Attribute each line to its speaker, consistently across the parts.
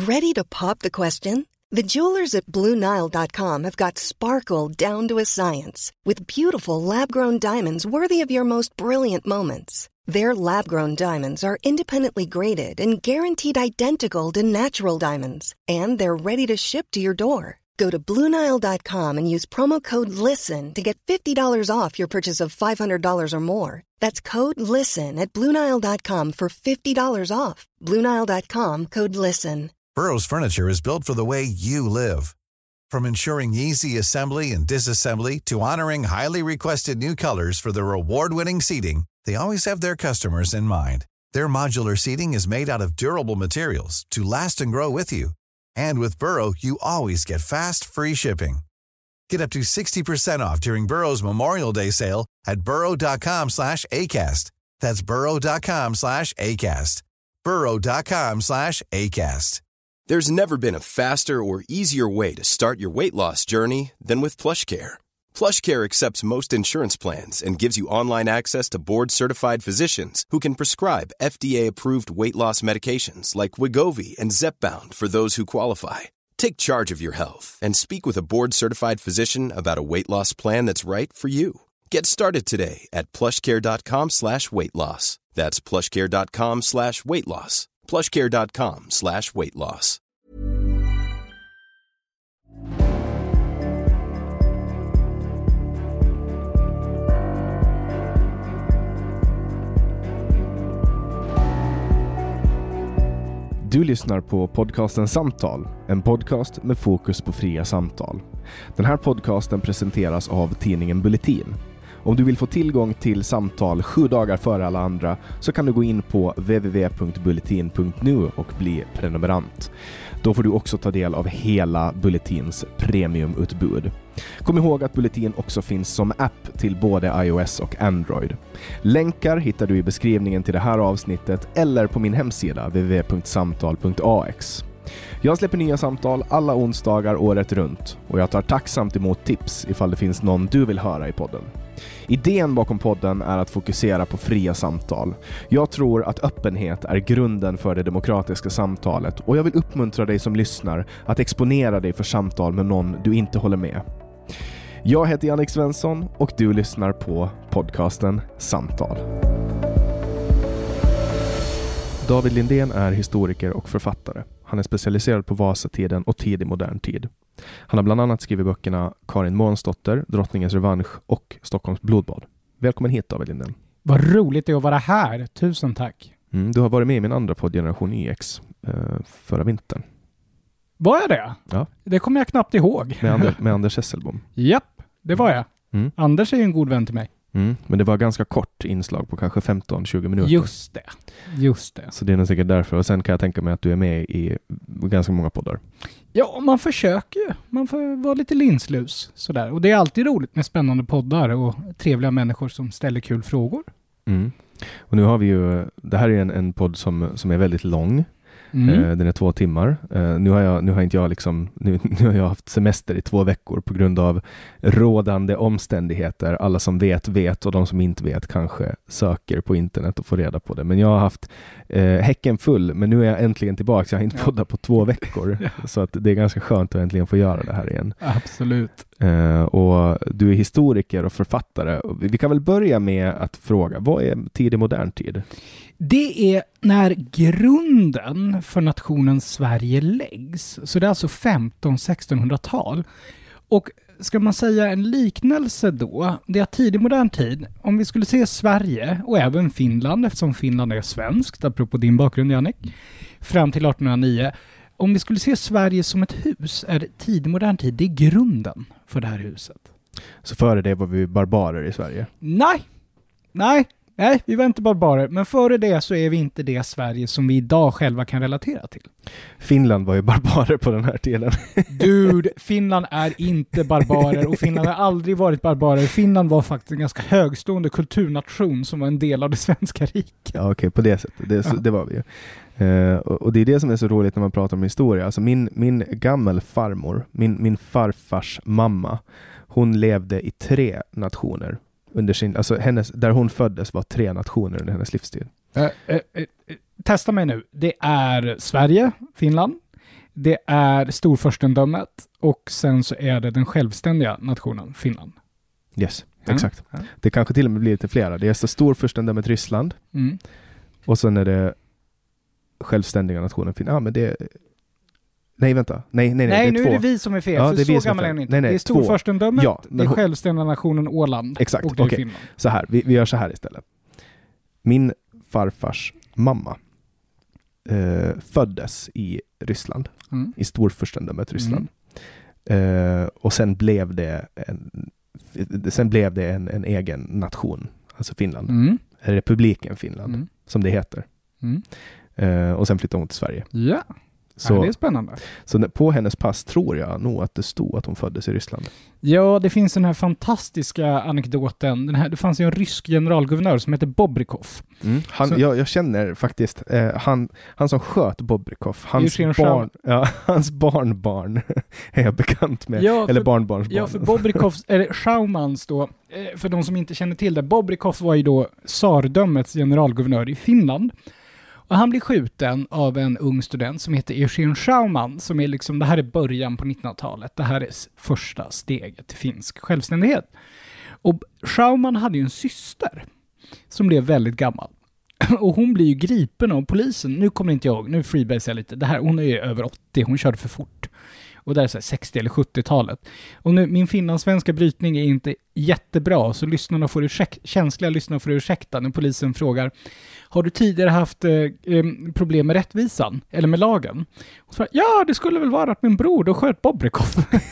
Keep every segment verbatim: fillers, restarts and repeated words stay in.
Speaker 1: Ready to pop the question? The jewelers at Blue Nile dot com have got sparkle down to a science with beautiful lab-grown diamonds worthy of your most brilliant moments. Their lab-grown diamonds are independently graded and guaranteed identical to natural diamonds, and they're ready to ship to your door. Go to Blue Nile dot com and use promo code LISTEN to get fifty dollars off your purchase of five hundred dollars or more. That's code LISTEN at Blue Nile dot com for fifty dollars off. Blue Nile dot com, code LISTEN.
Speaker 2: Burrow's furniture is built for the way you live. From ensuring easy assembly and disassembly to honoring highly requested new colors for their award-winning seating, they always have their customers in mind. Their modular seating is made out of durable materials to last and grow with you. And with Burrow, you always get fast, free shipping. Get up to sixty percent off during Burrow's Memorial Day sale at burrow dot com slash ACAST. That's burrow dot com slash ACAST. burrow dot com slash ACAST.
Speaker 3: There's never been a faster or easier way to start your weight loss journey than with PlushCare. PlushCare accepts most insurance plans and gives you online access to board-certified physicians who can prescribe F D A-approved weight loss medications like Wegovy and Zepbound for those who qualify. Take charge of your health and speak with a board-certified physician about a weight loss plan that's right for you. Get started today at plushcare.com slash weight loss. That's plushcare.com slash weight loss. plushcare.com slash weight loss.
Speaker 4: Du lyssnar på podcasten Samtal, en podcast med fokus på fria samtal. Den här podcasten presenteras av tidningen Bulletin. Om du vill få tillgång till samtal sju dagar före alla andra så kan du gå in på w w w punkt bulletin punkt n u och bli prenumerant. Då får du också ta del av hela Bulletins premiumutbud. Kom ihåg att Bulletin också finns som app till både iOS och Android. Länkar hittar du i beskrivningen till det här avsnittet eller på min hemsida w w w punkt samtal punkt a x. Jag släpper nya samtal alla onsdagar året runt och jag tar tacksamt emot tips ifall det finns någon du vill höra i podden. Idén bakom podden är att fokusera på fria samtal. Jag tror att öppenhet är grunden för det demokratiska samtalet och jag vill uppmuntra dig som lyssnar att exponera dig för samtal med någon du inte håller med. Jag heter Jannik Svensson och du lyssnar på podcasten Samtal. David Lindén är historiker och författare. Han är specialiserad på Vasatiden och tidig modern tid. Han har bland annat skrivit böckerna Karin Månsdotter, Drottningens revansch och Stockholms blodbad. Välkommen hit David Lindén.
Speaker 5: Vad roligt det är att vara här. Tusen tack.
Speaker 4: Mm, du har varit med i min andra podd Generation Y X eh, förra vintern.
Speaker 5: Var jag det?
Speaker 4: Ja.
Speaker 5: Det kommer jag knappt ihåg.
Speaker 4: Med, Ander, med Anders Hesselbom.
Speaker 5: Japp, det var jag.
Speaker 4: Mm.
Speaker 5: Anders är ju en god vän till mig.
Speaker 4: Mm, men det var ganska kort inslag på kanske femton till tjugo minuter.
Speaker 5: Just det, just det.
Speaker 4: Så det är nog säkert därför. Och sen kan jag tänka mig att du är med i ganska många poddar.
Speaker 5: Ja, man försöker ju. Man får vara lite linslus. Sådär. Och det är alltid roligt med spännande poddar och trevliga människor som ställer kul frågor.
Speaker 4: Mm. Och nu har vi ju, det här är en, en podd som, som är väldigt lång. Mm. Uh, den är två timmar. Uh, nu har jag, nu har inte jag liksom, nu, nu har jag haft semester i två veckor på grund av rådande omständigheter. Alla som vet vet och de som inte vet kanske söker på internet och får reda på det. Men jag har haft uh, häcken full, men nu är jag äntligen tillbaka. Jag har inte poddat på två veckor. Ja. Så att det är ganska skönt att äntligen få göra det här igen.
Speaker 5: Absolut.
Speaker 4: Uh, och du är historiker och författare. Vi kan väl börja med att fråga, vad är tidig modern tid?
Speaker 5: Det är när grunden för nationen Sverige läggs. Så det är alltså femton-sextonhundratal. Och ska man säga en liknelse då, det är tidig modern tid. Om vi skulle se Sverige och även Finland, eftersom Finland är svenskt, apropå din bakgrund Jannik, fram till artonhundranio. Om vi skulle se Sverige som ett hus, är tidig modern tid, det är grunden för det här huset.
Speaker 4: Så före det var vi barbarer i Sverige?
Speaker 5: Nej, nej. Nej, vi var inte barbarer, men före det så är vi inte det Sverige som vi idag själva kan relatera till.
Speaker 4: Finland var ju barbarer på den här tiden.
Speaker 5: Dude, Finland är inte barbarer och Finland har aldrig varit barbarer. Finland var faktiskt en ganska högstående kulturnation som var en del av det svenska riket.
Speaker 4: Ja, okej, okay, på det sättet. Det, så, det var vi ju. Uh, och, och det är det som är så roligt när man pratar om historia. Alltså min, min gammal farmor, min, min farfars mamma, hon levde i tre nationer. Under sin, alltså hennes, där hon föddes var tre nationer under hennes livstid.
Speaker 5: Uh, uh, uh, testa mig nu. Det är Sverige, Finland, det är storfurstendömet och sen så är det den självständiga nationen Finland.
Speaker 4: Yes,
Speaker 5: ja.
Speaker 4: exakt.
Speaker 5: Ja.
Speaker 4: Det kanske till och med blir lite flera. Det är så storfurstendömet Ryssland
Speaker 5: Mm.
Speaker 4: och sen är det självständiga nationen Finland. Ja, men det Nej, vänta. Nej, nej, nej.
Speaker 5: Nej,
Speaker 4: det är
Speaker 5: nu
Speaker 4: två.
Speaker 5: är det vi som är fel.
Speaker 4: Ja,
Speaker 5: för
Speaker 4: det är
Speaker 5: så
Speaker 4: vi som är
Speaker 5: gammal är
Speaker 4: fel.
Speaker 5: den inte.
Speaker 4: Nej, nej,
Speaker 5: det är storfurstendömet,
Speaker 4: ja,
Speaker 5: det är
Speaker 4: hon...
Speaker 5: självständiga nationen Åland.
Speaker 4: Exakt,
Speaker 5: och det är
Speaker 4: okej.
Speaker 5: Finland.
Speaker 4: Så här, vi, vi gör så här istället. Min farfars mamma eh, föddes i Ryssland.
Speaker 5: Mm.
Speaker 4: I storfurstendömet Ryssland. Mm. Eh, och sen blev det en, sen blev det en, en egen nation. Alltså Finland.
Speaker 5: Mm.
Speaker 4: Republiken Finland.
Speaker 5: Mm.
Speaker 4: Som det heter.
Speaker 5: Mm.
Speaker 4: Eh, och sen flyttade hon till Sverige.
Speaker 5: Ja.
Speaker 4: Så,
Speaker 5: ja, det är spännande.
Speaker 4: Så på hennes pass tror jag nog att det stod att hon föddes i Ryssland.
Speaker 5: Ja, det finns den här fantastiska anekdoten. Den här, det fanns ju en rysk generalguvernör som heter Bobrikov.
Speaker 4: Mm. Han,
Speaker 5: så,
Speaker 4: jag, jag känner faktiskt eh, han, han som sköt Bobrikov, hans,
Speaker 5: Eugene
Speaker 4: barn, ja, hans barnbarn är jag bekant med.
Speaker 5: Ja, för,
Speaker 4: eller barnbarnsbarn.
Speaker 5: Ja, för Bobrikov, eller Schaumans då, för de som inte känner till det, Bobrikov var ju då tsardömets generalguvernör i Finland. Och han blir skjuten av en ung student som heter Eugene Schauman, som är liksom, det här är början på nittonhundratalet. Det här är första steget till finsk självständighet. Och Schauman hade ju en syster som blev väldigt gammal. Och hon blir ju gripen av polisen. Nu kommer inte jag ihåg, nu freebasar jag lite. Det här, hon är ju över åttio, hon körde för fort. Och det är så här sextio- eller sjuttiotalet. Och nu, min finlandssvenska brytning är inte jättebra, så lyssnarna får ursäk- känsliga lyssnare får ursäkta när polisen frågar: har du tidigare haft eh, problem med rättvisan? Eller med lagen? Och så, ja, det skulle väl vara att min bror då sköt Bobrikov.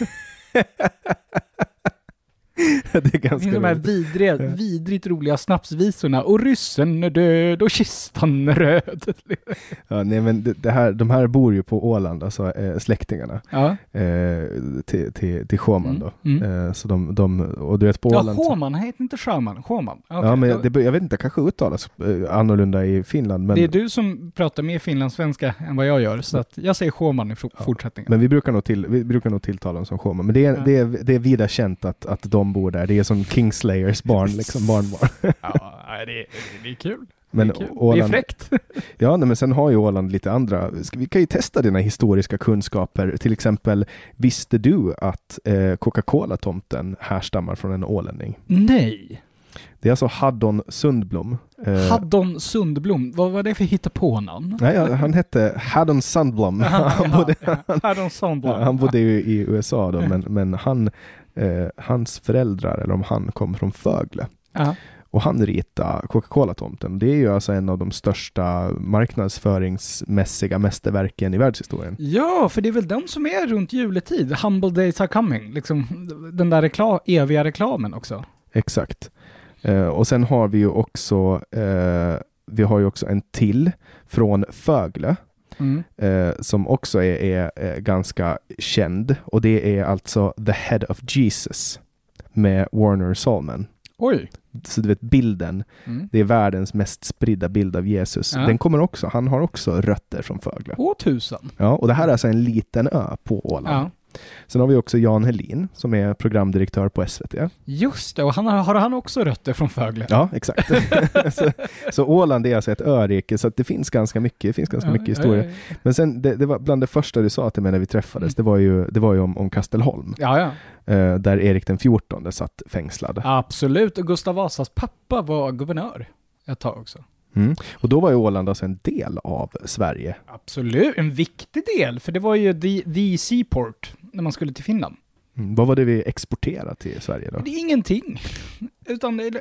Speaker 4: Det är ganska
Speaker 5: de här vidriga, vidrigt roliga snapsvisorna. Och ryssen är död och kistan är röd.
Speaker 4: Ja, nej, men det, det här, de här bor ju på Åland, alltså äh, släktingarna.
Speaker 5: Ja.
Speaker 4: Äh, till, till, till Sjöman då.
Speaker 5: Mm. Mm.
Speaker 4: Äh, så de, de, och du vet på
Speaker 5: ja,
Speaker 4: Åland...
Speaker 5: Sjöman, han heter inte Sjöman. Sjöman. Okay.
Speaker 4: Ja, men det, jag vet inte, kanske uttalas äh, annorlunda i Finland. Men...
Speaker 5: Det är du som pratar mer finlandssvenska än vad jag gör, så att jag säger Sjöman i
Speaker 4: ja.
Speaker 5: fortsättningen.
Speaker 4: Men vi brukar nog, till, vi brukar nog tilltala dem som Sjöman. Men det är,
Speaker 5: ja.
Speaker 4: det, är, det är vida känt att, att de bor där. Det är som Kingslayers barn, liksom barnbarn.
Speaker 5: Ja, det är, det är kul.
Speaker 4: Men
Speaker 5: det är, kul.
Speaker 4: Åland,
Speaker 5: det är fräckt.
Speaker 4: Ja, nej, men sen har ju Åland lite andra... Vi kan ju testa dina historiska kunskaper. Till exempel, visste du att eh, Coca-Cola-tomten härstammar från en ålänning?
Speaker 5: Nej.
Speaker 4: Det är alltså Haddon Sundblom.
Speaker 5: Eh, Haddon Sundblom. Vad var det för hitta-på-namn?
Speaker 4: Nej, han hette Haddon Sundblom.
Speaker 5: Aha,
Speaker 4: han,
Speaker 5: ja,
Speaker 4: bodde,
Speaker 5: ja.
Speaker 4: han,
Speaker 5: Haddon Sundblom.
Speaker 4: han bodde ju i U S A då, men, men han, eh, hans föräldrar, eller om han kom från Fögle.
Speaker 5: Aha.
Speaker 4: Och han ritade Coca-Cola-tomten. Det är ju alltså en av de största marknadsföringsmässiga mästerverken i världshistorien.
Speaker 5: Ja, för det är väl den som är runt juletid. Humble days are coming. Liksom, den där reklam, eviga reklamen också.
Speaker 4: Exakt. Eh, och sen har vi ju också eh, vi har ju också en till från Fögle. Mm. Eh, som också är, är, är ganska känd. Och det är alltså The Head of Jesus med Warner Salman.
Speaker 5: Oj.
Speaker 4: Så du vet bilden, mm. det är världens mest spridda bild av Jesus. Ja. Den kommer också, han har också rötter från Fögle.
Speaker 5: Åh tusen.
Speaker 4: Ja, och det här är alltså en liten ö på Åland. Ja. Sen har vi också Jan Helin som är programdirektör på S V T.
Speaker 5: Just det, och han har, har han också rötter från Fögle?
Speaker 4: Ja, exakt. så, så Åland är alltså ett örike, så att det finns ganska mycket, det finns ganska ja, mycket historia. Ja, ja, ja. Men sen, det, det var bland det första du sa till mig när vi träffades, mm. det var ju, det var ju om, om Kastelholm.
Speaker 5: Ja, ja.
Speaker 4: Eh, där Erik den fjortonde satt fängslad.
Speaker 5: Absolut, och Gustav Vasas pappa var guvernör ett tag också.
Speaker 4: Mm. Och då var ju Åland alltså en del av Sverige.
Speaker 5: Absolut, en viktig del, för det var ju the, the seaport när man skulle till Finland.
Speaker 4: Mm. Vad var det vi exporterade till Sverige då?
Speaker 5: Det är ingenting. Utan det är,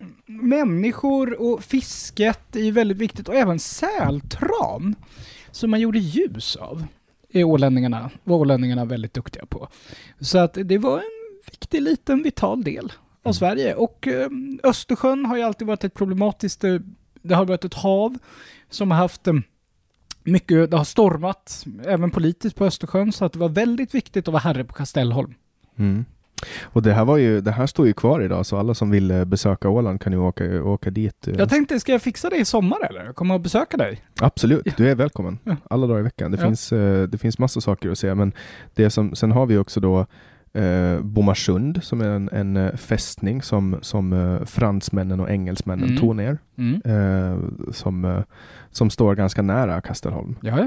Speaker 5: människor och fisket är väldigt viktigt, och även sältran som man gjorde ljus av är ålänningarna, var ålänningarna väldigt duktiga på. Så att det var en viktig, liten, vital del av mm. Sverige. Och eh, Östersjön har ju alltid varit ett problematiskt, eh, det har varit ett hav som har haft eh, mycket, det har stormat även politiskt på Östersjön, så att det var väldigt viktigt att vara herre på Kastelholm.
Speaker 4: Mm. Och det här var ju, det här står ju kvar idag, så alla som vill besöka Åland kan ju åka, åka dit.
Speaker 5: Jag tänkte, ska jag fixa det i sommar eller? Jag kommer att besöka dig.
Speaker 4: Absolut, du är välkommen. Alla dagar i veckan. Det, ja. finns, det finns massa saker att se, men det som, sen har vi också då eh, Bomarsund som är en, en fästning som, som eh, fransmännen och engelsmännen mm. tog ner. Mm. Eh, som, eh, som står ganska nära Kastelholm.
Speaker 5: Ja, ja.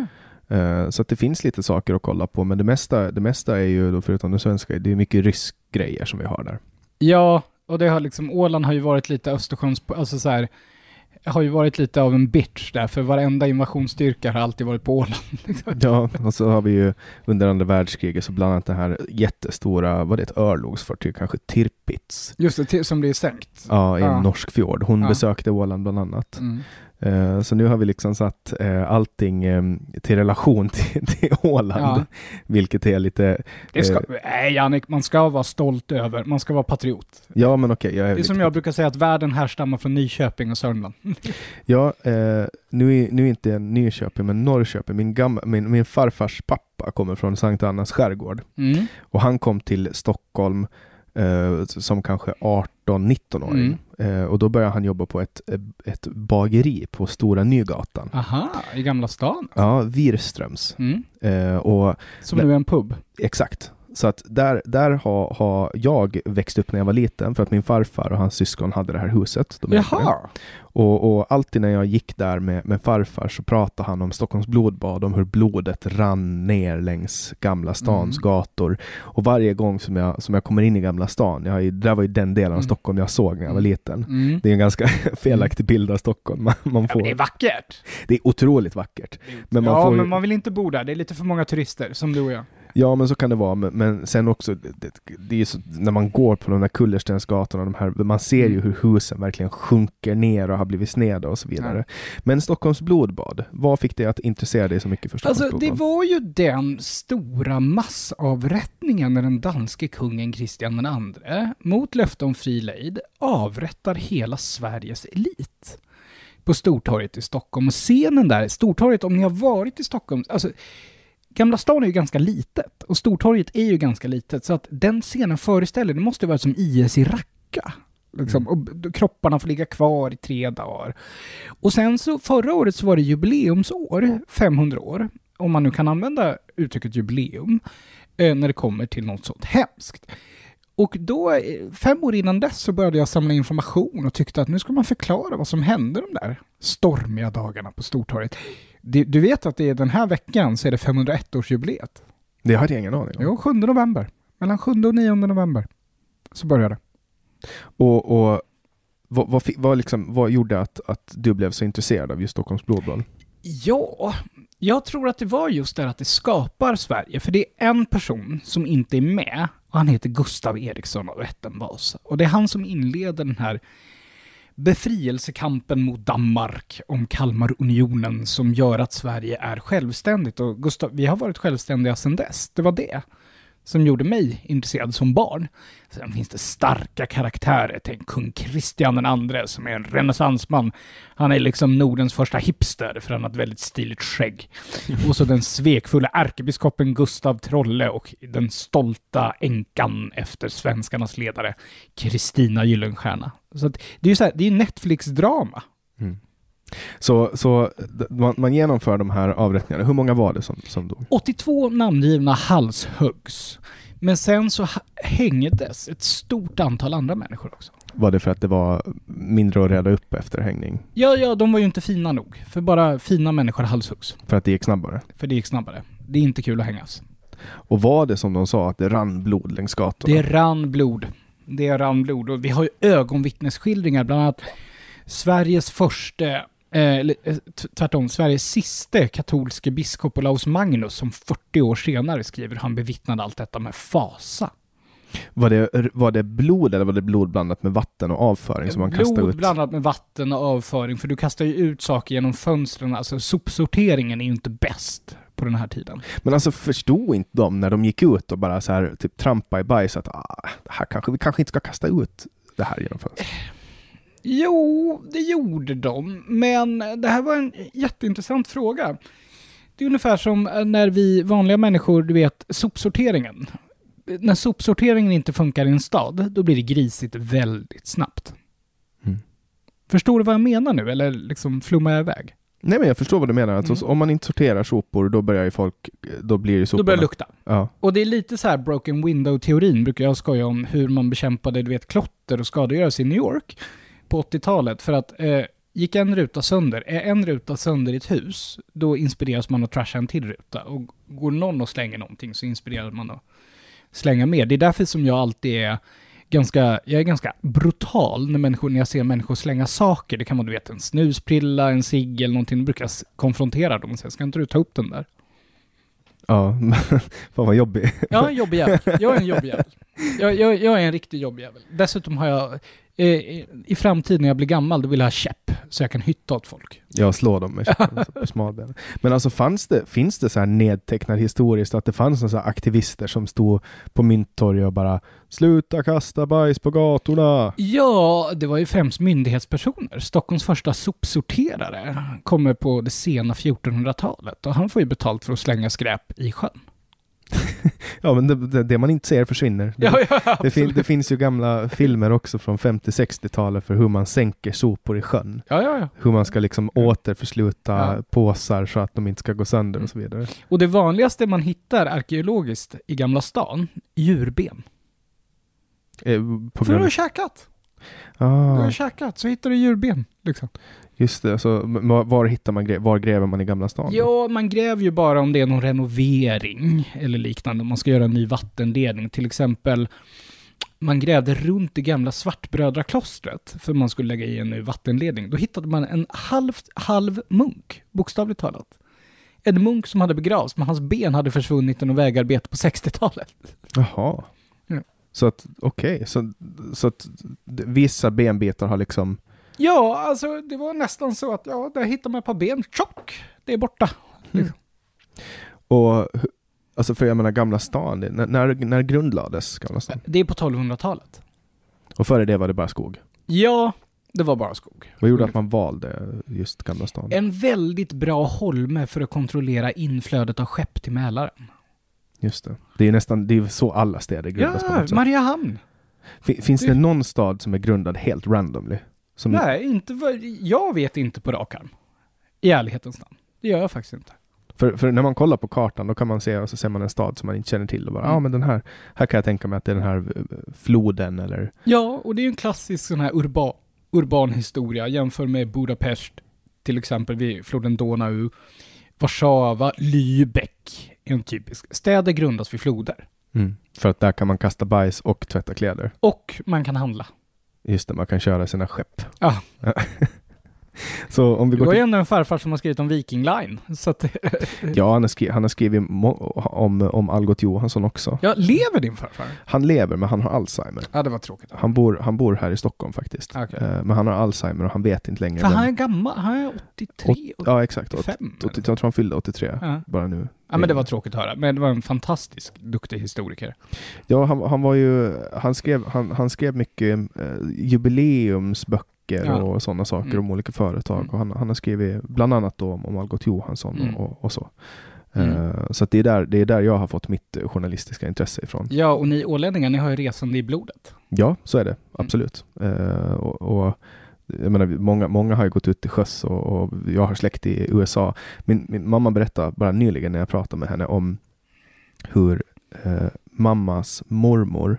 Speaker 4: Uh, så att det finns lite saker att kolla på, men det mesta, det mesta är ju då, förutom det svenska, det är mycket rysk grejer som vi har där.
Speaker 5: Ja, och det har liksom, Åland har ju varit lite Östersjöns, alltså så här, har ju varit lite av en bitch där, för varenda invasionsstyrka har alltid varit på Åland.
Speaker 4: Ja, och så har vi ju under andra världskriget så bland annat det här jättestora, vad det är, ett örlogsfartyg, kanske Tirpitz.
Speaker 5: Just det, som blir sänkt.
Speaker 4: Ja, i en
Speaker 5: ja.
Speaker 4: norsk fjord. Hon
Speaker 5: ja.
Speaker 4: besökte Åland bland annat.
Speaker 5: Mm.
Speaker 4: Uh, så nu har vi liksom satt uh, allting um, till relation till, till Åland, ja. Vilket är lite...
Speaker 5: Det ska,
Speaker 4: uh,
Speaker 5: nej, Jannik, man ska vara stolt över, man ska vara patriot.
Speaker 4: Ja, men okej. Okay,
Speaker 5: det är som jag brukar säga, att världen härstammar från Nyköping och Sörmland.
Speaker 4: Ja, uh, nu, är, nu är inte en Nyköping, men Norrköping. Min, gamla, min, min farfars pappa kommer från Sankt Annas skärgård. Mm. Och han kom till Stockholm Uh, som kanske arton-nitton-åring. Mm. Uh, och då började han jobba på ett, ett bageri på Stora Nygatan.
Speaker 5: Aha, i Gamla stan?
Speaker 4: Ja, Wirströms. Mm. Uh, och
Speaker 5: som nu är en pub?
Speaker 4: Exakt. Så att där, där har, har jag växt upp när jag var liten, för att min farfar och hans syskon hade det här huset. De
Speaker 5: Jaha.
Speaker 4: Och, och alltid när jag gick där med, med farfar så pratade han om Stockholms blodbad, om hur blodet rann ner längs Gamla stans mm. gator. Och varje gång som jag, som jag kommer in i Gamla stan, jag har ju, det var ju den delen av Stockholm jag såg när jag var liten. Mm. Det är en ganska felaktig bild av Stockholm. Man, man får.
Speaker 5: Ja, men det är vackert.
Speaker 4: Det är otroligt vackert.
Speaker 5: Men man ja, får ju... men man vill inte bo där. Det är lite för många turister, som du och jag.
Speaker 4: Ja, men så kan det vara. Men, men sen också, det, det är så, när man går på de där kullerstensgatorna, de här, man ser ju hur husen verkligen sjunker ner och har blivit sneda och så vidare. Ja. Men Stockholms blodbad, vad fick dig att intressera dig så mycket för Stockholms
Speaker 5: alltså,
Speaker 4: blodbad?
Speaker 5: Det var ju den stora massavrättningen när den danske kungen Kristian den andre mot löfte om fri lejd avrättar hela Sveriges elit på Stortorget i Stockholm. Och scenen där, Stortorget, om ni har varit i Stockholm, alltså Gamla stan är ju ganska litet och Stortorget är ju ganska litet, så att den scenen föreställer, det måste vara som I S i Raqqa. Liksom, mm. och kropparna får ligga kvar i tre dagar. Och sen så förra året så var det jubileumsår, femhundra år, om man nu kan använda uttrycket jubileum, eh, när det kommer till något sånt hemskt. Och då, fem år innan dess, så började jag samla information och tyckte att nu ska man förklara vad som hände de där stormiga dagarna på Stortorget. Du, du vet att det är den här veckan så är det femhundraett-årsjubileet.
Speaker 4: Det hade jag ingen aning om.
Speaker 5: Jo, sjunde november. Mellan sjunde och nionde november. Så började det.
Speaker 4: Och, och vad, vad, vad, liksom, vad gjorde att, att du blev så intresserad av just Stockholms blodbad?
Speaker 5: Ja, jag tror att det var just det att det skapar Sverige. För det är en person som inte är med. Och han heter Gustav Eriksson av Ättenvasa. Och det är han som inleder den här befrielsekampen mot Danmark om Kalmarunionen som gör att Sverige är självständigt. Och Gustav, vi har varit självständiga sedan dess. Det var det som gjorde mig intresserad som barn. Sen finns det starka karaktärer. Tänk kung Kristian den andre som är en renässansman. Han är liksom Nordens första hipster för han har ett väldigt stiligt skägg. Och så den svekfulla ärkebiskopen Gustav Trolle och den stolta änkan efter svenskarnas ledare Kristina Gyllenstierna. Så att det är ju så här, det är Netflix-drama. Mm.
Speaker 4: Så, så man, man genomför de här avrättningarna. Hur många var det som, som dog?
Speaker 5: åttiotvå namngivna halshuggs. Men sen så hängdes ett stort antal andra människor också.
Speaker 4: Var det för att det var mindre att reda upp efter hängning?
Speaker 5: Ja, ja, de var ju inte fina nog. För bara fina människor halshuggs.
Speaker 4: För att det gick snabbare?
Speaker 5: För det gick snabbare. Det är inte kul att hängas.
Speaker 4: Och var det som de sa att det rann blod längs gatorna?
Speaker 5: Det rann blod. Det rann blod. Och vi har ju ögonvittnesskildringar, bland annat Sveriges första, eh, tvärtom, Sveriges sista katolske biskop Olaus Magnus som fyrtio år senare skriver han bevittnade allt detta med fasa.
Speaker 4: Var det, var det blod eller var det blod blandat med vatten och avföring som man
Speaker 5: blod
Speaker 4: kastade ut?
Speaker 5: Blod blandat med vatten och avföring, för du kastar ju ut saker genom fönstren. Alltså sopsorteringen är ju inte bäst på den här tiden.
Speaker 4: Men alltså förstod inte de när de gick ut och bara så här typ trampa i bajs att ah, det här kanske, vi kanske inte ska kasta ut det här genom fönstren?
Speaker 5: Jo, det gjorde de. Men det här var en jätteintressant fråga. Det är ungefär som när vi vanliga människor, du vet, sopsorteringen. När sopsorteringen inte funkar i en stad, då blir det grisigt väldigt snabbt. Mm. Förstår du vad jag menar nu? Eller liksom flummar jag iväg?
Speaker 4: Nej, men jag förstår vad du menar. Alltså, mm. Om man inte sorterar sopor, då börjar ju folk, då blir det soporna.
Speaker 5: Då börjar det lukta.
Speaker 4: Ja. Och
Speaker 5: det är lite så här broken window-teorin brukar jag skoja om, hur man bekämpade, du vet, klotter och skadegörelse i New York på åttiotalet. För att eh, gick en ruta sönder, är en ruta sönder i ett hus, då inspireras man att trasha en till ruta. Och går någon och slänger någonting så inspireras man att slänga mer. Det är därför som jag alltid är ganska, jag är ganska brutal när, människor, när jag ser människor slänga saker. Det kan vara, du vet, en snusprilla, en cigg eller någonting. Då brukar jag konfrontera dem och säga, ska inte du ta upp den där?
Speaker 4: Ja, fan vad jobbig.
Speaker 5: Ja, en jobbig jävel. Jag är en jobbig jävel. Jag, jag, jag är en riktig jobbig jävel. Dessutom har jag, eh, i framtiden när jag blir gammal, då vill jag ha käpp så jag kan hytta åt folk.
Speaker 4: Jag slår dem med käppen på smalben. Men alltså fanns det, finns det så här nedtecknat historiskt att det fanns så här aktivister som stod på Mynttorget och bara sluta kasta bajs på gatorna?
Speaker 5: Ja, det var ju främst myndighetspersoner. Stockholms första sopsorterare kommer på det sena fjortonhundratalet och han får ju betalt för att slänga skräp i sjön.
Speaker 4: Ja, men det, det, det man inte ser försvinner. Det,
Speaker 5: Ja, ja,
Speaker 4: det, fin, det finns ju gamla filmer också från femtio-sextiotalet för hur man sänker sopor i sjön.
Speaker 5: Ja, ja, ja.
Speaker 4: Hur man ska liksom återförsluta
Speaker 5: Ja.
Speaker 4: påsar så att de inte ska gå sönder och så vidare.
Speaker 5: Och det vanligaste man hittar arkeologiskt i Gamla stan, djurben.
Speaker 4: Eh, på
Speaker 5: För du
Speaker 4: grund...
Speaker 5: har käkat. Du
Speaker 4: ah,
Speaker 5: har käkat, så hittar du djurben. Liksom.
Speaker 4: just det, så var, var hittar man gre- var gräver man i Gamla stan?
Speaker 5: Ja, man gräver ju bara om det är någon renovering eller liknande. Om man ska göra en ny vattenledning. Till exempel, man grävde runt det gamla Svartbrödraklostret för man skulle lägga i en ny vattenledning. Då hittade man en halv, halv munk, bokstavligt talat. En munk som hade begravts, men hans ben hade försvunnit i någon vägarbete på sextiotalet.
Speaker 4: Jaha.
Speaker 5: Ja.
Speaker 4: Så att, okej, okay. så, så att vissa benbitar har liksom...
Speaker 5: Ja, alltså det var nästan så att ja, där hittar man ett par ben, tjock, det är borta.
Speaker 4: Mm. Och alltså för jag menar Gamla stan, det, när, när grundlades Gamla stan?
Speaker 5: Det är på tolvhundratalet.
Speaker 4: Och före det var det bara skog.
Speaker 5: Ja, det var bara skog.
Speaker 4: Vad gjorde att man valde just Gamla stan?
Speaker 5: En väldigt bra holme för att kontrollera inflödet av skepp till Mälaren.
Speaker 4: Just det. Det är nästan, det är så alla städer grundas på
Speaker 5: Ja,
Speaker 4: något sätt.
Speaker 5: Mariehamn.
Speaker 4: Fin, finns
Speaker 5: det...
Speaker 4: det någon stad som är grundad helt randomly? Som...
Speaker 5: Nej, inte vad, jag vet inte på rak arm. I ärlighetens namn. Det gör jag faktiskt inte.
Speaker 4: För, för när man kollar på kartan då kan man se, och så ser man en stad som man inte känner till och bara, ja
Speaker 5: Mm.
Speaker 4: ah, men den här, här kan jag tänka mig att det är den här floden eller...
Speaker 5: Ja, och det är ju en klassisk sån här urba, urban historia. Jämför med Budapest, till exempel vid floden Donau. Warszawa, Lübeck är en typisk. Städer grundas vid floder.
Speaker 4: Mm. För att där kan man kasta bajs och tvätta kläder.
Speaker 5: Och man kan handla.
Speaker 4: Just det, man kan köra sina skepp.
Speaker 5: Ja.
Speaker 4: Så om vi
Speaker 5: Det
Speaker 4: går
Speaker 5: var ju
Speaker 4: till...
Speaker 5: ändå en farfar som har skrivit om Viking Line. Så att...
Speaker 4: Ja, han har, skri... han har skrivit mo- om, om Algot Johansson också.
Speaker 5: Ja, lever din farfar?
Speaker 4: Han lever, men han har Alzheimer.
Speaker 5: Ja, det var tråkigt.
Speaker 4: Han bor, han bor här i Stockholm faktiskt.
Speaker 5: Okay.
Speaker 4: Eh, men han har Alzheimer och han vet inte längre.
Speaker 5: För
Speaker 4: vem...
Speaker 5: han är gammal. Han är åttiotre,
Speaker 4: Åt... Ja, exakt.
Speaker 5: åttiofem.
Speaker 4: åttio, jag tror han fyllde åttiotre.
Speaker 5: Ja.
Speaker 4: Bara nu.
Speaker 5: Ja, men det var tråkigt att höra. Men det var en fantastisk duktig historiker.
Speaker 4: Ja, han, han var ju... Han skrev, han, han skrev mycket eh, jubileumsböcker ja. och sådana saker mm. om olika företag.
Speaker 5: Mm.
Speaker 4: Och han, han har skrivit bland annat då om, om Algot Johansson mm. och, och så.
Speaker 5: Mm.
Speaker 4: Uh, så att det, är där, det är där jag har fått mitt journalistiska intresse ifrån.
Speaker 5: Ja, och ni ålänningar, ni har ju resande i blodet.
Speaker 4: Ja, så är det. Absolut. Mm. Uh, och, och jag menar, många, många har ju gått ut till sjöss och, och jag har släkt i U S A. Min, min mamma berättade bara nyligen när jag pratade med henne om hur uh, mammas mormor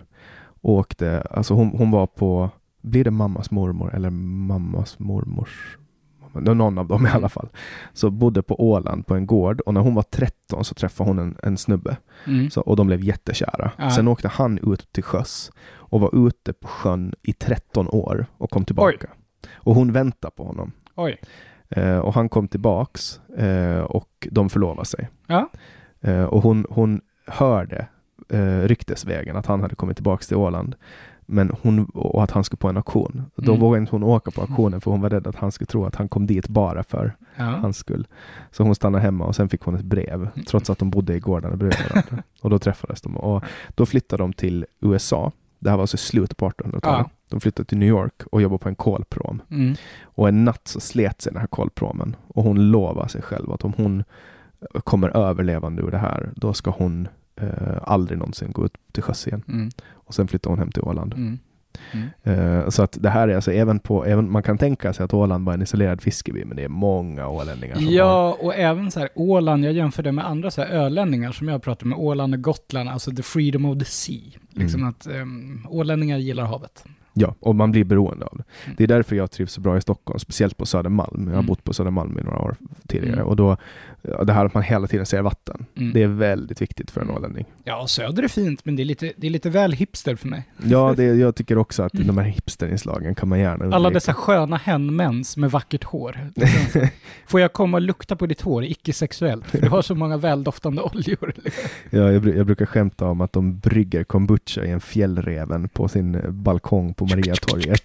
Speaker 4: åkte, alltså hon, hon var på, blir det mammas mormor eller mammas mormors, någon av dem i alla fall, så bodde på Åland på en gård och när hon var tretton så träffade hon en, en snubbe mm. så, och de blev jättekära. Ja. Sen åkte han ut till sjöss och var ute på sjön i tretton år och kom tillbaka. Oj. Och hon väntade på honom.
Speaker 5: Oj.
Speaker 4: Eh, och han kom tillbaks eh, och de förlovade sig.
Speaker 5: Ja.
Speaker 4: Eh, och hon, hon hörde eh, ryktesvägen att han hade kommit tillbaks till Åland. Men hon, och att han skulle på en auktion. Då mm. vågade inte hon åka på auktionen för hon var rädd att han skulle tro att han kom dit bara för ja. hans skull. Så hon stannade hemma och sen fick hon ett brev. Trots att de bodde i gården bredvid varandra. Och då träffades de. Och då flyttade de till U S A. Det här var alltså slut på artonhundratalet. Ja. De flyttade till New York och jobbade på en kolprom. Mm. Och en natt så slet sig den här kolpromen. Och hon lovade sig själv att om hon kommer överlevande ur det här, då ska hon Uh, aldrig någonsin gå ut till sjöss igen. Mm. Och sen flyttade hon hem till Åland. Mm. Mm. Uh, så att det här är alltså även på, även, man kan tänka sig att Åland var en isolerad fiskeby, men det är många ålänningar som
Speaker 5: ja,
Speaker 4: har...
Speaker 5: och även så här Åland, jag jämför det med andra så här ölänningar som jag pratar med, Åland och Gotland, alltså the freedom of the sea. Liksom mm. att um, ålänningar gillar havet.
Speaker 4: Ja, och man blir beroende av det.
Speaker 5: Mm.
Speaker 4: Det är därför jag trivs så bra i Stockholm, speciellt på Södermalm. Jag har
Speaker 5: Mm.
Speaker 4: bott på Södermalm i några år tidigare.
Speaker 5: Mm.
Speaker 4: Och då, ja, det här att man hela tiden ser vatten,
Speaker 5: Mm.
Speaker 4: det är väldigt viktigt för en ålänning.
Speaker 5: Ja, söder är fint, men det är lite, det är lite väl hipster för mig.
Speaker 4: Ja, det, jag tycker också att de här hipsterinslagen kan man gärna undvika.
Speaker 5: Alla dessa sköna hänmens med vackert hår. Får jag komma och lukta på ditt hår, icke-sexuellt? För du har så många väldoftande oljor.
Speaker 4: Ja, jag, jag brukar skämta om att de brygger kombucha i en fjällreven på sin balkong på Mariatorget.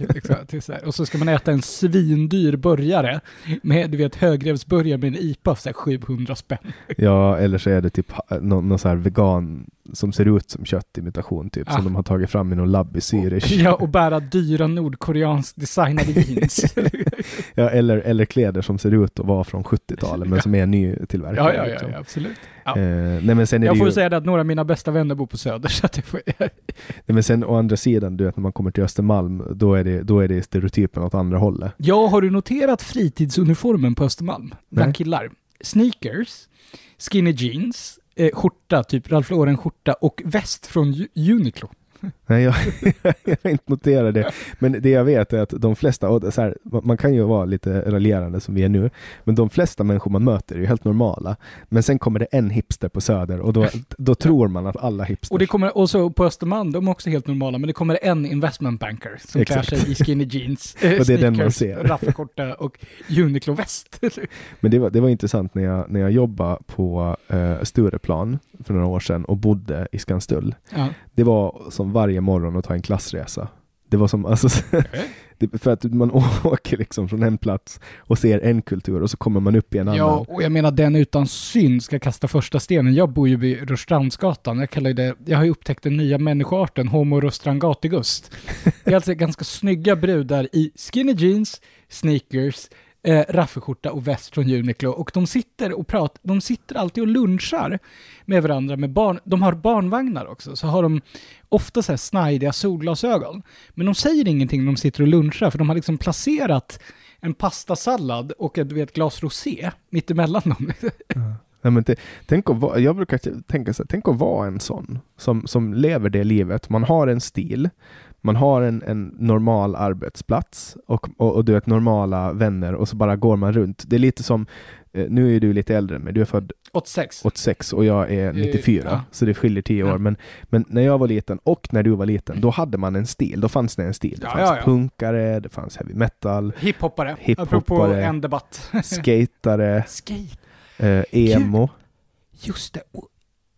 Speaker 5: Och så ska man äta en svindyr burgare med, du vet, högrevsburgare med en I P A för så här sjuhundra spänn.
Speaker 4: Ja, eller så är det typ någon, någon så här vegan som ser ut som köttimitation typ, ah. som de har tagit fram i någon labb i Zürich.
Speaker 5: Ja, och bära dyra nordkoreanskt designade jeans.
Speaker 4: Ja, eller, eller kläder som ser ut att vara från sjuttiotalet, men ja. som är ny tillverkade.
Speaker 5: Ja, ja, ja, liksom. ja, absolut. Ja.
Speaker 4: Eh, nej, men sen är
Speaker 5: jag
Speaker 4: det
Speaker 5: får
Speaker 4: ju...
Speaker 5: säga det att några av mina bästa vänner bor på Söder, så att det får...
Speaker 4: nej, men sen å andra sidan, du vet, när man kommer till Östermalm, då är det, då är det stereotypen åt andra hållet.
Speaker 5: Ja, har du noterat fritidsuniformen på Östermalm? Bland killar. Sneakers, skinny jeans, eh, skjorta, typ Ralph Lauren skjorta och väst från U- Uniqlo.
Speaker 4: Nej, jag, jag har inte noterat det. Men det jag vet är att de flesta, och så här, man kan ju vara lite raljerande som vi är nu, men de flesta människor man möter är ju helt normala. Men sen kommer det en hipster på Söder och då, då tror man att alla hipsters...
Speaker 5: Och det kommer, och så på Östermalm, de är också helt normala, men det kommer en investment banker som
Speaker 4: Exakt.
Speaker 5: klär sig i skinny jeans,
Speaker 4: och det är
Speaker 5: sneakers,
Speaker 4: den man ser.
Speaker 5: raffelkorta och Uniqlo-väst.
Speaker 4: Men det var, det var intressant när jag, när jag jobbade på uh, Stureplan för några år sedan och bodde i Skanstull.
Speaker 5: Ja.
Speaker 4: Det var som varje morgon att ta en klassresa. Det var som, alltså,
Speaker 5: Okay.
Speaker 4: det, för att man åker liksom från en plats och ser en kultur och så kommer man upp i en
Speaker 5: Ja,
Speaker 4: annan.
Speaker 5: och jag menar den utan synd ska kasta första stenen. Jag bor ju vid Rörstrandsgatan. Jag kallar det, jag har ju upptäckt den nya människoarten, Homo Rörstrangatigust. Det är alltså ganska snygga brudar i skinny jeans, sneakers, Eh, raffelskjorta och väst från Uniqlo, och de sitter och pratar, de sitter alltid och lunchar med varandra med barn. De har barnvagnar också, så har de ofta så här snajdiga solglasögon, men de säger ingenting när de sitter och lunchar, för de har liksom placerat en pastasallad och ett, vet, glas rosé mitt emellan dem.
Speaker 4: Ja. Nej, men det, tänk att vara, jag brukar tänka så här, tänk att vara en sån som, som lever det livet. Man har en stil, man har en, en normal arbetsplats och, och, och du vet, normala vänner, och så bara går man runt. Det är lite som, eh, nu är du lite äldre, men du är född
Speaker 5: åttiosex
Speaker 4: åttiosex och jag är nittiofyra,
Speaker 5: ja.
Speaker 4: Så det skiljer tio år.
Speaker 5: Ja.
Speaker 4: Men, men när jag var liten och när du var liten, då hade man en stil, då fanns det en stil. Det
Speaker 5: ja,
Speaker 4: fanns
Speaker 5: ja, ja.
Speaker 4: punkare, det fanns heavy metal,
Speaker 5: hiphoppare,
Speaker 4: hiphoppare
Speaker 5: apropå en debatt.
Speaker 4: skatare,
Speaker 5: Skate.
Speaker 4: eh, emo.
Speaker 5: Just det, och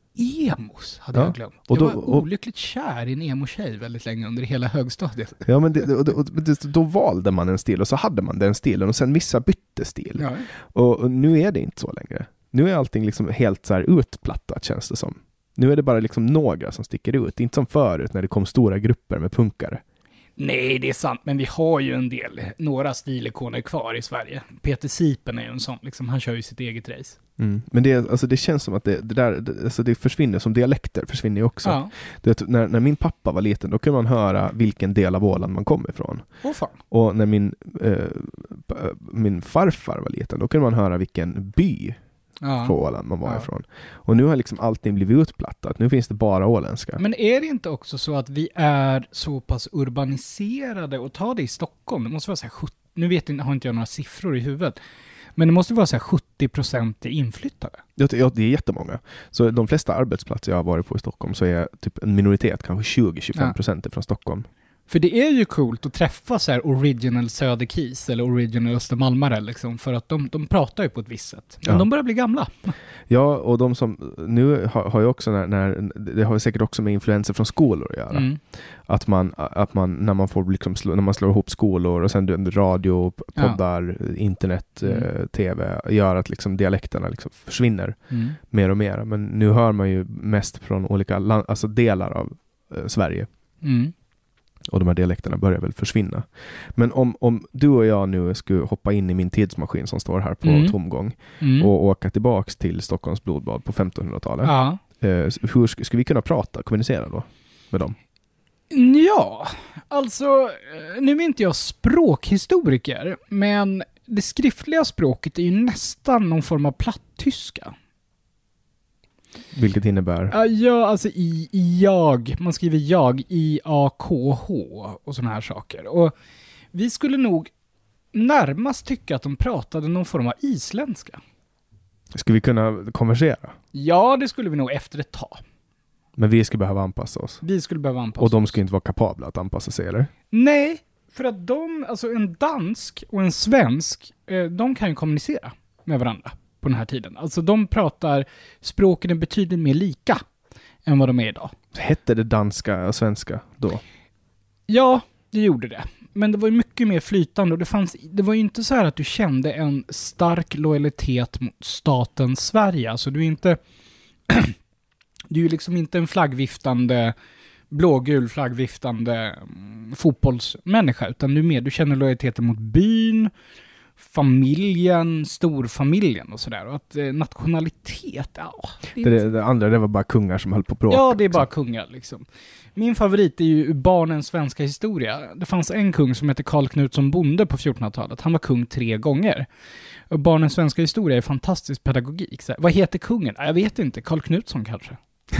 Speaker 5: emos hade
Speaker 4: Ja,
Speaker 5: jag glömt.
Speaker 4: och
Speaker 5: Jag
Speaker 4: då-
Speaker 5: var
Speaker 4: och-
Speaker 5: olyckligt kär i en emo-tjej väldigt länge under hela högstadiet.
Speaker 4: Ja, men det, och, och, det, då valde man en stil och så hade man den stilen och sen vissa bytte stil.
Speaker 5: Ja.
Speaker 4: Och, och nu är det inte så längre. Nu är allting liksom helt så här utplattat, känns det som. Nu är det bara liksom några som sticker ut. Inte som förut när det kom stora grupper med punkare.
Speaker 5: Nej, det är sant, men vi har ju en del, några stilikoner kvar i Sverige. Peter Sipen är ju en sån, liksom, han kör ju sitt eget race.
Speaker 4: Mm. Men det, alltså det känns som att det, det där, det, alltså det försvinner, som dialekter försvinner ju också.
Speaker 5: Ja.
Speaker 4: Det, när, när min pappa var liten, då kunde man höra vilken del av Åland man kom ifrån.
Speaker 5: Åh fan.
Speaker 4: Och när min, eh, p- min farfar var liten, då kunde man höra vilken by
Speaker 5: Ja.
Speaker 4: på Åland man var
Speaker 5: Ja.
Speaker 4: ifrån. Och nu har liksom allting blivit utplattat. Nu finns det bara åländska.
Speaker 5: Men är det inte också så att vi är så pass urbaniserade, och ta det i Stockholm, det måste vara så här sjuttio, nu vet jag, har inte jag några siffror i huvudet, men det måste vara så här sjuttio procent inflyttade.
Speaker 4: Ja, det det är jättemånga. Så de flesta arbetsplatser jag har varit på i Stockholm, så är typ en minoritet, kanske tjugo till tjugofem procent från Stockholm.
Speaker 5: För det är ju coolt att träffa så här original Söderkis eller original Östermalmare liksom, för att de, de pratar ju på ett visst sätt. Men
Speaker 4: Ja.
Speaker 5: de börjar bli gamla.
Speaker 4: Ja, och de som nu har, har ju också när, när det har ju säkert också med influenser från skolor att göra.
Speaker 5: Mm.
Speaker 4: Att man att man när man får liksom slå, när man slår ihop skolor och sen radio, poddar, internet,
Speaker 5: Mm.
Speaker 4: eh, tv, gör att liksom dialekterna liksom försvinner
Speaker 5: Mm.
Speaker 4: mer och mer. Men nu hör man ju mest från olika land, alltså delar av eh, Sverige.
Speaker 5: Mm.
Speaker 4: Och de här dialekterna börjar väl försvinna. Men om, om du och jag nu skulle hoppa in i min tidsmaskin som står här på
Speaker 5: Mm.
Speaker 4: tomgång
Speaker 5: Mm.
Speaker 4: och åka tillbaks till Stockholms blodbad på femtonhundratalet.
Speaker 5: Ja.
Speaker 4: Eh, hur ska, ska vi kunna prata, kommunicera då med dem?
Speaker 5: Ja, alltså eh, nu är inte jag språkhistoriker, men det skriftliga språket är ju nästan någon form av platttyska.
Speaker 4: Vilket innebär?
Speaker 5: Uh, ja, alltså i, i jag. Man skriver jag, I A K H och såna här saker. Och vi skulle nog närmast tycka att de pratade någon form av isländska.
Speaker 4: Ska vi kunna konversera?
Speaker 5: Ja, det skulle vi nog efter ett tag.
Speaker 4: Men vi skulle behöva anpassa oss.
Speaker 5: Vi skulle behöva anpassa
Speaker 4: Och de
Speaker 5: oss.
Speaker 4: skulle inte vara kapabla att anpassa sig, eller?
Speaker 5: Nej, för att de, alltså en dansk och en svensk, eh, de kan ju kommunicera med varandra på den här tiden. Alltså de pratar, språken är betydligt mer lika än vad de är idag.
Speaker 4: Hette det danska och svenska då?
Speaker 5: Ja, det gjorde det. Men det var ju mycket mer flytande och det fanns, det var ju inte så här att du kände en stark lojalitet mot staten Sverige. Alltså du är inte, du är ju liksom inte en flaggviftande, blågul flaggviftande mm, fotbollsmänniska, utan du är mer, du känner lojaliteten mot byn, familjen, storfamiljen och sådär. Och att eh, nationalitet, ja. Det,
Speaker 4: Det, det, det andra, det var bara kungar som höll på bråk.
Speaker 5: ja, det är bara
Speaker 4: liksom.
Speaker 5: kungar liksom. Min favorit är ju barnens svenska historia. Det fanns en kung som heter Karl Knutsson Bonde på fjortonhundratalet. Han var kung tre gånger. Och barnens svenska historia är fantastisk pedagogik. Så här, vad heter kungen? Jag vet inte. Karl Knutsson kanske.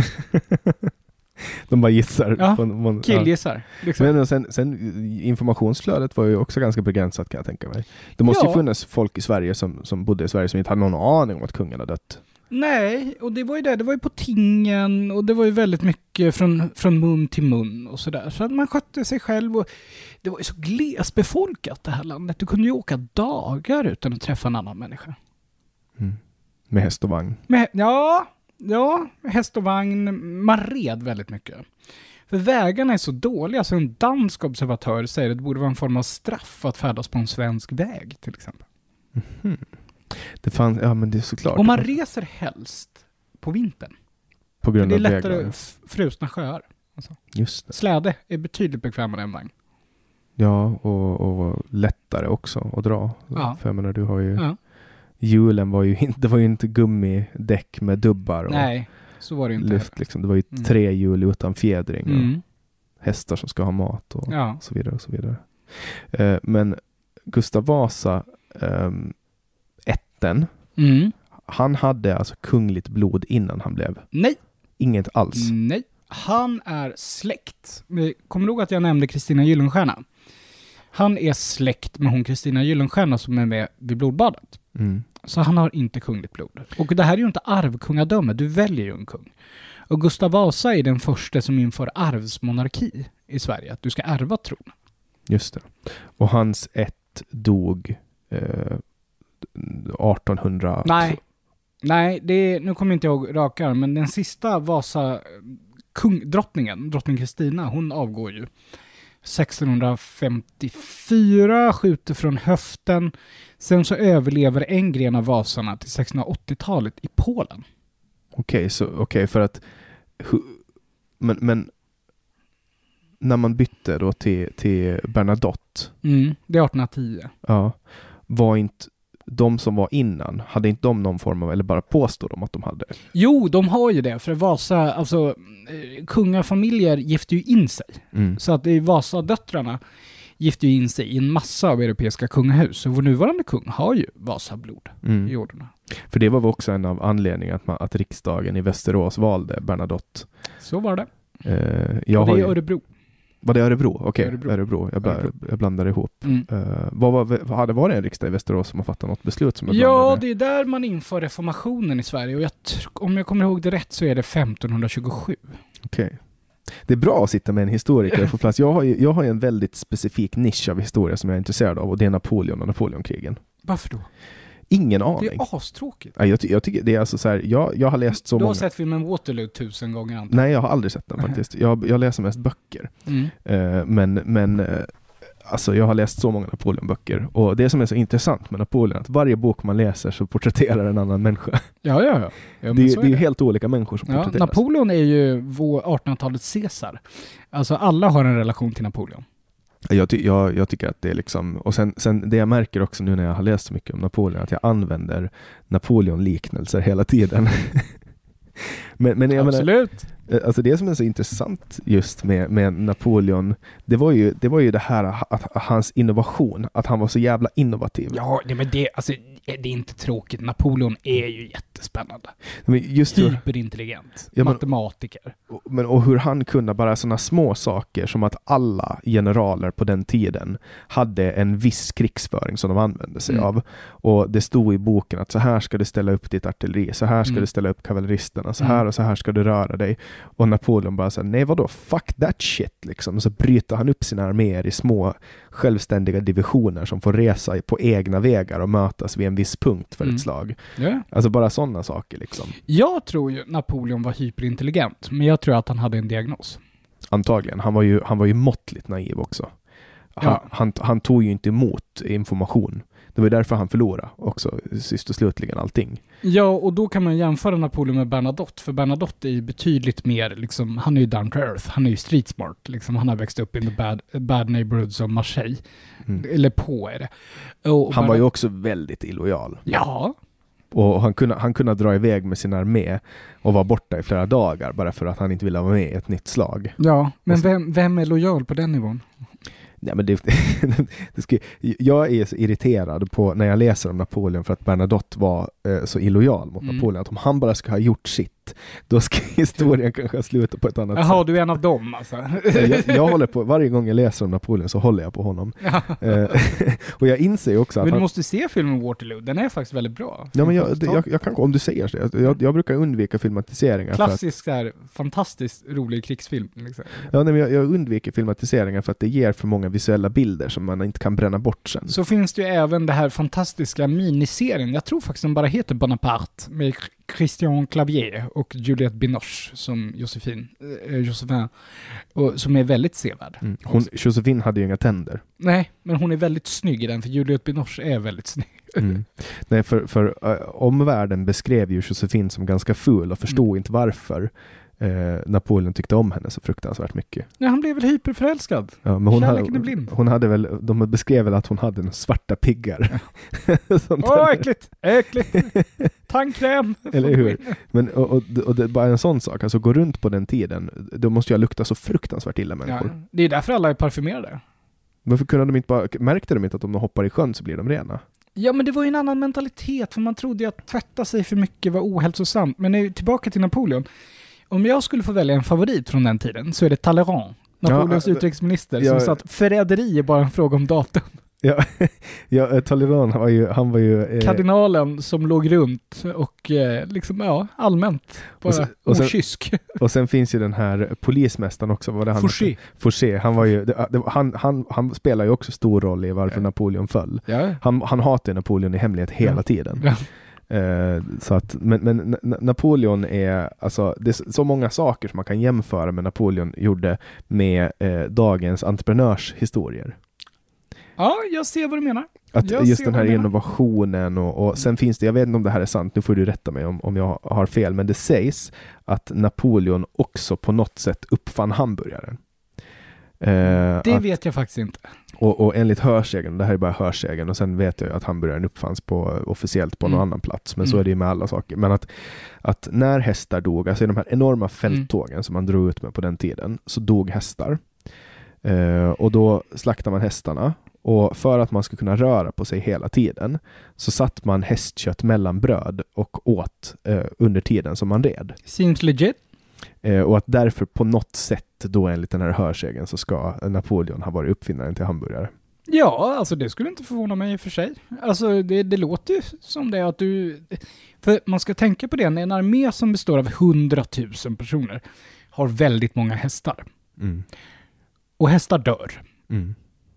Speaker 4: De bara gissar.
Speaker 5: Ja,
Speaker 4: på, på,
Speaker 5: killgissar. Liksom.
Speaker 4: Men sen, sen informationsflödet var ju också ganska begränsat, kan jag tänka mig. Det måste
Speaker 5: Ja.
Speaker 4: ju funnits folk i Sverige som, som bodde i Sverige som inte hade någon aning om att kungen hade dött.
Speaker 5: Nej, och det var ju det. Det var ju på tingen och det var ju väldigt mycket från, från mun till mun och sådär. Så att man skötte sig själv och det var ju så glesbefolkat det här landet. Du kunde ju åka dagar utan att träffa en annan människa.
Speaker 4: Mm. Med häst och vagn.
Speaker 5: Med, ja, ja, häst och vagn. Man red väldigt mycket. För vägarna är så dåliga så en dansk observatör säger att det borde vara en form av straff att färdas på en svensk väg till exempel.
Speaker 4: Mm. Det fanns, ja men det är såklart.
Speaker 5: Och man reser helst på vintern.
Speaker 4: På
Speaker 5: För
Speaker 4: grund
Speaker 5: det är
Speaker 4: av
Speaker 5: lättare
Speaker 4: vägarna.
Speaker 5: f- frusna sjöar. Alltså.
Speaker 4: Just det.
Speaker 5: Släde är betydligt bekvämare än vagn.
Speaker 4: Ja, och, och lättare också att dra.
Speaker 5: Ja.
Speaker 4: För jag menar, du har ju...
Speaker 5: Ja.
Speaker 4: Hjulen var ju inte, det var ju inte gummidäck med dubbar och
Speaker 5: Nej, så var det inte.
Speaker 4: luft liksom. Det var ju
Speaker 5: Mm.
Speaker 4: tre hjul utan fjädring och
Speaker 5: Mm.
Speaker 4: hästar som ska ha mat och
Speaker 5: Ja.
Speaker 4: så vidare och så vidare. Eh, men Gustav Vasa um, ätten,
Speaker 5: Mm.
Speaker 4: han hade alltså kungligt blod innan han blev.
Speaker 5: Nej.
Speaker 4: Inget alls.
Speaker 5: Nej. Han är släkt. Kommer du ihåg att jag nämnde Kristina Gyllenstierna? Han är släkt med hon Kristina Gyllenstierna som är med vid blodbadet.
Speaker 4: Mm.
Speaker 5: Så han har inte kungligt blod. Och det här är ju inte arvkungadöme, du väljer ju en kung. Och Gustav Vasa är den första som inför arvsmonarki i Sverige, att du ska ärva tronen.
Speaker 4: Just det. Och hans ett dog eh, artonhundra.
Speaker 5: Nej, nej det är, nu kommer inte jag ihåg rakar, men den sista Vasa, kung, drottningen, drottning Kristina, hon avgår ju sextonhundrafemtiofyra, skjuter från höften. Sen så överlever en gren av Vasarna till sextonhundraåttiotalet i Polen.
Speaker 4: Okej, så okej okay, för att hu, men, men när man bytte då till, till Bernadotte,
Speaker 5: Mm, det är artonhundratio.
Speaker 4: ja, var inte de som var innan, hade inte de någon form av, eller bara påstår de att de hade?
Speaker 5: Jo, de har ju det, för Vasa, alltså eh, kungafamiljer gifter ju in sig.
Speaker 4: Mm.
Speaker 5: Så att det är Vasa-döttrarna gifter ju in sig i en massa av europeiska kungahus. Så vår nuvarande kung har ju Vasablod
Speaker 4: Mm.
Speaker 5: i jorden.
Speaker 4: För det var väl också en av anledningarna att, man, att riksdagen i Västerås valde Bernadotte.
Speaker 5: Så var det.
Speaker 4: Eh, jag
Speaker 5: Och det
Speaker 4: har
Speaker 5: är
Speaker 4: ju,
Speaker 5: Örebro.
Speaker 4: var det Örebro? Okej,
Speaker 5: Örebro.
Speaker 4: Örebro. Jag, bla,
Speaker 5: Örebro.
Speaker 4: jag blandar ihop.
Speaker 5: Mm.
Speaker 4: Eh, vad var, vad hade varit en riksdag i Västerås som har fattat något beslut som jag
Speaker 5: Ja,
Speaker 4: blandade?
Speaker 5: det är där man inför reformationen i Sverige. Och jag tr- om jag kommer ihåg det rätt så är det femtonhundratjugosju.
Speaker 4: Okej. Det är bra att sitta med en historiker på plats. Jag har ju, jag har ju en väldigt specifik nisch av historia som jag är intresserad av, och det är Napoleon och Napoleonkrigen.
Speaker 5: Varför då?
Speaker 4: Ingen
Speaker 5: Det
Speaker 4: aning.
Speaker 5: är astråkigt.
Speaker 4: Ja, jag, ty- jag tycker det är alltså så här, jag, jag har läst så
Speaker 5: Du har
Speaker 4: många...
Speaker 5: sett filmen Waterloo tusen gånger antar jag.
Speaker 4: Nej, jag har aldrig sett den faktiskt. Jag, jag läser mest böcker.
Speaker 5: Mm.
Speaker 4: Eh, men men eh, alltså jag har läst så många Napoleon-böcker, och det som är så intressant med Napoleon, att varje bok man läser så porträtterar en annan människa.
Speaker 5: Ja, ja, ja. ja
Speaker 4: Det,
Speaker 5: men
Speaker 4: är-
Speaker 5: så
Speaker 4: det är ju
Speaker 5: det.
Speaker 4: helt olika människor som
Speaker 5: Ja,
Speaker 4: porträtteras.
Speaker 5: Napoleon är ju vår artonhundratalets Caesar. Alltså alla har en relation till Napoleon.
Speaker 4: Jag, ty- jag, jag tycker att det är liksom, och sen, sen det jag märker också nu när jag har läst så mycket om Napoleon, att jag använder Napoleon-liknelser hela tiden. men, men jag menar,
Speaker 5: Absolut.
Speaker 4: alltså det som är så intressant just med, med Napoleon, det var, ju, det var ju det här att, att hans innovation, att han var så jävla innovativ.
Speaker 5: Ja, nej, men det, alltså, det är inte tråkigt. Napoleon är ju jättespännande.
Speaker 4: Men just hur,
Speaker 5: Hyperintelligent.
Speaker 4: Ja, men,
Speaker 5: matematiker.
Speaker 4: Och, men, och hur han kunde bara sådana små saker som att alla generaler på den tiden hade en viss krigsföring som de använde sig
Speaker 5: mm.
Speaker 4: av. Och det stod i boken att så här ska du ställa upp ditt artilleri, så här ska
Speaker 5: mm.
Speaker 4: du ställa upp kavalleristerna, så
Speaker 5: mm.
Speaker 4: här och så här ska du röra dig. Och Napoleon bara sa, nej vadå, fuck that shit liksom. Och så bryter han upp sina arméer i små självständiga divisioner som får resa på egna vägar och mötas vid en viss punkt för
Speaker 5: mm.
Speaker 4: ett slag.
Speaker 5: Ja.
Speaker 4: Alltså bara sådana saker liksom.
Speaker 5: Jag tror ju Napoleon var hyperintelligent, men jag tror att han hade en diagnos.
Speaker 4: Antagligen. Han var ju, han var ju måttligt naiv också. Han,
Speaker 5: Ja.
Speaker 4: han, han tog ju inte emot information. Det var därför han förlorade också, sist och slutligen allting.
Speaker 5: Ja, och då kan man jämföra Napoleon med Bernadotte, för Bernadotte är ju betydligt mer, liksom, han är ju down to earth, han är ju street smart, liksom, han har växt upp in the bad, bad neighborhoods of Marseille. Mm. Eller på är det. Och, och
Speaker 4: han
Speaker 5: Bernad-
Speaker 4: var ju också väldigt illojal.
Speaker 5: Ja.
Speaker 4: Och han kunde, han kunde dra iväg med sin armé och vara borta i flera dagar bara för att han inte ville vara med i ett nytt slag.
Speaker 5: Ja, men
Speaker 4: så,
Speaker 5: vem, vem är lojal på den nivån?
Speaker 4: Ja, men det, det ska, jag är så irriterad på när jag läser om Napoleon för att Bernadotte var eh, så illojal mot
Speaker 5: mm.
Speaker 4: Napoleon. Att om han bara ska ha gjort sitt, då ska historien kanske sluta på ett annat
Speaker 5: Jaha,
Speaker 4: sätt.
Speaker 5: Jaha, du är en av dem alltså.
Speaker 4: jag, jag håller på, varje gång jag läser om Napoleon så håller jag på honom. eh, och jag inser ju också att
Speaker 5: men du
Speaker 4: han,
Speaker 5: måste se filmen Waterloo, den är faktiskt väldigt bra.
Speaker 4: Ja, men jag, det, jag, jag kan, om du säger det, jag, jag brukar undvika filmatiseringar.
Speaker 5: Klassisk så här, fantastiskt rolig krigsfilm. Liksom.
Speaker 4: Ja, nej, men jag, jag undviker filmatiseringar för att det ger för många visuella bilder som man inte kan bränna bort sen.
Speaker 5: Så finns det ju även det här fantastiska miniserien, jag tror faktiskt den bara heter Bonaparte, med Christian Clavier och Juliette Binoche som Josefin, äh, Josefin och, som är väldigt sevärd.
Speaker 4: Mm. Hon, Josefin hade ju inga tänder.
Speaker 5: Nej, men hon är väldigt snygg i den, för Juliette Binoche är väldigt snygg.
Speaker 4: Mm. Nej, för, för uh, omvärlden beskrev ju Josefin som ganska ful och förstod mm. inte varför eh, Napoleon tyckte om henne så fruktansvärt mycket.
Speaker 5: Ja, han blev väl hyperförälskad.
Speaker 4: Ja, men hon,
Speaker 5: Kärleken
Speaker 4: hade,
Speaker 5: är blind.
Speaker 4: hon hade väl, de beskrev väl att hon hade en svarta piggar.
Speaker 5: Åh, oh, äckligt! Äckligt! Tandkräm!
Speaker 4: Eller hur? Men, och, och, och det är bara en sån sak, alltså gå runt på den tiden, då måste jag lukta så fruktansvärt illa människor.
Speaker 5: Ja, det är därför alla är parfymerade.
Speaker 4: Varför kunde de inte bara, märkte de inte att om de hoppar i sjön så blir de rena?
Speaker 5: Ja, men det var ju en annan mentalitet, för man trodde att tvätta sig för mycket var ohälsosamt. Men nu, tillbaka till Napoleon. Om jag skulle få välja en favorit från den tiden så är det Talleyrand, Napoleons ja, utrikesminister, ja, som sa att förräderi är bara en fråga om datum.
Speaker 4: Ja, ja Talleyrand var ju, han var ju... Eh...
Speaker 5: Kardinalen som låg runt och eh, liksom, ja, allmänt bara
Speaker 4: och sen, och sen,
Speaker 5: okysk.
Speaker 4: Och sen finns ju den här polismästaren också. Var det han
Speaker 5: Fouché.
Speaker 4: Fouché, han var ju, det, det, han, han, han spelar ju också stor roll i varför ja. Napoleon föll.
Speaker 5: Ja.
Speaker 4: Han, han hatar Napoleon i hemlighet hela ja. tiden. Ja. Eh, så att, men, men Napoleon är, alltså, det är så många saker som man kan jämföra med Napoleon gjorde med eh, dagens entreprenörshistorier.
Speaker 5: Ja, jag ser vad du menar.
Speaker 4: Att
Speaker 5: jag
Speaker 4: just den här innovationen och, och sen finns det, jag vet inte om det här är sant, nu får du rätta mig om, om jag har fel, men det sägs att Napoleon också på något sätt uppfann hamburgaren. Eh,
Speaker 5: det
Speaker 4: att,
Speaker 5: vet jag faktiskt inte.
Speaker 4: Och, och enligt hörsägen, det här är bara hörsägen, och sen vet jag att hamburgaren uppfanns på, officiellt på mm. någon annan plats, men mm. så är det ju med alla saker. Men att, att när hästar dog, alltså i de här enorma fälttågen mm. som man drog ut med på den tiden, så dog hästar. Eh, och då slaktade man hästarna, och för att man skulle kunna röra på sig hela tiden så satt man hästkött mellan bröd och åt eh, under tiden som man red.
Speaker 5: Seems legit.
Speaker 4: Eh, och att därför på något sätt då enligt den här hörsägen så ska Napoleon ha varit uppfinnaren till hamburgare.
Speaker 5: Ja, alltså det skulle inte förvåna mig i och för sig. Alltså det, det låter ju som det att du... För man ska tänka på det, en armé som består av hundratusen personer har väldigt många hästar.
Speaker 4: Mm.
Speaker 5: Och hästar dör.
Speaker 4: Mm.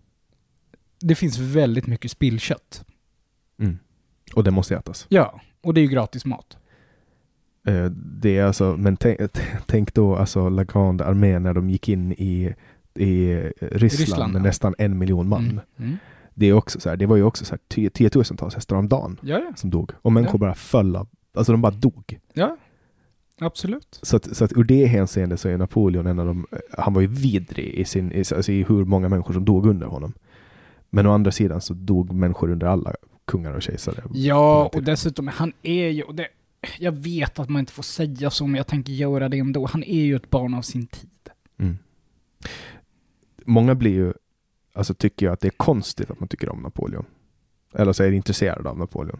Speaker 5: Det finns väldigt mycket spillkött.
Speaker 4: Mm. Och det måste ätas.
Speaker 5: Ja, och det är ju gratis mat.
Speaker 4: Uh, det är alltså, men tänk, tänk då alltså La Grande Armée när de gick in i, i Ryssland, Ryssland med ja. nästan en miljon man. Mm. Mm. Det är också så här, det var ju också så här tio, tiotusentals hästar om dagen
Speaker 5: ja, ja.
Speaker 4: som dog. Och människor ja. bara föll av, alltså de bara dog.
Speaker 5: Ja, absolut.
Speaker 4: Så att, så att ur det hänseende så är Napoleon en av de, han var ju vidrig i, sin, i, alltså i hur många människor som dog under honom. Men å andra sidan så dog människor under alla kungar och kejsare.
Speaker 5: Ja, och dessutom, han är ju, och det, jag vet att man inte får säga så, men jag tänker göra det ändå. Han är ju ett barn av sin tid.
Speaker 4: Mm. Många blir ju, alltså tycker jag att det är konstigt att man tycker om Napoleon. Eller så är det intresserad av Napoleon.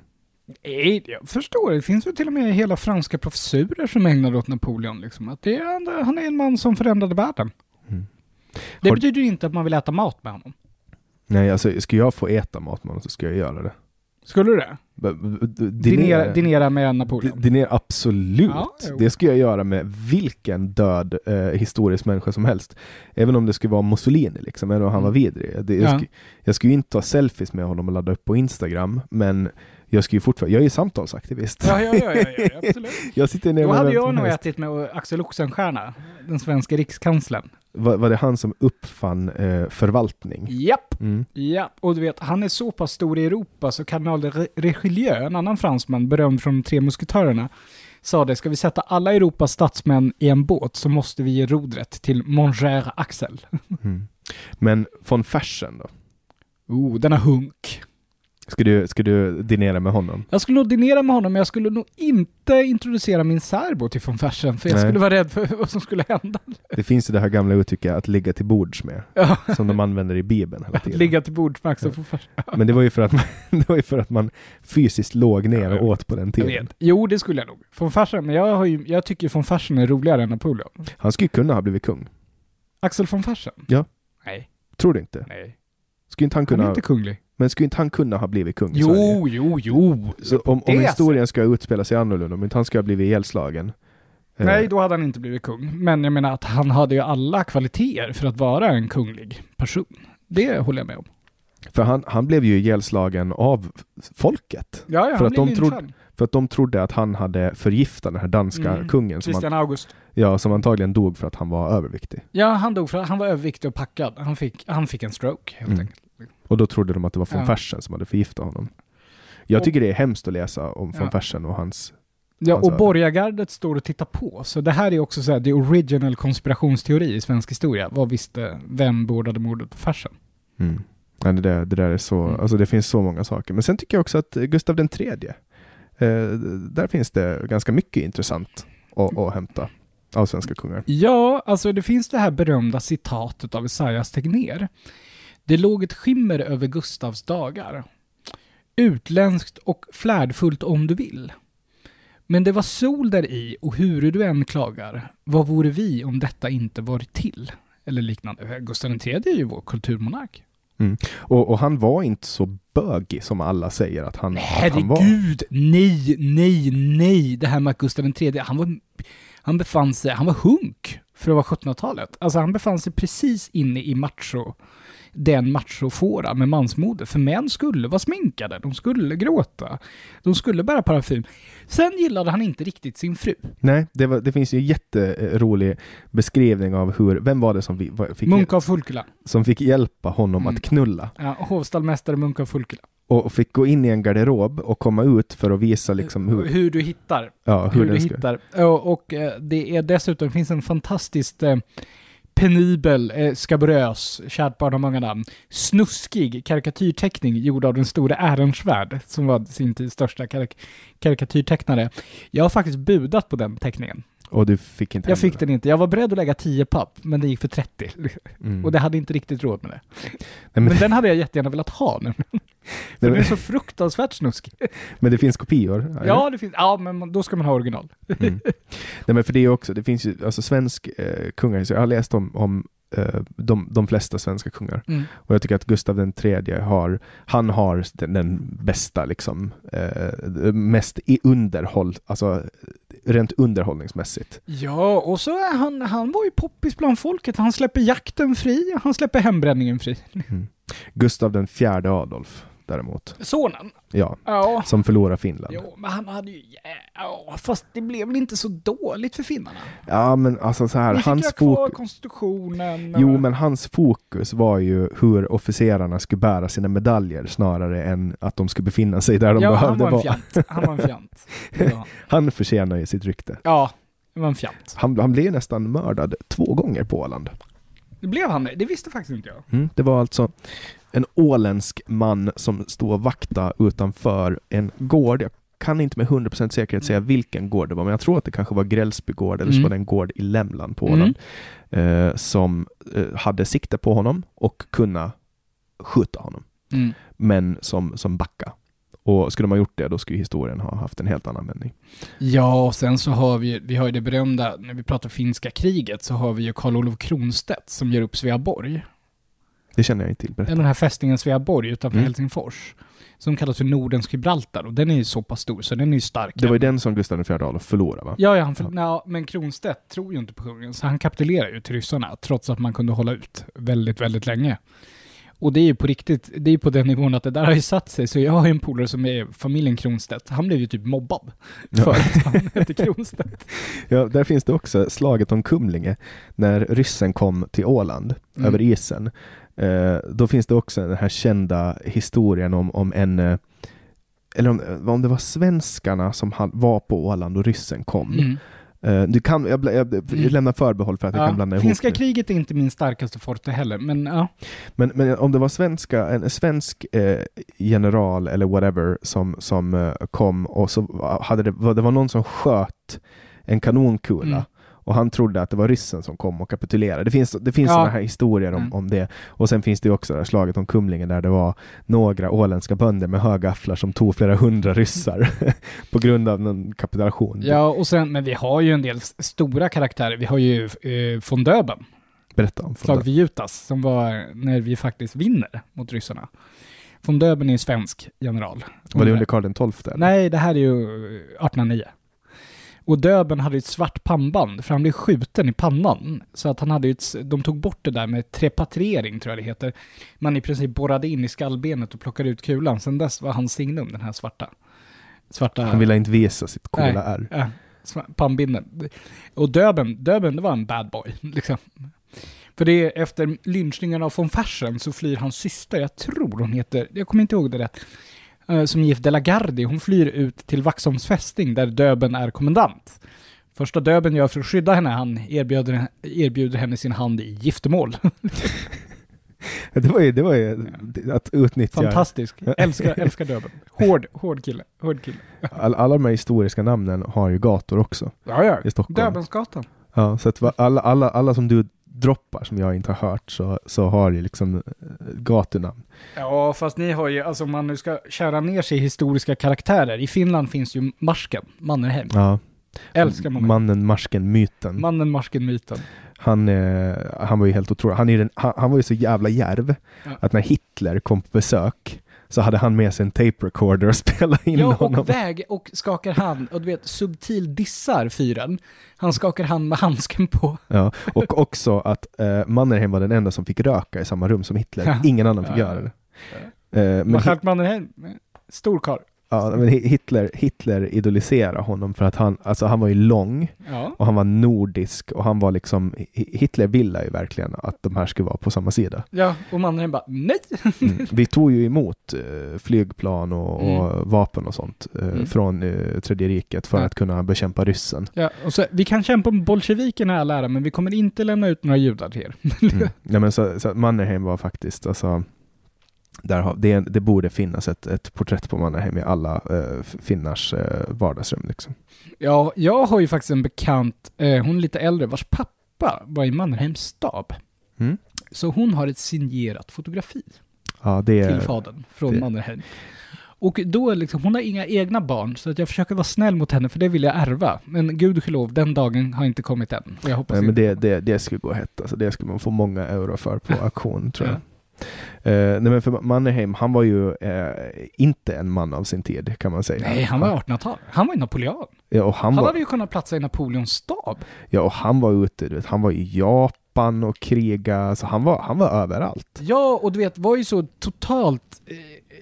Speaker 5: Nej, jag förstår. Det finns ju till och med hela franska professurer som ägnar åt Napoleon. Liksom. Att det är, han är en man som förändrade världen. Mm. Det Har... betyder ju inte att man vill äta mat med honom.
Speaker 4: Nej, alltså ska jag få äta mat med honom så ska jag göra det.
Speaker 5: Skulle du det? B- b- dinera, dinera, dinera med Napoleon?
Speaker 4: D- dinera, absolut. Ja, det ska jag göra med vilken död eh, historisk människa som helst. Även om det skulle vara Mussolini, liksom, även om han var vidrig. Det, jag, ja. sk- jag skulle ju inte ta selfies med honom och ladda upp på Instagram, men jag ska ju fortfarande, jag är ju samtalsaktivist.
Speaker 5: Ja, ja, ja, ja, ja absolut.
Speaker 4: jag sitter ner
Speaker 5: Då
Speaker 4: med
Speaker 5: hade jag nog ätit med Axel Oxenstierna, den svenska rikskanslern.
Speaker 4: Var, var det han som uppfann eh, förvaltning?
Speaker 5: Japp, mm. Japp. Och du vet, han är så pass stor i Europa så kardinal de Richelieu, en annan fransman, berömd från de tre musketörerna, sa det, ska vi sätta alla Europas statsmän i en båt så måste vi ge rodret till mon cher Axel.
Speaker 4: mm. Men von Fersen då?
Speaker 5: Oh, denna hunk.
Speaker 4: Ska du, ska du dinera med honom?
Speaker 5: Jag skulle nog dinera med honom, men jag skulle nog inte introducera min särbo till von Fersen, för jag Nej. skulle vara rädd för vad som skulle hända.
Speaker 4: Det finns ju det här gamla uttrycket att ligga till bords med, ja. som de använder i Bibeln hela tiden.
Speaker 5: Ligga till bords med Axel von Fersen.
Speaker 4: Men det var ju för att man, det var ju för att man fysiskt låg ner och åt på den tiden.
Speaker 5: Jag vet. Jo, det skulle jag nog. Von Fersen, men jag, har ju, jag tycker von Fersen är roligare än Napoleon.
Speaker 4: Han skulle kunna ha blivit kung.
Speaker 5: Axel von Fersen?
Speaker 4: Ja.
Speaker 5: Nej.
Speaker 4: Tror du inte?
Speaker 5: Nej.
Speaker 4: Skulle inte han kunna...
Speaker 5: Han är inte kunglig.
Speaker 4: Men skulle inte han kunna ha blivit kung i
Speaker 5: jo,
Speaker 4: Sverige?
Speaker 5: Jo, jo,
Speaker 4: jo. Om, om historien ska utspela sig annorlunda, om inte han ska ha blivit ihjälslagen.
Speaker 5: Nej, då hade han inte blivit kung. Men jag menar att han hade ju alla kvaliteter för att vara en kunglig person. Det håller jag med om.
Speaker 4: För han, han blev ju ihjälslagen av folket.
Speaker 5: Ja, ja,
Speaker 4: för,
Speaker 5: han
Speaker 4: att de trodde, för att de trodde att han hade förgiftat den här danska mm. kungen. Som
Speaker 5: Christian
Speaker 4: han,
Speaker 5: August.
Speaker 4: Ja, som antagligen dog för att han var överviktig.
Speaker 5: Ja, han dog för att han var överviktig och packad. Han fick, han fick en stroke, helt mm. enkelt.
Speaker 4: Och då trodde de att det var von ja. Fersen som hade förgiftat honom. Jag och, tycker det är hemskt att läsa om ja. von Fersen och hans...
Speaker 5: Ja,
Speaker 4: hans
Speaker 5: och borgargardet står och tittar på. Så det här är också så här, the original konspirationsteori i svensk historia. Vad visste, vem bordade mordet på Fersen?
Speaker 4: Mm. Ja, det, där, det där är så... Mm. Alltså det finns så många saker. Men sen tycker jag också att Gustav den tredje, eh, där finns det ganska mycket intressant att, att hämta av svenska kungar.
Speaker 5: Ja, alltså det finns det här berömda citatet av Esaias Tegnér. Det låg ett skimmer över Gustavs dagar. Utländskt och flärdfullt om du vill. Men det var sol där i och hur du än klagar. Vad vore vi om detta inte varit till? Eller liknande. Gustav den tredje är ju vår kulturmonark.
Speaker 4: Mm. Och, och han var inte så bögig som alla säger att han,
Speaker 5: Herregud,
Speaker 4: att han var.
Speaker 5: Herregud, nej, nej, nej. Det här med Gustav den tredje, han var, han befann sig, han var hunk för att vara sjuttonhundratalet. Alltså han befann sig precis inne i macho, den machofåra med mansmode. För män skulle vara sminkade, de skulle gråta, de skulle bära parfym. Sen gillade han inte riktigt sin fru.
Speaker 4: Nej, det, var, det finns ju en jätterolig beskrivning av hur, vem var det som vi, fick,
Speaker 5: Munka och Fulkela.
Speaker 4: Som fick hjälpa honom mm. att knulla.
Speaker 5: Ja, hovstallmästare Munka och Fulkela.
Speaker 4: Och fick gå in i en garderob och komma ut för att visa liksom hur,
Speaker 5: hur du hittar.
Speaker 4: Ja, hur,
Speaker 5: hur
Speaker 4: du
Speaker 5: ska. hittar. Och, och det är dessutom, finns en fantastiskt eh, penibel, eh, skabrös, kärt barn av många namn, snuskig karikatyrteckning gjord av den stora Ehrensvärd som var sin tids största karik- karikatyrtecknare. Jag har faktiskt budat på den teckningen.
Speaker 4: Och du fick inte
Speaker 5: Jag fick den inte. Jag var beredd att lägga tio papp, men det gick för trettio.
Speaker 4: Mm.
Speaker 5: Och det hade inte riktigt råd med det.
Speaker 4: Nej, men...
Speaker 5: men den hade jag jättegärna velat ha nu. För Nej, men... det är så fruktansvärt snusk.
Speaker 4: Men det finns kopior?
Speaker 5: Ja, det finns. Ja, men då ska man ha original.
Speaker 4: Mm. Nej, men för det är också, det finns ju, alltså svensk eh, kungar, så jag har läst om, om eh, de, de flesta svenska kungar. Mm. Och jag tycker att Gustav den tredje har, han har den, den bästa liksom, eh, mest i underhåll, alltså rent underhållningsmässigt.
Speaker 5: Ja, och så är han, han var ju poppis bland folket. Han släpper jakten fri, han släpper hembränningen fri.
Speaker 4: Mm. Gustav den fjärde Adolf däremot.
Speaker 5: Sonen?
Speaker 4: Ja,
Speaker 5: ja.
Speaker 4: Som förlorar Finland.
Speaker 5: Jo, men han hade ju... Ja, fast det blev väl inte så dåligt för finnarna?
Speaker 4: Ja, men alltså så här...
Speaker 5: Vi
Speaker 4: hans
Speaker 5: fick kvar konstitutionen.
Speaker 4: Jo, men hans fokus var ju hur officerarna skulle bära sina medaljer snarare än att de skulle befinna sig där de
Speaker 5: ja,
Speaker 4: behövde
Speaker 5: vara.
Speaker 4: Ja,
Speaker 5: han var en fjant. Ja.
Speaker 4: Han förtjänar ju sitt rykte.
Speaker 5: Ja, det var en fjant.
Speaker 4: Han, han blev nästan mördad två gånger på Åland.
Speaker 5: Det blev han? Det visste faktiskt inte jag.
Speaker 4: Mm, det var alltså en åländsk man som stod och vakta utanför en gård. Jag kan inte med hundra procent säkerhet säga vilken gård det var, men jag tror att det kanske var Grälsby gård eller så mm. var det en gård i Lämland på Åland mm. eh, som eh, hade sikte på honom och kunna skjuta honom. Mm. Men som, som backa. Och skulle man gjort det, då skulle historien ha haft en helt annan vändning.
Speaker 5: Ja, och sen så har vi, vi har ju det berömda, när vi pratar finska kriget, så har vi ju Karl Olof Kronstedt som ger upp Sveaborg.
Speaker 4: Det känner jag inte till. Berätta.
Speaker 5: Den här fästningen Sveaborg utanför
Speaker 4: Mm.
Speaker 5: Helsingfors. Som kallas för Nordens Gibraltar. Och den är ju så pass stor, så den är ju stark.
Speaker 4: Det var ju den som Gustav den fjärde Adolf förlorade, va?
Speaker 5: Ja, ja, han för,
Speaker 4: Ja.
Speaker 5: ja, men Kronstedt tror ju inte på kungen, så han kapitulerar ju till ryssarna, trots att man kunde hålla ut väldigt, väldigt länge. Och det är ju på riktigt, det är ju på den nivån att det där har ju satt sig. Så jag har ju en polare som är familjen Kronstedt. Han blev ju typ mobbad för
Speaker 4: Ja.
Speaker 5: att han heter Kronstedt.
Speaker 4: Ja, där finns det också slaget om Kumlinge. När ryssen kom till Åland,
Speaker 5: Mm.
Speaker 4: över isen. Eh, då finns det också den här kända historien om, om en... Eh, eller om, om det var svenskarna som ha, var på Åland och ryssen kom.
Speaker 5: Mm.
Speaker 4: Eh, du kan, jag, jag, jag lämnar förbehåll för att jag kan blanda
Speaker 5: Ja,
Speaker 4: ihop
Speaker 5: finska
Speaker 4: det.
Speaker 5: kriget är inte min starkaste forte heller, men ja.
Speaker 4: Men, men om det var svenska, en svensk eh, general eller whatever som, som eh, kom och så hade det, det var någon som sköt en kanonkula
Speaker 5: Mm.
Speaker 4: och han trodde att det var ryssen som kom och kapitulerade. Det finns, det finns
Speaker 5: Ja.
Speaker 4: sådana här historier om,
Speaker 5: Mm.
Speaker 4: om det. Och sen finns det ju också det här slaget om Kumlingen där det var några åländska bönder med högafflar som tog flera hundra ryssar på grund av någon kapitulation.
Speaker 5: Ja, och sen, men vi har ju en del s- stora karaktärer. Vi har ju eh, von Döben,
Speaker 4: Berätta om
Speaker 5: slag vid Jutas, som var när vi faktiskt vinner mot ryssarna. Von Döben är en svensk general.
Speaker 4: Var det under Karl den tolfte? eller?
Speaker 5: Nej, det här är ju artonhundranio. Och Döben hade ett svart pannband, för han blev skjuten i pannan. Så att han hade ju ett, de tog bort det där med trepatriering, tror jag det heter. Man i princip borrade in i skallbenet och plockade ut kulan. Sen dess var han signum, den här svarta. svarta
Speaker 4: Han ville inte visa sitt coola
Speaker 5: Nej.
Speaker 4: ärr.
Speaker 5: Ja, sva- pannbinden. Och Döben, Döben, det var en bad boy, liksom. För det är efter lynchningen av von Fersen så flyr hans syster, jag tror hon heter, jag kommer inte ihåg det rätt, eh, som gift de la Gardie, hon flyr ut till Vaxholms fästning där Döben är kommandant. Första Döben gör för att skydda henne, han erbjuder, erbjuder henne sin hand i giftermål.
Speaker 4: Det var ju, det var ju att utnyttja...
Speaker 5: Fantastisk, älskar, älskar Döben. Hård, hård kille, hård kille.
Speaker 4: All, alla de här historiska namnen har ju gator också
Speaker 5: Ja, ja.
Speaker 4: i Stockholm.
Speaker 5: Döbensgatan.
Speaker 4: Ja, så att va- alla, alla, alla som du droppar som jag inte har hört så, så har ju liksom eh, gatunamn.
Speaker 5: Ja, fast ni har ju, alltså om man nu ska kära ner sig i historiska karaktärer. I Finland finns ju Marsken, Mannerheim.
Speaker 4: Ja.
Speaker 5: Älskar man.
Speaker 4: Mannen, marsken, myten.
Speaker 5: Mannen, Marsken, myten.
Speaker 4: Han, eh, han var ju helt otrolig. Han, är den, han, han var ju så jävla djärv
Speaker 5: Ja.
Speaker 4: att när Hitler kom på besök så hade han med sig en tape recorder och spela in
Speaker 5: Ja,
Speaker 4: honom.
Speaker 5: och väg och skakar hand. Och du vet, subtil dissar fyren. Han skakar hand med handsken på.
Speaker 4: Ja, och också att eh, Mannerheim var den enda som fick röka i samma rum som Hitler.
Speaker 5: Ja.
Speaker 4: Ingen annan fick
Speaker 5: Ja.
Speaker 4: göra det. Eh, men Hi-
Speaker 5: Marskalk Mannerheim, stor karl.
Speaker 4: ja, men Hi- Hitler, Hitler idoliserade honom för att han, alltså han var ju lång
Speaker 5: Ja.
Speaker 4: och han var nordisk och han var liksom, Hi- Hitler ville ju verkligen att de här skulle vara på samma sida.
Speaker 5: Ja, och Mannerheim bara, nej.
Speaker 4: Mm. Vi tog ju emot eh, flygplan och, och
Speaker 5: Mm.
Speaker 4: vapen och sånt eh,
Speaker 5: Mm.
Speaker 4: från eh, Tredje riket för
Speaker 5: Ja.
Speaker 4: att kunna bekämpa ryssen.
Speaker 5: Ja, och så, vi kan kämpa med bolsjevikerna här lära, men vi kommer inte lämna ut några judar till er.
Speaker 4: Mm. Nej, men så, så Mannerheim var faktiskt, alltså, där har, det, det borde finnas ett, ett porträtt på Mannerheim i alla eh, finnars eh, vardagsrum. Liksom.
Speaker 5: Ja, jag har ju faktiskt en bekant, eh, hon är lite äldre, vars pappa var i Mannerheims stab.
Speaker 4: Mm.
Speaker 5: Så hon har ett signerat fotografi
Speaker 4: Ja, det
Speaker 5: till
Speaker 4: är,
Speaker 5: fadern från
Speaker 4: det-
Speaker 5: Mannerheim. Och då liksom, hon har inga egna barn, så att jag försöker vara snäll mot henne, för det vill jag ärva. Men gudskelov, den dagen har inte kommit än. Och jag hoppas
Speaker 4: nej, men
Speaker 5: inte.
Speaker 4: det, det, det skulle gå hett. Alltså, det skulle man få många euro för på auktion, tror jag.
Speaker 5: Ja.
Speaker 4: Eh, nej, men för Mannerheim, han var ju eh, inte en man av sin tid, kan man säga.
Speaker 5: Nej, han var artonhundratal. Han var i Napoleon.
Speaker 4: Ja, och han,
Speaker 5: Han
Speaker 4: var,
Speaker 5: hade ju kunnat platsa i Napoleons stab.
Speaker 4: ja, och han var ute, du vet, han var i Japan och kriga, så han var, han var överallt.
Speaker 5: Ja, och du vet, var ju så totalt, eh,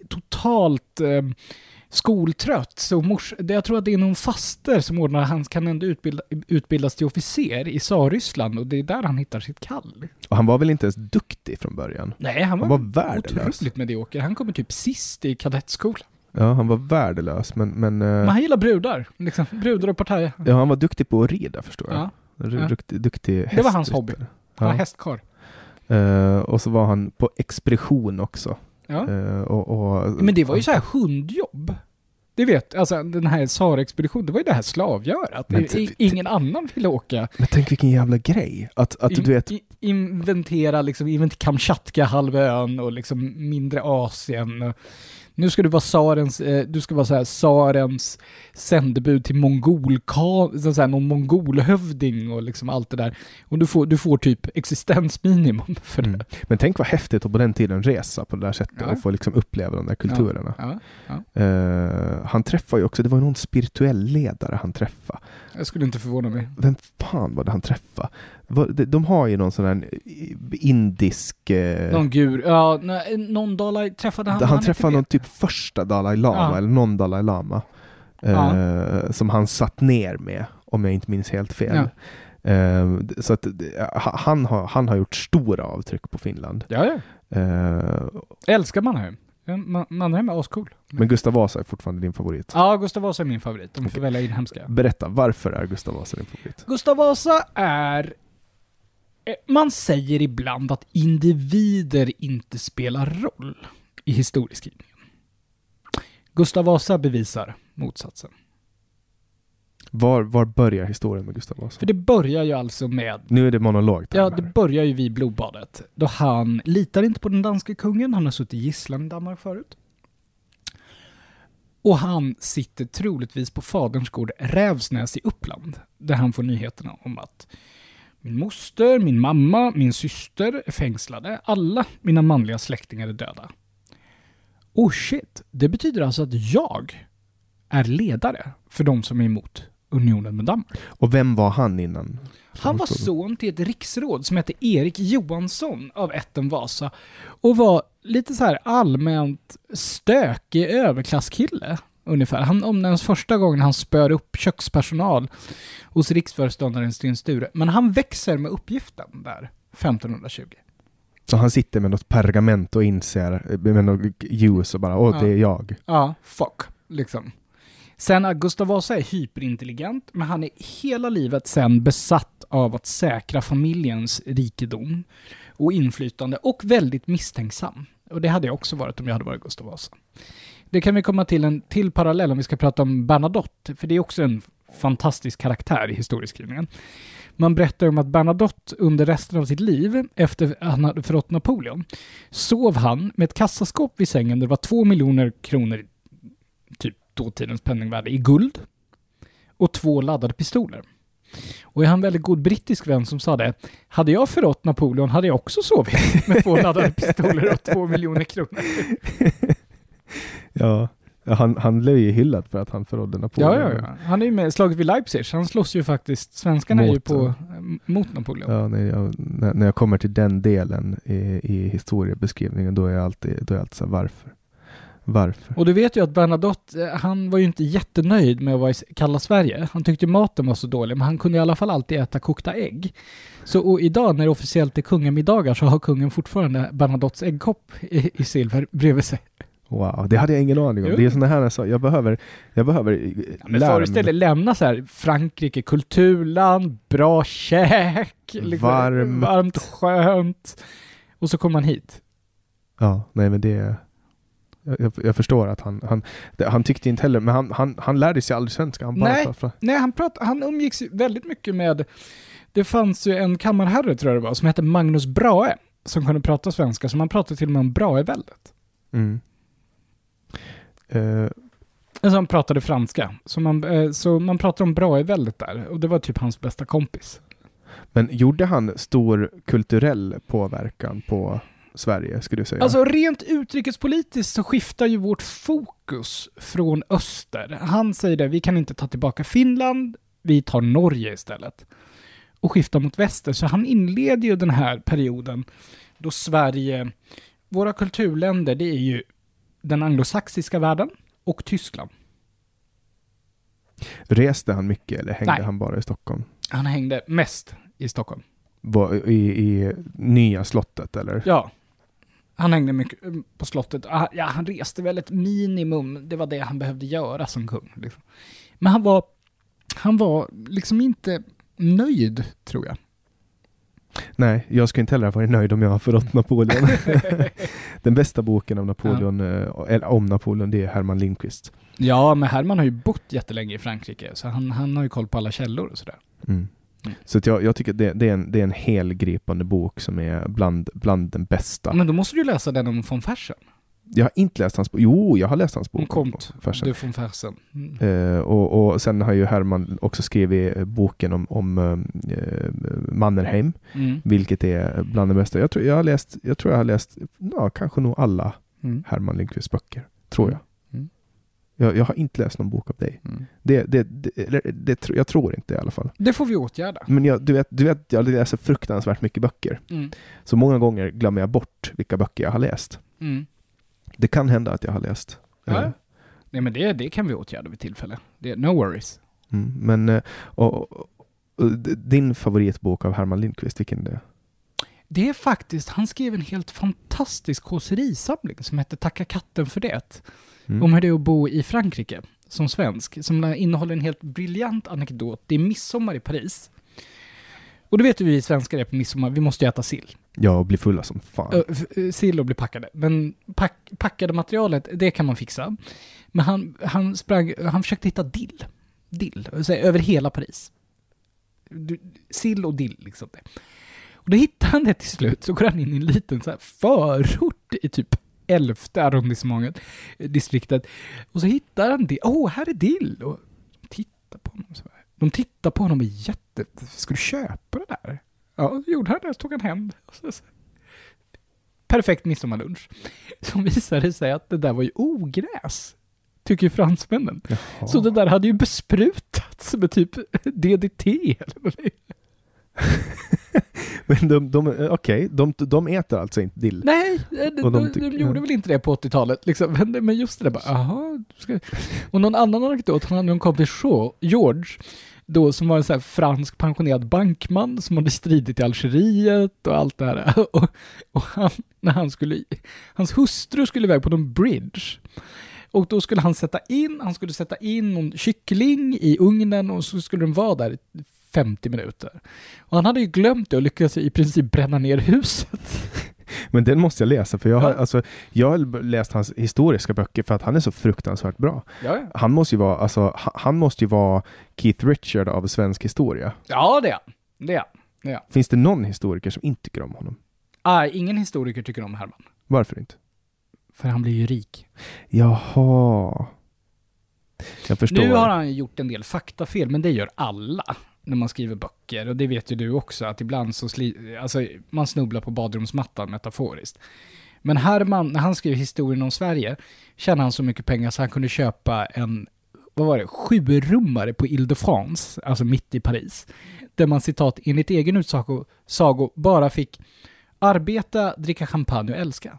Speaker 5: totalt eh, skoltrött. Så mors, det, jag tror att det är någon faster som ordnar, han kan ändå utbilda, utbildas till officer i Tsarryssland, och det är där han hittar sitt kall.
Speaker 4: Och han var väl inte ens duktig från början?
Speaker 5: Nej, han var,
Speaker 4: Han var värdelös.
Speaker 5: otroligt medioker. Han kommer typ sist i kadettskolan.
Speaker 4: Ja, han var värdelös, men, men, eh,
Speaker 5: Men han gillar brudar. Liksom, brudar och partajer.
Speaker 4: ja, han var duktig på att rida, förstår jag.
Speaker 5: Ja,
Speaker 4: R-
Speaker 5: ja.
Speaker 4: Duktig, duktig
Speaker 5: Det var hans
Speaker 4: hästryttare.
Speaker 5: hobby. Han var
Speaker 4: Ja.
Speaker 5: hästkarl.
Speaker 4: Eh, och så var han på expedition också.
Speaker 5: Ja.
Speaker 4: Eh, och, och,
Speaker 5: Men det var ju så här hundjobb. Det vet, alltså den här Tsar-expeditionen, det var ju det här slavgörat.
Speaker 4: Men
Speaker 5: I,
Speaker 4: t-
Speaker 5: ingen annan ville åka.
Speaker 4: Men tänk vilken jävla grej. Att, att
Speaker 5: In,
Speaker 4: du vet,
Speaker 5: i, inventera liksom, inventera Kamchatka-halvön och liksom mindre Asien. Och Nu ska du vara tsarens, eh, du ska vara så här tsarens sändebud till mongolkan, så här, någon mongolhövding och liksom allt det där. Och du får, du får typ existensminimum för det.
Speaker 4: Mm. Men tänk vad häftigt att på den tiden resa på det där sättet
Speaker 5: Ja.
Speaker 4: och få liksom uppleva de där kulturerna.
Speaker 5: Ja, ja, ja.
Speaker 4: Uh, han träffade ju också, det var någon spirituell ledare han träffade.
Speaker 5: Jag skulle inte förvåna mig.
Speaker 4: Vem fan var det han träffade? De, de har ju någon sån här indisk... Uh,
Speaker 5: någon gur, ja, nej, någon Dalai träffade han.
Speaker 4: Han, han träffade
Speaker 5: inte
Speaker 4: någon typ första Dalai Lama,
Speaker 5: Ja.
Speaker 4: eller någon Dalai Lama.
Speaker 5: Ja.
Speaker 4: Uh, som han satt ner med, om jag inte minns helt fel.
Speaker 5: Ja.
Speaker 4: Uh, så att uh, han, har, han har gjort stora avtryck på Finland.
Speaker 5: Ja, ja.
Speaker 4: Uh,
Speaker 5: Älskar Mannerheim. Man, Mannerheim är ascool.
Speaker 4: men Gustav Vasa är fortfarande din favorit.
Speaker 5: Ja, Gustav Vasa är min favorit. De får välja inhemska.
Speaker 4: Berätta, varför är Gustav Vasa din favorit?
Speaker 5: Gustav Vasa är... Man säger ibland att individer inte spelar roll i historieskrivningen. Gustav Vasa bevisar motsatsen.
Speaker 4: Var, var börjar historien med Gustav Vasa?
Speaker 5: För det börjar ju alltså med...
Speaker 4: Nu är det monolog.
Speaker 5: Ja, det börjar ju vid blodbadet. Då han litar inte på den danska kungen. Han har suttit i gisslan i Danmark förut. Och han sitter troligtvis på faderns gård Rävsnäs i Uppland. Där han får nyheterna om att min moster, min mamma, min syster är fängslade. Alla mina manliga släktingar är döda. Oh shit, det betyder alltså att jag är ledare för de som är emot unionen med Danmark.
Speaker 4: Och vem var han innan?
Speaker 5: Han var son till ett riksråd som hette Erik Johansson av ätten Vasa och var lite så här allmänt stökig överklasskille ungefär. Han omnämns första gången han spör upp kökspersonal hos riksföreståndaren Sten Sture. Men han växer med uppgiften där femtonhundratjugo.
Speaker 4: Så han sitter med något pergament och inser med något ljus och bara, åh,
Speaker 5: Ja.
Speaker 4: det är jag.
Speaker 5: Ja, fuck, liksom. Sen att Gustav Vasa är hyperintelligent, men han är hela livet sen besatt av att säkra familjens rikedom och inflytande och väldigt misstänksam. Och det hade jag också varit om jag hade varit Gustav Vasa. Det kan vi komma till en till parallell om vi ska prata om Bernadotte, för det är också en fantastisk karaktär i historieskrivningen. Man berättar om att Bernadotte under resten av sitt liv, efter att han hade förrått Napoleon, sov han med ett kassaskåp vid sängen där det var två miljoner kronor, typ dåtidens penningvärde, i guld och två laddade pistoler. Och jag har en väldigt god brittisk vän som sa det: hade jag förrått Napoleon hade jag också sovit med två laddade pistoler och två miljoner kronor.
Speaker 4: Ja, han, han blev ju hyllad för att han förrådde Napoleon.
Speaker 5: Ja, ja, ja. Han är ju med slaget vid Leipzig. Han slåss ju faktiskt, svenskarna
Speaker 4: Mot,
Speaker 5: är ju på, mot Napoleon.
Speaker 4: Ja, när, jag, när, när jag kommer till den delen i, i historiebeskrivningen, då är jag alltid, då är jag alltid så här, varför? Varför?
Speaker 5: Och du vet ju att Bernadotte, han var ju inte jättenöjd med att vara i kalla Sverige. Han tyckte maten var så dålig, men han kunde i alla fall alltid äta kokta ägg. Så och idag när det officiellt är kungamiddagar så har kungen fortfarande Bernadottes äggkopp i, i silver bredvid sig.
Speaker 4: Wow, det hade jag ingen aning om.
Speaker 5: Jo.
Speaker 4: Det är såna här så jag behöver jag behöver
Speaker 5: Ja, men
Speaker 4: lära
Speaker 5: för istället lämna så här Frankrike, kulturland, bra käk, liksom,
Speaker 4: Varmt.
Speaker 5: varmt, skönt. Och så kommer man hit.
Speaker 4: Ja, nej men det jag, jag förstår att han han, det, han tyckte inte heller, men han han han lärde sig aldrig svenska. Han bara
Speaker 5: Nej.
Speaker 4: pratade.
Speaker 5: Nej, han, prat, han umgicks väldigt mycket med... Det fanns ju en kammarherre, tror jag det var, som hette Magnus Brahe, som kunde prata svenska, så man pratade till och med om Brahe-väldet.
Speaker 4: Mm. Uh,
Speaker 5: Alltså han pratade franska. Så man, eh, så man pratade om Brahe-väldet där, och det var typ hans bästa kompis.
Speaker 4: men gjorde han stor kulturell påverkan på Sverige, skulle du säga?
Speaker 5: Alltså rent utrikespolitiskt så skiftar ju vårt fokus från öster. Han säger det, vi kan inte ta tillbaka Finland, vi tar Norge istället. Och skiftar mot väster. Så han inleder ju den här perioden då Sverige, våra kulturländer, det är ju den anglosaxiska världen och Tyskland.
Speaker 4: Reste han mycket eller hängde
Speaker 5: Nej.
Speaker 4: han bara i Stockholm?
Speaker 5: Han hängde mest i Stockholm.
Speaker 4: Bo, i, I nya slottet eller?
Speaker 5: Ja. Han hängde mycket på slottet. Ja, han reste väl ett minimum. Det var det han behövde göra som kung. Liksom. Men han var, han var liksom inte nöjd, tror jag.
Speaker 4: Nej, jag skulle inte heller ha varit nöjd om jag har förrått Napoleon. Den bästa boken om Napoleon, ja. eller om Napoleon, det är Herman Lindqvist.
Speaker 5: Ja, men Herman har ju bott jättelänge i Frankrike, så han, han har ju koll på alla källor och sådär.
Speaker 4: Mm. Mm. Så att jag, jag tycker att det, det, är en, det är en helgripande bok som är bland, bland den bästa.
Speaker 5: Men då måste du läsa den om von Fersen.
Speaker 4: Jag har inte läst hans bok. Jo, jag har läst hans bok.
Speaker 5: Hon kom du från Fersen. Mm.
Speaker 4: Uh, och, och sen har ju Herman också skrivit boken om, om uh, Mannerheim, mm. vilket är bland det bästa. Jag tror jag har läst, jag tror jag har läst ja, kanske nog alla mm. Herman Lindqvists böcker, tror jag. Mm. jag. Jag har inte läst någon bok av dig. Mm. Det, det, det, det, det, jag tror inte i alla fall.
Speaker 5: Det får vi åtgärda.
Speaker 4: Men jag, du, vet, du vet, jag läser fruktansvärt mycket böcker. Mm. Så många gånger glömmer jag bort vilka böcker jag har läst. Mm. Det kan hända att jag har läst.
Speaker 5: Ja. Uh, Nej, men det, det kan vi åtgärda vid tillfälle. Det, no worries.
Speaker 4: Mm, men och, och, och, din favoritbok av Herman Lindqvist, vilken är det?
Speaker 5: Det är faktiskt, han skrev en helt fantastisk kåserisamling som heter Tacka katten för det. Mm. Om hur det är att bo i Frankrike som svensk. Som innehåller en helt briljant anekdot. Det är midsommar i Paris. Och då vet du vi svenskar är på midsommar, vi måste ju äta sill.
Speaker 4: Ja, och bli fulla som fan.
Speaker 5: Uh, sill och bli packade. Men pack, packade materialet, det kan man fixa. Men han, han sprang, han försökte hitta dill. Dill, alltså, över hela Paris. Du, sill och dill, liksom det. Och då hittar han det till slut, så går han in i en liten så här förort i typ elfte arrondissemanget, distriktet. Och så hittar han det. Åh, oh, här är dill! Och de tittar på honom så här. De tittar på honom och är jätte... Ska du köpa det där? Ja, gjorde han det. Så tog han hem det. Perfekt midsommarlunch. Som visade sig att det där var ju ogräs. Tycker ju fransmännen. Jaha. Så det där hade ju besprutats med typ D D T.
Speaker 4: Men de, de, okej, okay, de, de äter alltså inte dill.
Speaker 5: Nej, de, de, de, de gjorde väl inte det på åttiotalet. Liksom. Men just det där bara, aha. Ska... Och någon annan anekdot, han hade en kompis George, då, som var en så här fransk pensionerad bankman som hade stridit i Algeriet och allt det här. Och, och han, när han skulle, hans hustru skulle iväg på någon bridge. Och då skulle han sätta in, han skulle sätta in någon kyckling i ugnen och så skulle den vara där femtio minuter. Och han hade ju glömt det och lyckades i princip bränna ner huset.
Speaker 4: Men den måste jag läsa, för jag har, ja. alltså, jag har läst hans historiska böcker för att han är så fruktansvärt bra.
Speaker 5: Ja, ja.
Speaker 4: Han måste ju vara, alltså, han måste ju vara Keith Richard av svensk historia.
Speaker 5: Ja, det är det är. Det är.
Speaker 4: Finns det någon historiker som inte tycker om honom?
Speaker 5: Ah, ingen historiker tycker om Herman.
Speaker 4: Varför inte?
Speaker 5: För han blir ju rik.
Speaker 4: Jaha. Jag förstår.
Speaker 5: Nu har han gjort en del faktafel, men det gör alla när man skriver böcker. Och det vet ju du också, att ibland så sli- alltså, man snubblar på badrumsmattan metaforiskt. Men Herman, när han skrev historien om Sverige, tjänade han så mycket pengar så han kunde köpa en, vad var det, sjurummare på Ile-de-France, alltså mitt i Paris. Där man, citat, enligt egen utsago sago, bara fick arbeta, dricka champagne och älska.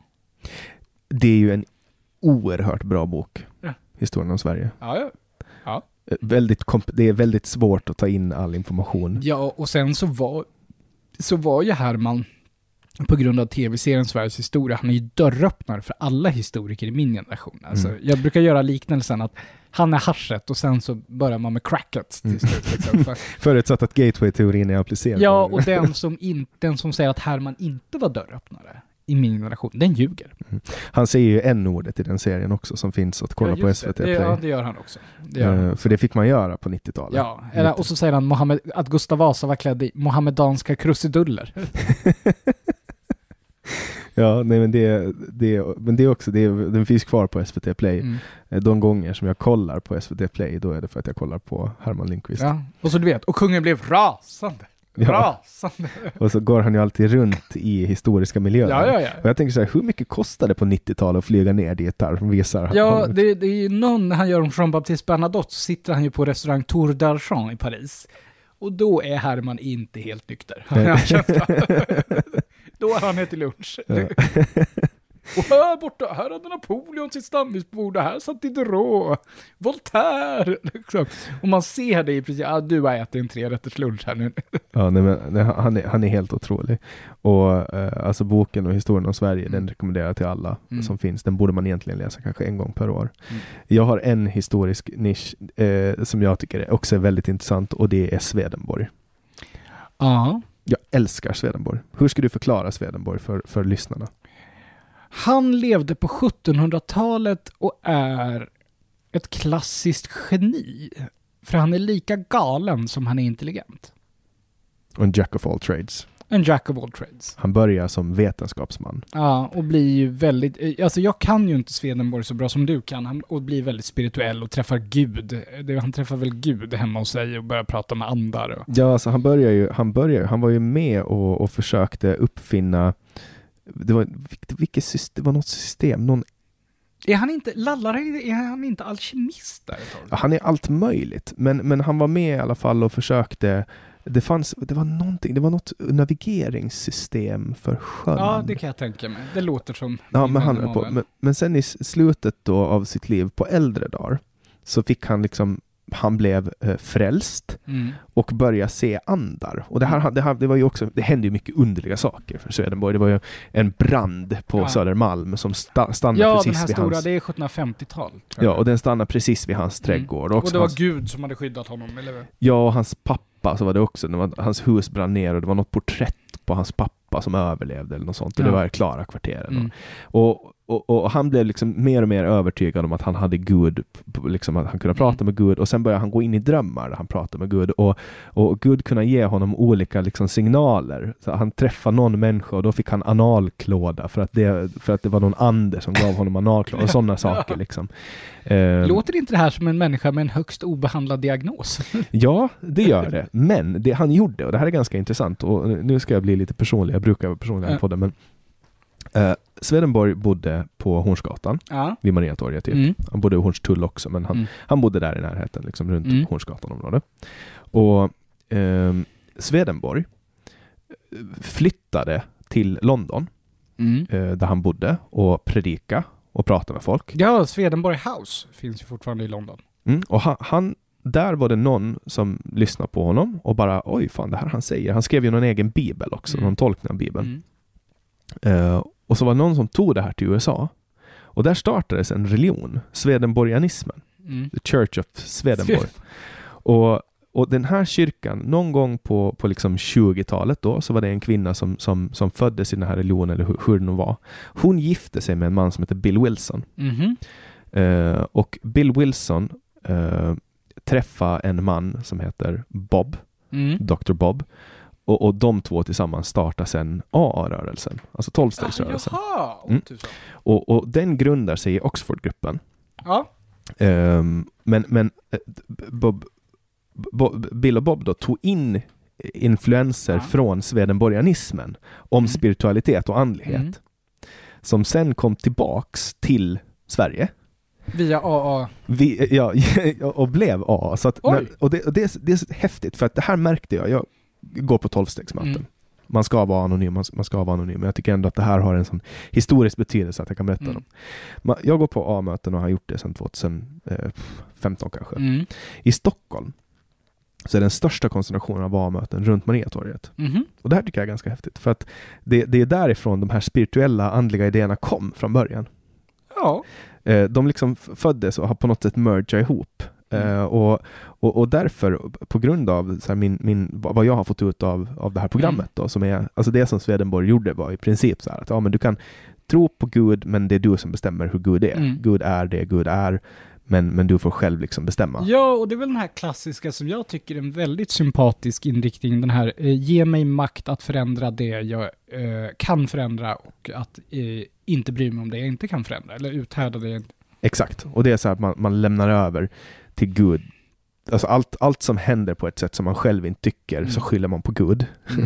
Speaker 4: Det är ju en oerhört bra bok. Ja. Historien om Sverige.
Speaker 5: Ja, ja. ja.
Speaker 4: Väldigt komp- det är väldigt svårt att ta in all information.
Speaker 5: Ja, och sen så var, så var ju Herman, på grund av tv-serien Sveriges historia, han är ju dörröppnare för alla historiker i min generation. Alltså, mm. Jag brukar göra liknelsen att han är haschet och sen så börjar man med cracket till slut. Liksom. För,
Speaker 4: Förutsatt att gateway-teorin är applicerad.
Speaker 5: Ja, och den som, in, den som säger att Herman inte var dörröppnare i min generation, den ljuger. Mm.
Speaker 4: Han säger ju en-ordet i den serien också som finns att kolla ja, på S V T Play.
Speaker 5: Ja, det gör han också. Det gör
Speaker 4: uh,
Speaker 5: han.
Speaker 4: För det fick man göra på nittiotalet.
Speaker 5: Ja, eller, och så säger han Mohammed, att Gustav Vasa var klädd i mohammedanska krusiduller.
Speaker 4: Ja, nej men det, det, men det är också, det, den finns kvar på S V T Play. Mm. De gånger som jag kollar på S V T Play, då är det för att jag kollar på Herman Lindqvist.
Speaker 5: Ja, och så du vet, och kungen blev rasande.
Speaker 4: Ja.
Speaker 5: Rasande.
Speaker 4: Och så går han ju alltid runt i historiska miljöer.
Speaker 5: Ja, ja, ja.
Speaker 4: Och jag tänker så här, hur mycket kostar det på nittiotalet att flyga ner dit där som visar?
Speaker 5: Ja, det, det är ju någon, när han gör om Jean-Baptiste Bernadotte, så sitter han ju på restaurang Tour d'Argent i Paris. Och då är Herman inte helt nykter. Då är han här till lunch. Ja. Och här borta, här hade Napoleon sitt stammisbord, och här satt Diderot, Voltaire. Liksom. Och man ser det i precis, ah, du har ätit en trerätters lunch här nu.
Speaker 4: Ja, nej, men, nej, han, är, han är helt otrolig. Och eh, alltså boken och historien om Sverige, mm. den rekommenderar jag till alla mm. som finns. Den borde man egentligen läsa kanske en gång per år. Mm. Jag har en historisk nisch eh, som jag tycker också är väldigt intressant, och det är Swedenborg.
Speaker 5: Ja.
Speaker 4: Jag älskar Swedenborg. Hur ska du förklara Swedenborg för, för lyssnarna?
Speaker 5: Han levde på sjuttonhundratalet och är ett klassiskt geni. För han är lika galen som han är intelligent.
Speaker 4: Och en jack of all trades.
Speaker 5: En jack of all trades.
Speaker 4: Han börjar som vetenskapsman.
Speaker 5: Ja, och blir ju väldigt... Alltså jag kan ju inte Swedenborg så bra som du kan. Han, och blir väldigt spirituell och träffar Gud. Det, han träffar väl Gud hemma hos sig och börjar prata med andar. Och...
Speaker 4: Ja, alltså han börjar ju... Han, börjar, han var ju med och, och försökte uppfinna... Det var, vilket system, det var något system. Någon...
Speaker 5: Är han inte... Lallar, är han inte alkemist där?
Speaker 4: Ja, han är allt möjligt. Men, men han var med i alla fall och försökte... Det fanns, det var någonting, det var något navigeringssystem för sjön.
Speaker 5: Ja, det kan jag tänka mig. Det låter som...
Speaker 4: Ja, men, han, på, men, men sen i slutet då av sitt liv på äldre dagar så fick han liksom, han blev eh, frälst mm. och började se andar. Och det här, det här det var ju också, det hände ju mycket underliga saker för Swedenborg. Det var ju en brand på ja. Södermalm som sta, stannade
Speaker 5: ja,
Speaker 4: precis vid
Speaker 5: hans... Ja, den här stora,
Speaker 4: hans,
Speaker 5: det är sjuttonhundrafemtiotal.
Speaker 4: Ja, och den stannade precis vid hans trädgård.
Speaker 5: Mm.
Speaker 4: Och,
Speaker 5: och det var
Speaker 4: hans,
Speaker 5: Gud som hade skyddat honom, eller?
Speaker 4: Ja, och hans pappa så var det också. Det var, hans hus brann ner och det var något porträtt på hans pappa som överlevde eller något sånt. Och ja. Det var Klara kvarteren. Mm. Och, och, och han blev liksom mer och mer övertygad om att han hade Gud, liksom att han kunde prata med Gud. Och sen började han gå in i drömmar där han pratade med Gud. Och, och Gud kunde ge honom olika liksom signaler. Så han träffade någon människa och då fick han analklåda för att det, för att det var någon ande som gav honom analklåda och sådana saker liksom.
Speaker 5: Låter inte det här som en människa med en högst obehandlad diagnos?
Speaker 4: Ja, det gör det. Men det han gjorde, och det här är ganska intressant, och nu ska jag bli lite personlig, jag brukar vara personlig här på det, men uh, Swedenborg bodde på Hornsgatan, ja. vid Mariatorget typ. Mm. Han bodde i Hornstull också, men han, mm. han bodde där i närheten, liksom runt mm. Hornsgatan-området. Och uh, Swedenborg flyttade till London, mm. uh, där han bodde, och predika och prata med folk.
Speaker 5: Ja, Swedenborg House finns ju fortfarande i London.
Speaker 4: Mm, och han, han, där var det någon som lyssnade på honom och bara, oj fan, det här han säger. Han skrev ju någon egen bibel också, mm. någon tolkning av bibeln. Mm. Uh, och så var det någon som tog det här till U S A. Och där startades en religion, Swedenborgianismen. Mm. The Church of Swedenborg. och Och den här kyrkan, någon gång på, på liksom tjugotalet då, så var det en kvinna som, som, som föddes i den här religionen, eller hur, hur det nu var. Hon gifte sig med en man som heter Bill Wilson. Mm-hmm. Uh, och Bill Wilson uh, träffade en man som heter Bob, mm. doktor Bob. Och, och de två tillsammans startar sen A A-rörelsen, alltså tolvstegsrörelsen.
Speaker 5: Ah,
Speaker 4: mm. och, och den grundar sig i Oxfordgruppen.
Speaker 5: Ja.
Speaker 4: Um, men men Bob Bill och Bob då tog in influenser ja. från Swedenborgianismen om mm. spiritualitet och andlighet mm. som sen kom tillbaks till Sverige
Speaker 5: via A A
Speaker 4: Vi, ja, och blev A A så att, men, och, det, och det, är, det är häftigt för att det här märkte jag jag går på tolvstegsmöten mm. man ska vara anonym man, man ska vara anonym men jag tycker ändå att det här har en sån historisk betydelse att jag kan berätta mm. om. Jag går på A-möten och har gjort det sedan tjugohundrafemton kanske. Mm. I Stockholm så är den största koncentrationen av A-möten runt Mariatorget. Mm-hmm. Och det här tycker jag är ganska häftigt. För att det, det är därifrån de här spirituella, andliga idéerna kom från början.
Speaker 5: Ja.
Speaker 4: De liksom föddes och har på något sätt mergat ihop. Mm. Och, och, och därför, på grund av så här, min, min, vad jag har fått ut av, av det här programmet då, som är, alltså det som Swedenborg gjorde var i princip så här att ja, men du kan tro på Gud, men det är du som bestämmer hur Gud är. Mm. Gud är det Gud är. Men, men du får själv liksom bestämma.
Speaker 5: Ja, och det är väl den här klassiska som jag tycker är en väldigt sympatisk inriktning. Den här, eh, ge mig makt att förändra det jag eh, kan förändra och att eh, inte bry mig om det jag inte kan förändra. Eller uthärda det.
Speaker 4: Exakt, och det är så här att man, man lämnar över till Gud. Alltså allt, allt som händer på ett sätt som man själv inte tycker mm. så skyller man på Gud. Mm.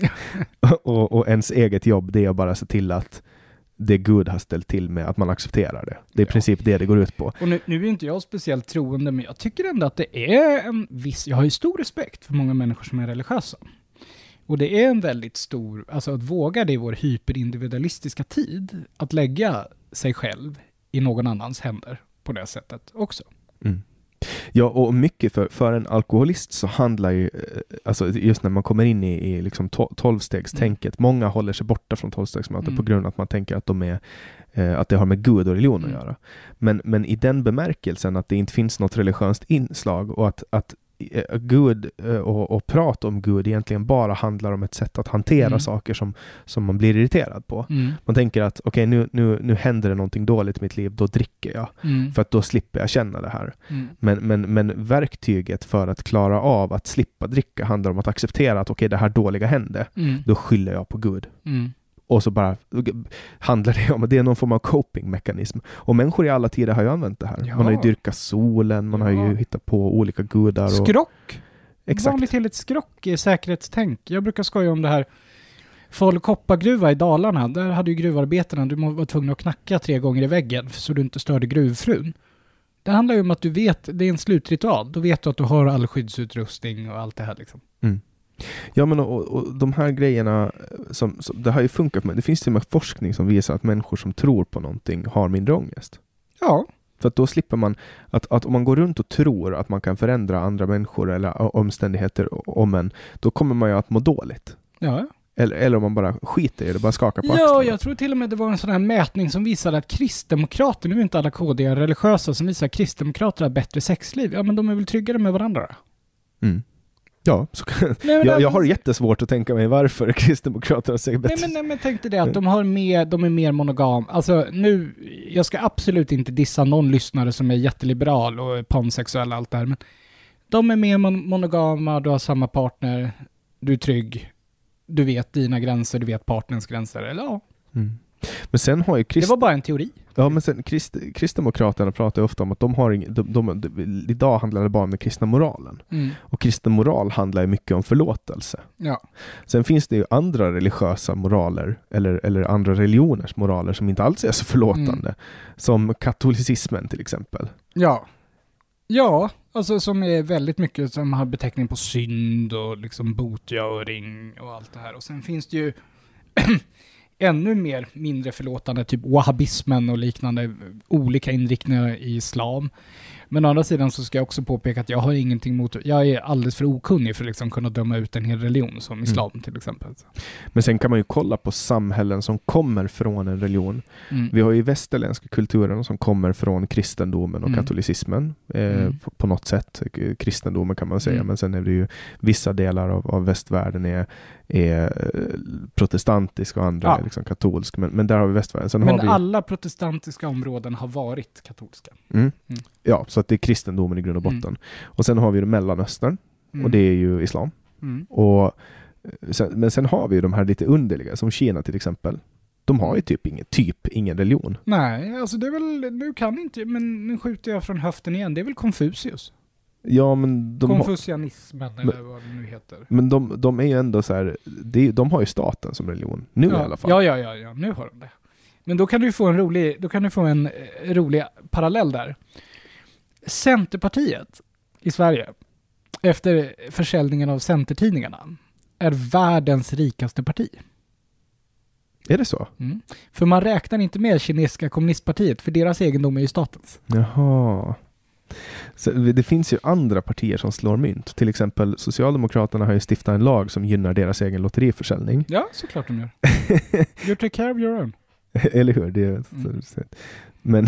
Speaker 4: och, och ens eget jobb det är att bara se till att det Gud har ställt till med, att man accepterar det. Det är i ja. princip det det går ut på.
Speaker 5: Och nu, nu är inte jag speciellt troende, men jag tycker ändå att det är en viss... Jag har ju stor respekt för många människor som är religiösa. Och det är en väldigt stor... Alltså att våga det i vår hyperindividualistiska tid, att lägga sig själv i någon annans händer på det sättet också.
Speaker 4: Mm. Ja, och mycket för, för en alkoholist så handlar ju, alltså just när man kommer in i, i liksom tolvstegstänket, mm. många håller sig borta från tolvstegsmöten mm. på grund av att man tänker att de är, eh, att det har med Gud och religion mm. att göra. Men, men i den bemärkelsen att det inte finns något religiöst inslag och att, att Gud och, och prat om Gud egentligen bara handlar om ett sätt att hantera mm. saker som, som man blir irriterad på. Mm. Man tänker att okej, okay, nu, nu, nu händer det någonting dåligt i mitt liv, då dricker jag. Mm. För att då slipper jag känna det här. Mm. Men, men, men verktyget för att klara av att slippa dricka handlar om att acceptera att okej, okay, det här dåliga hände. Mm. Då skyller jag på Gud. Mm. Och så bara handlar det om att det är någon form av coping-mekanism. Och människor i alla tider har ju använt det här. Ja. Man har ju dyrkat solen, man ja. har ju hittat på olika gudar. Och...
Speaker 5: Skrock!
Speaker 4: Exakt.
Speaker 5: Vanligt till ett skrock i säkerhetstänk. Jag brukar skoja om det här. Falu koppargruva i Dalarna, där hade ju gruvarbetarna, du var tvungen att knacka tre gånger i väggen så du inte störde gruvfrun. Det handlar ju om att du vet, det är en slutritual. Då vet du att du har all skyddsutrustning och allt det här liksom.
Speaker 4: Mm. Ja, men och, och de här grejerna som, som det har ju funkat med. Det finns till och med forskning som visar att människor som tror på någonting har mindre ångest.
Speaker 5: Ja.
Speaker 4: För att då slipper man att, att om man går runt och tror att man kan förändra andra människor eller omständigheter om en, då kommer man ju att må dåligt.
Speaker 5: Ja.
Speaker 4: Eller, eller om man bara skiter i det, bara skakar på
Speaker 5: ja,
Speaker 4: axlarna.
Speaker 5: Ja, jag tror till och med det var en sån här mätning som visade att kristdemokrater, nu är inte alla K D religiösa, som visar att kristdemokrater har bättre sexliv. Ja, men de är väl tryggare med varandra.
Speaker 4: Mm. Ja, så kan, nej, jag, jag har jättesvårt att tänka mig varför kristdemokrater har sig bättre.
Speaker 5: Nej, men, nej, men tänk dig det att de, har mer, de är mer monogam. Alltså nu, jag ska absolut inte dissa någon lyssnare som är jätteliberal och pansexuell och allt det här, men de är mer monogama, du har samma partner, du är trygg, du vet dina gränser, du vet partners gränser, eller ja. Mm.
Speaker 4: Men sen har ju Christ...
Speaker 5: Det var bara en teori.
Speaker 4: Ja, men sen Christ... Kristdemokraterna pratar ofta om att de har ing... de, de, de, idag handlar det bara om den kristna moralen. Mm. Och kristen moral handlar ju mycket om förlåtelse.
Speaker 5: Ja.
Speaker 4: Sen finns det ju andra religiösa moraler eller, eller andra religioners moraler som inte alls är så förlåtande. Mm. Som katolicismen till exempel.
Speaker 5: Ja. Ja, alltså som är väldigt mycket som har beteckning på synd och liksom botgöring och allt det här. Och sen finns det ju ännu mer mindre förlåtande, typ wahhabismen och liknande olika inriktningar i islam. Men å andra sidan så ska jag också påpeka att jag har ingenting mot, jag är alldeles för okunnig för att liksom kunna döma ut en hel religion som islam mm. till exempel.
Speaker 4: Men sen kan man ju kolla på samhällen som kommer från en religion. Mm. Vi har ju västerländska kulturen som kommer från kristendomen och mm. katolicismen eh, mm. på, på något sätt. Kristendomen kan man säga, mm. men sen är det ju vissa delar av, av västvärlden är är protestantisk och andra ja. är liksom katolsk. Men, men där har vi västvärlden. Sen
Speaker 5: men
Speaker 4: har vi...
Speaker 5: alla protestantiska områden har varit katolska.
Speaker 4: Mm. Mm. Ja, så att det är kristendomen i grund och botten. Mm. Och sen har vi Mellanöstern. Mm. Och det är ju islam. Mm. Och sen, men sen har vi ju de här lite underliga, som Kina till exempel. De har ju typ ingen, typ ingen religion.
Speaker 5: Nej, alltså det är väl, nu kan inte, men nu skjuter jag från höften igen. Det är väl Konfucius.
Speaker 4: Ja, men de
Speaker 5: Konfucianismen har, eller
Speaker 4: men,
Speaker 5: vad det nu heter.
Speaker 4: Men de, de är ju ändå så här, de, de har ju staten som religion. Nu
Speaker 5: ja,
Speaker 4: i alla fall.
Speaker 5: Ja, ja, ja, ja, nu har de det. Men då kan du få en rolig, då kan du få en eh, rolig parallell där. Centerpartiet i Sverige, efter försäljningen av Centertidningarna, är världens rikaste parti.
Speaker 4: Är det så?
Speaker 5: Mm. För man räknar inte med kinesiska kommunistpartiet, för deras egendom är ju statens.
Speaker 4: Jaha. Så det finns ju andra partier som slår mynt. Till exempel Socialdemokraterna har ju stiftat en lag som gynnar deras egen lotteriförsäljning.
Speaker 5: Ja, såklart de gör. You take care of your own.
Speaker 4: Eller hur? Det är mm. Men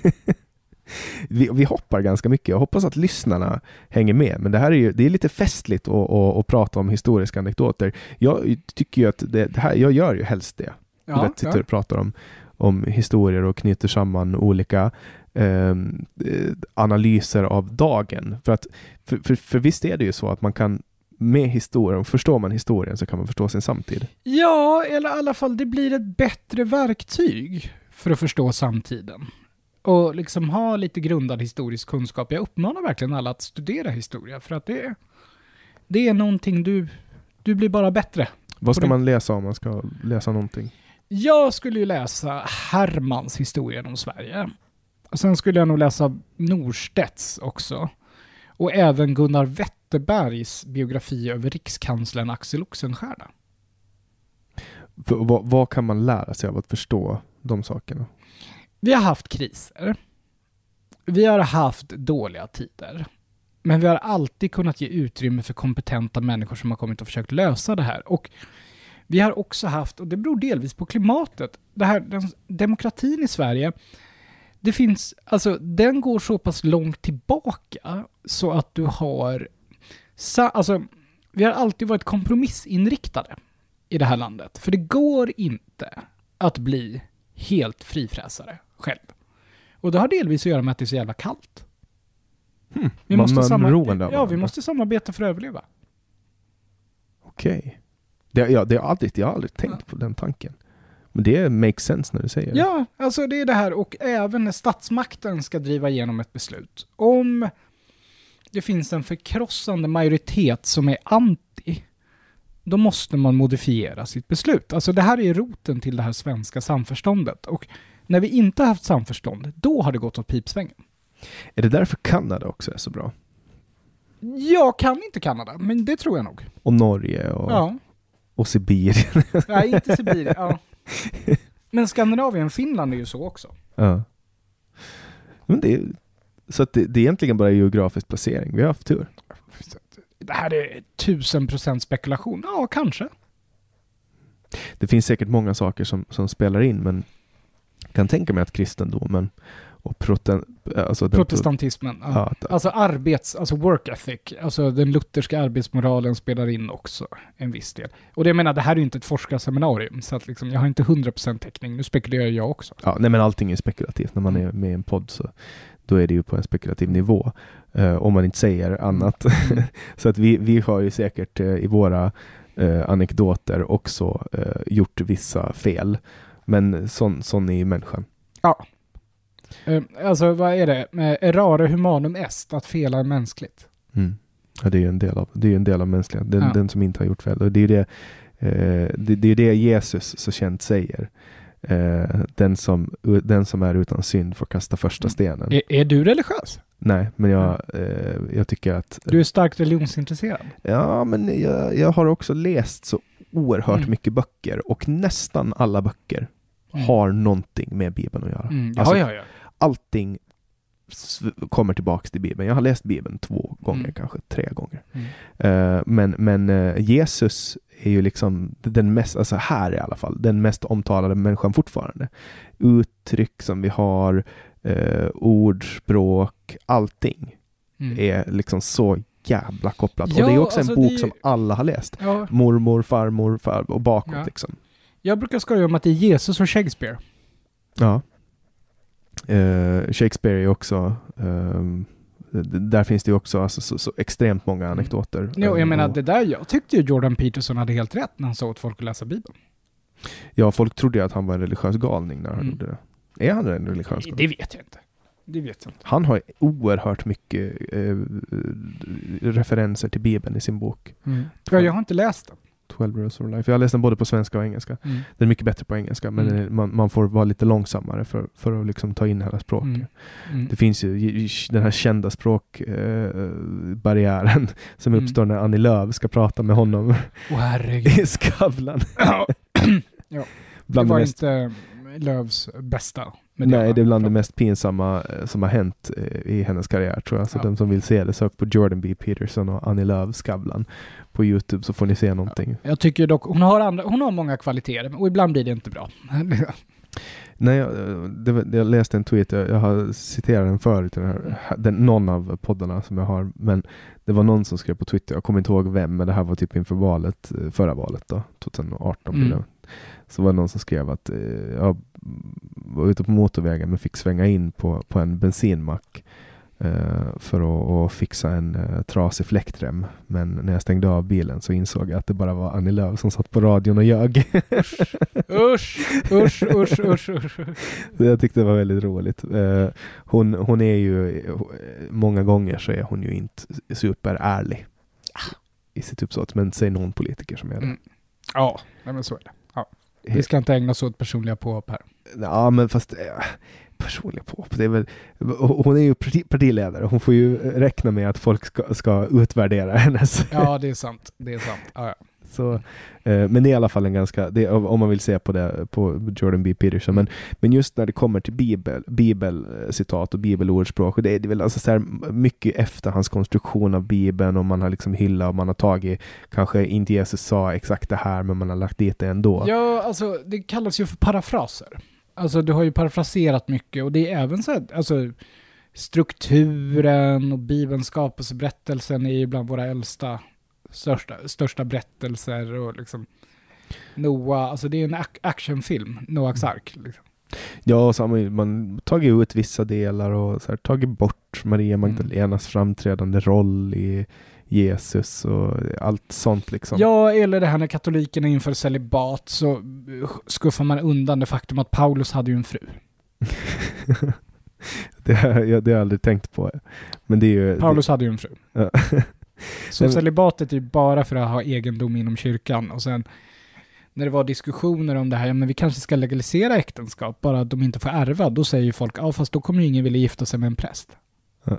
Speaker 4: vi, vi hoppar ganska mycket. Jag hoppas att lyssnarna hänger med. Men det här är ju det är lite festligt att, att, att prata om historiska anekdoter. Jag tycker ju att det, det här, jag gör ju helst det.
Speaker 5: Ja,
Speaker 4: vet, sitter och pratar om, om historier och knyter samman olika eh, analyser av dagen. För, att, för, för, för visst är det ju så att man kan med historien, förstår man historien så kan man förstå sin samtid.
Speaker 5: Ja, eller i alla fall det blir ett bättre verktyg för att förstå samtiden. Och liksom ha lite grundad historisk kunskap. Jag uppmanar verkligen alla att studera historia för att det, det är någonting du, du blir bara bättre.
Speaker 4: Vad ska man läsa om man ska läsa någonting?
Speaker 5: Jag skulle ju läsa Hermans historien om Sverige. Och sen skulle jag nog läsa Norstedts också. Och även Gunnar Wetterbergs biografi över rikskanslern Axel Oxenstierna.
Speaker 4: För, vad, vad kan man lära sig av att förstå de sakerna?
Speaker 5: Vi har haft kriser. Vi har haft dåliga tider. Men vi har alltid kunnat ge utrymme för kompetenta människor som har kommit och försökt lösa det här. Och vi har också haft, och det beror delvis på klimatet, det här, den, demokratin i Sverige, det finns, alltså den går så pass långt tillbaka så att du har Sa- alltså, vi har alltid varit kompromissinriktade i det här landet. För det går inte att bli helt frifräsare själv. Och det har delvis att göra med att det är så jävla kallt.
Speaker 4: Hmm.
Speaker 5: Vi
Speaker 4: Man-
Speaker 5: måste,
Speaker 4: man
Speaker 5: samar-
Speaker 4: beroende av
Speaker 5: ja, vi
Speaker 4: varandra.
Speaker 5: måste samarbeta för att överleva.
Speaker 4: Okej. Det, ja, det har aldrig, jag har aldrig tänkt
Speaker 5: Ja.
Speaker 4: på den tanken. Men det makes sense när du säger det.
Speaker 5: Ja, alltså det är det här. Och även när statsmakten ska driva igenom ett beslut. Om det finns en förkrossande majoritet som är anti, då måste man modifiera sitt beslut. Alltså det här är roten till det här svenska samförståndet. Och när vi inte har haft samförstånd, då har det gått åt pipsvängen.
Speaker 4: Är det därför Kanada också är så bra?
Speaker 5: Jag kan inte Kanada, men det tror jag nog.
Speaker 4: Och Norge och,
Speaker 5: Ja,
Speaker 4: och Sibirien.
Speaker 5: nej, inte Sibirien. Ja. Men Skandinavien, Finland är ju så också.
Speaker 4: Ja. Men det är, så att det, det är egentligen bara geografisk placering. Vi har haft tur.
Speaker 5: Det här är tusen procent spekulation. Ja, kanske.
Speaker 4: Det finns säkert många saker som, som spelar in, men jag kan tänka mig att kristendomen och proten, alltså den,
Speaker 5: Protestantismen. Ja.
Speaker 4: ja, att,
Speaker 5: Alltså arbets, alltså work ethic, alltså den lutherska arbetsmoralen spelar in också en viss del. Och det jag menar, det här är ju inte ett forskarseminarium, så att liksom, jag har inte hundra procent täckning, nu spekulerar jag också.
Speaker 4: ja, nej, men allting är spekulativt. När man är med i en podd så då är det ju på en spekulativ nivå. Uh, om man inte säger annat.
Speaker 5: Mm.
Speaker 4: Så att vi, vi har ju säkert uh, i våra uh, anekdoter också uh, gjort vissa fel. Men sån, sån är ju människan.
Speaker 5: Ja. Uh, alltså vad är det? Uh, errare humanum est, att fela är mänskligt.
Speaker 4: Mm. Ja, det är ju en del av, det är ju en del av mänskligheten. Den,
Speaker 5: Ja.
Speaker 4: den som inte har gjort fel. Och det är ju det, uh, det, det, är det Jesus så känt säger. Uh, den, som, den som är utan synd får kasta första stenen.
Speaker 5: Är, är du religiös?
Speaker 4: Nej, men jag, eh, jag tycker att...
Speaker 5: Du är starkt religionsintresserad.
Speaker 4: Ja, men jag, jag har också läst så oerhört
Speaker 5: Mm.
Speaker 4: mycket böcker. Och nästan alla böcker
Speaker 5: Mm.
Speaker 4: har någonting med Bibeln att göra.
Speaker 5: Mm. Ja,
Speaker 4: Alltså,
Speaker 5: ja, ja.
Speaker 4: allting s- kommer tillbaks till Bibeln. Jag har läst Bibeln två gånger,
Speaker 5: Mm.
Speaker 4: kanske tre gånger.
Speaker 5: Mm.
Speaker 4: Eh, men men eh, Jesus är ju liksom den mest, alltså här i alla fall, den mest omtalade människan fortfarande. Uttryck som vi har, eh, ordspråk, allting
Speaker 5: Mm.
Speaker 4: är liksom så jävla kopplat.
Speaker 5: Ja,
Speaker 4: och det är också
Speaker 5: alltså
Speaker 4: en bok
Speaker 5: det är-
Speaker 4: som alla har läst.
Speaker 5: Ja,
Speaker 4: Mormor, farmor, far och bakåt
Speaker 5: Ja.
Speaker 4: liksom.
Speaker 5: jag brukar skoja om att det är Jesus och Shakespeare.
Speaker 4: Ja. Eh, Shakespeare är också ehm, d- där finns det ju också alltså, så, så extremt många anekdoter.
Speaker 5: Jo, jag
Speaker 4: Eh,
Speaker 5: menar
Speaker 4: och-
Speaker 5: det där, jag tyckte ju Jordan Peterson hade helt rätt när han sa åt folk att läsa Bibeln.
Speaker 4: Ja, folk trodde ju att han var en religiös galning när han
Speaker 5: Mm.
Speaker 4: gjorde det. Är han en religiös galning?
Speaker 5: Det vet jag inte. Det vet jag inte.
Speaker 4: Han har oerhört mycket eh, referenser till Bibeln i sin bok.
Speaker 5: Ja, jag har inte läst den.
Speaker 4: twelve Rules of Life. Jag har läst den både på svenska och engelska.
Speaker 5: Mm.
Speaker 4: Den är mycket bättre på engelska, men
Speaker 5: Mm.
Speaker 4: eh, man, man får vara lite långsammare för, för att liksom ta in hela språket.
Speaker 5: Mm. Mm.
Speaker 4: Det finns ju i- i- den här kända språkbarriären eh, som
Speaker 5: Mm.
Speaker 4: uppstår när Annie Lööf ska prata med honom
Speaker 5: Åh herregud.
Speaker 4: i Skavlan.
Speaker 5: Ja. Ja. Det
Speaker 4: Bland
Speaker 5: var
Speaker 4: det mest,
Speaker 5: inte Lövs bästa. med
Speaker 4: nej, det är bland det
Speaker 5: han
Speaker 4: mest pinsamma eh, som har hänt eh, i hennes karriär, tror jag. Så
Speaker 5: Ja.
Speaker 4: den som vill se det, sök på Jordan B. Peterson och Annie Lööf Skavlan på YouTube, så får ni se någonting.
Speaker 5: Jag tycker dock, hon har, andra, hon har många kvaliteter och ibland blir det inte bra.
Speaker 4: Nej, jag, det, var- jag läste en tweet, jag, jag har citerat den förut, den här, den, någon av poddarna som jag har, men det var någon som skrev på Twitter, jag kommer inte ihåg vem, men det här var typ inför valet, eh, förra valet då, tjugo arton blir det.
Speaker 5: Mm.
Speaker 4: Så var det någon som skrev att eh, jag var ute på motorvägen men fick svänga in på, på en bensinmack eh, för att, att fixa en eh, trasig fläktrem. Men när jag stängde av bilen så insåg jag att det bara var Annie Lööf som satt på radion och ljög.
Speaker 5: Usch, usch, usch, usch, usch.
Speaker 4: Så jag tyckte det var väldigt roligt. Eh, hon, hon är ju, många gånger så är hon ju inte superärlig i sitt uppsåt, men säg någon politiker som är det.
Speaker 5: Mm. Ja, nej, men så är det. Ja. Vi ska inte ägna oss åt personliga påhopp här.
Speaker 4: Ja, men fast äh, personliga påhopp, det är väl, hon är ju parti, partiledare. Hon får ju räkna med att folk ska, ska utvärdera hennes.
Speaker 5: Ja, det är sant. Det är sant. Ja, ja.
Speaker 4: Så, eh, men det är i alla fall en ganska, det, om man vill se på det på Jordan B. Peterson, men, men just när det kommer till bibel, bibelcitat och bibelordspråk, det är det väl alltså så här mycket efter hans konstruktion av bibeln, och man har liksom hyllat och man har tagit, kanske inte Jesus sa exakt det här, men man har lagt dit det ändå.
Speaker 5: Ja, alltså det kallas ju för parafraser. Alltså du har ju parafraserat mycket, och det är även så här, alltså strukturen och Bibelns skapelseberättelsen är ju bland våra äldsta, största, största berättelser och liksom Noah, alltså det är en ac- actionfilm, Noahs ark. Liksom.
Speaker 4: Ja, så har man, man tagit ut vissa delar och så här, tagit bort Maria Magdalenas mm. framträdande roll i Jesus och allt sånt liksom.
Speaker 5: Ja, eller det här när katolikerna inför celibat så skuffar man undan det faktum att Paulus hade ju en fru.
Speaker 4: det, har, ja, det har jag aldrig tänkt på. Men det är ju,
Speaker 5: Paulus
Speaker 4: det...
Speaker 5: hade ju en fru.
Speaker 4: Ja.
Speaker 5: Så celibatet är ju bara för att ha egendom inom kyrkan. Och sen när det var diskussioner om det här, ja, men vi kanske ska legalisera äktenskap, bara att de inte får ärva, då säger ju folk, ja fast då kommer ju ingen vilja gifta sig med en präst.
Speaker 4: Ja.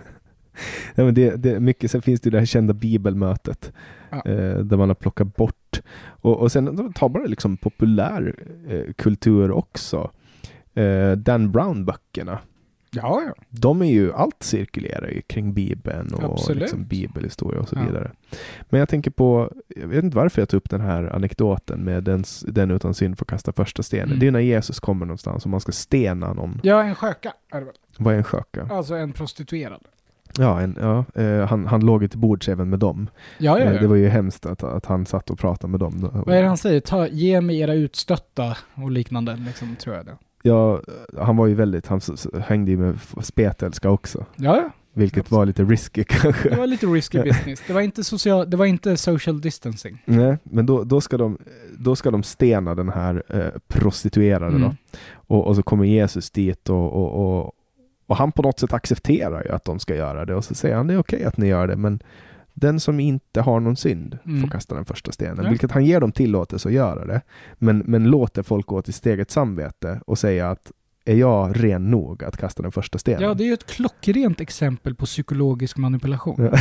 Speaker 4: Ja, men det, det, mycket, sen finns det ju det här kända bibelmötet ja. eh, där man har plockat bort och, och sen tar man liksom populär eh, kultur också. Eh, Dan Brown-böckerna.
Speaker 5: Ja, ja.
Speaker 4: De är ju, allt cirkulerar ju kring Bibeln och liksom bibelhistoria och så
Speaker 5: ja.
Speaker 4: vidare. Men jag tänker på, jag vet inte varför jag tog upp den här anekdoten med den, den utan synd får kasta första stenen. Mm. Det är när Jesus kommer någonstans och man ska stena någon.
Speaker 5: Ja, en sköka är det väl.
Speaker 4: Vad är en sköka?
Speaker 5: Alltså en prostituerad.
Speaker 4: Ja, en, ja eh, han, han låg till bords även med dem.
Speaker 5: Ja, ja, ja.
Speaker 4: Eh, det var ju hemskt att, att han satt och pratade med dem.
Speaker 5: Vad är det han säger? Ta, ge mig era utstötta och liknande, liksom, tror jag det.
Speaker 4: Ja, han var ju väldigt, han hängde ju med spetälska också.
Speaker 5: Ja, ja.
Speaker 4: Vilket Absolut. var lite risky kanske.
Speaker 5: Det var lite risky business. Det var inte social, det var inte social distancing.
Speaker 4: Nej, men då, då, ska, de, då ska de stena den här eh, prostituerade mm. då. Och, och så kommer Jesus dit och, och, och, och han på något sätt accepterar ju att de ska göra det. Och så säger han, det är okej att ni gör det, men den som inte har någon synd mm. får kasta den första stenen. Ja. Vilket han ger dem tillåtelse att göra det. Men, men låter folk gå till steget samvete och säga att är jag ren nog att kasta den första stenen?
Speaker 5: Ja, det är ju ett klockrent exempel på psykologisk manipulation. Ja.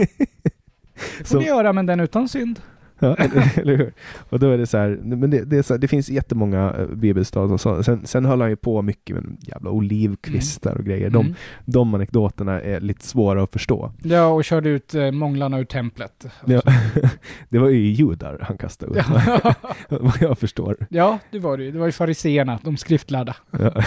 Speaker 5: Det får så, ni göra, men den utan synd.
Speaker 4: Ja, eller, eller hur? Och då är det så här, men det, det, är så här, det finns jättemånga uh, bibelstad och så. Sen, sen höll han ju på mycket med jävla olivkvistar mm. och grejer. De, mm. de anekdoterna är lite svåra att förstå.
Speaker 5: Ja, och körde ut uh, månglarna ur templet.
Speaker 4: Ja. Det var ju judar han kastade ut. Ja. Vad jag förstår.
Speaker 5: Ja, det var det. Det var ju fariseerna, de skriftlärda. Ja.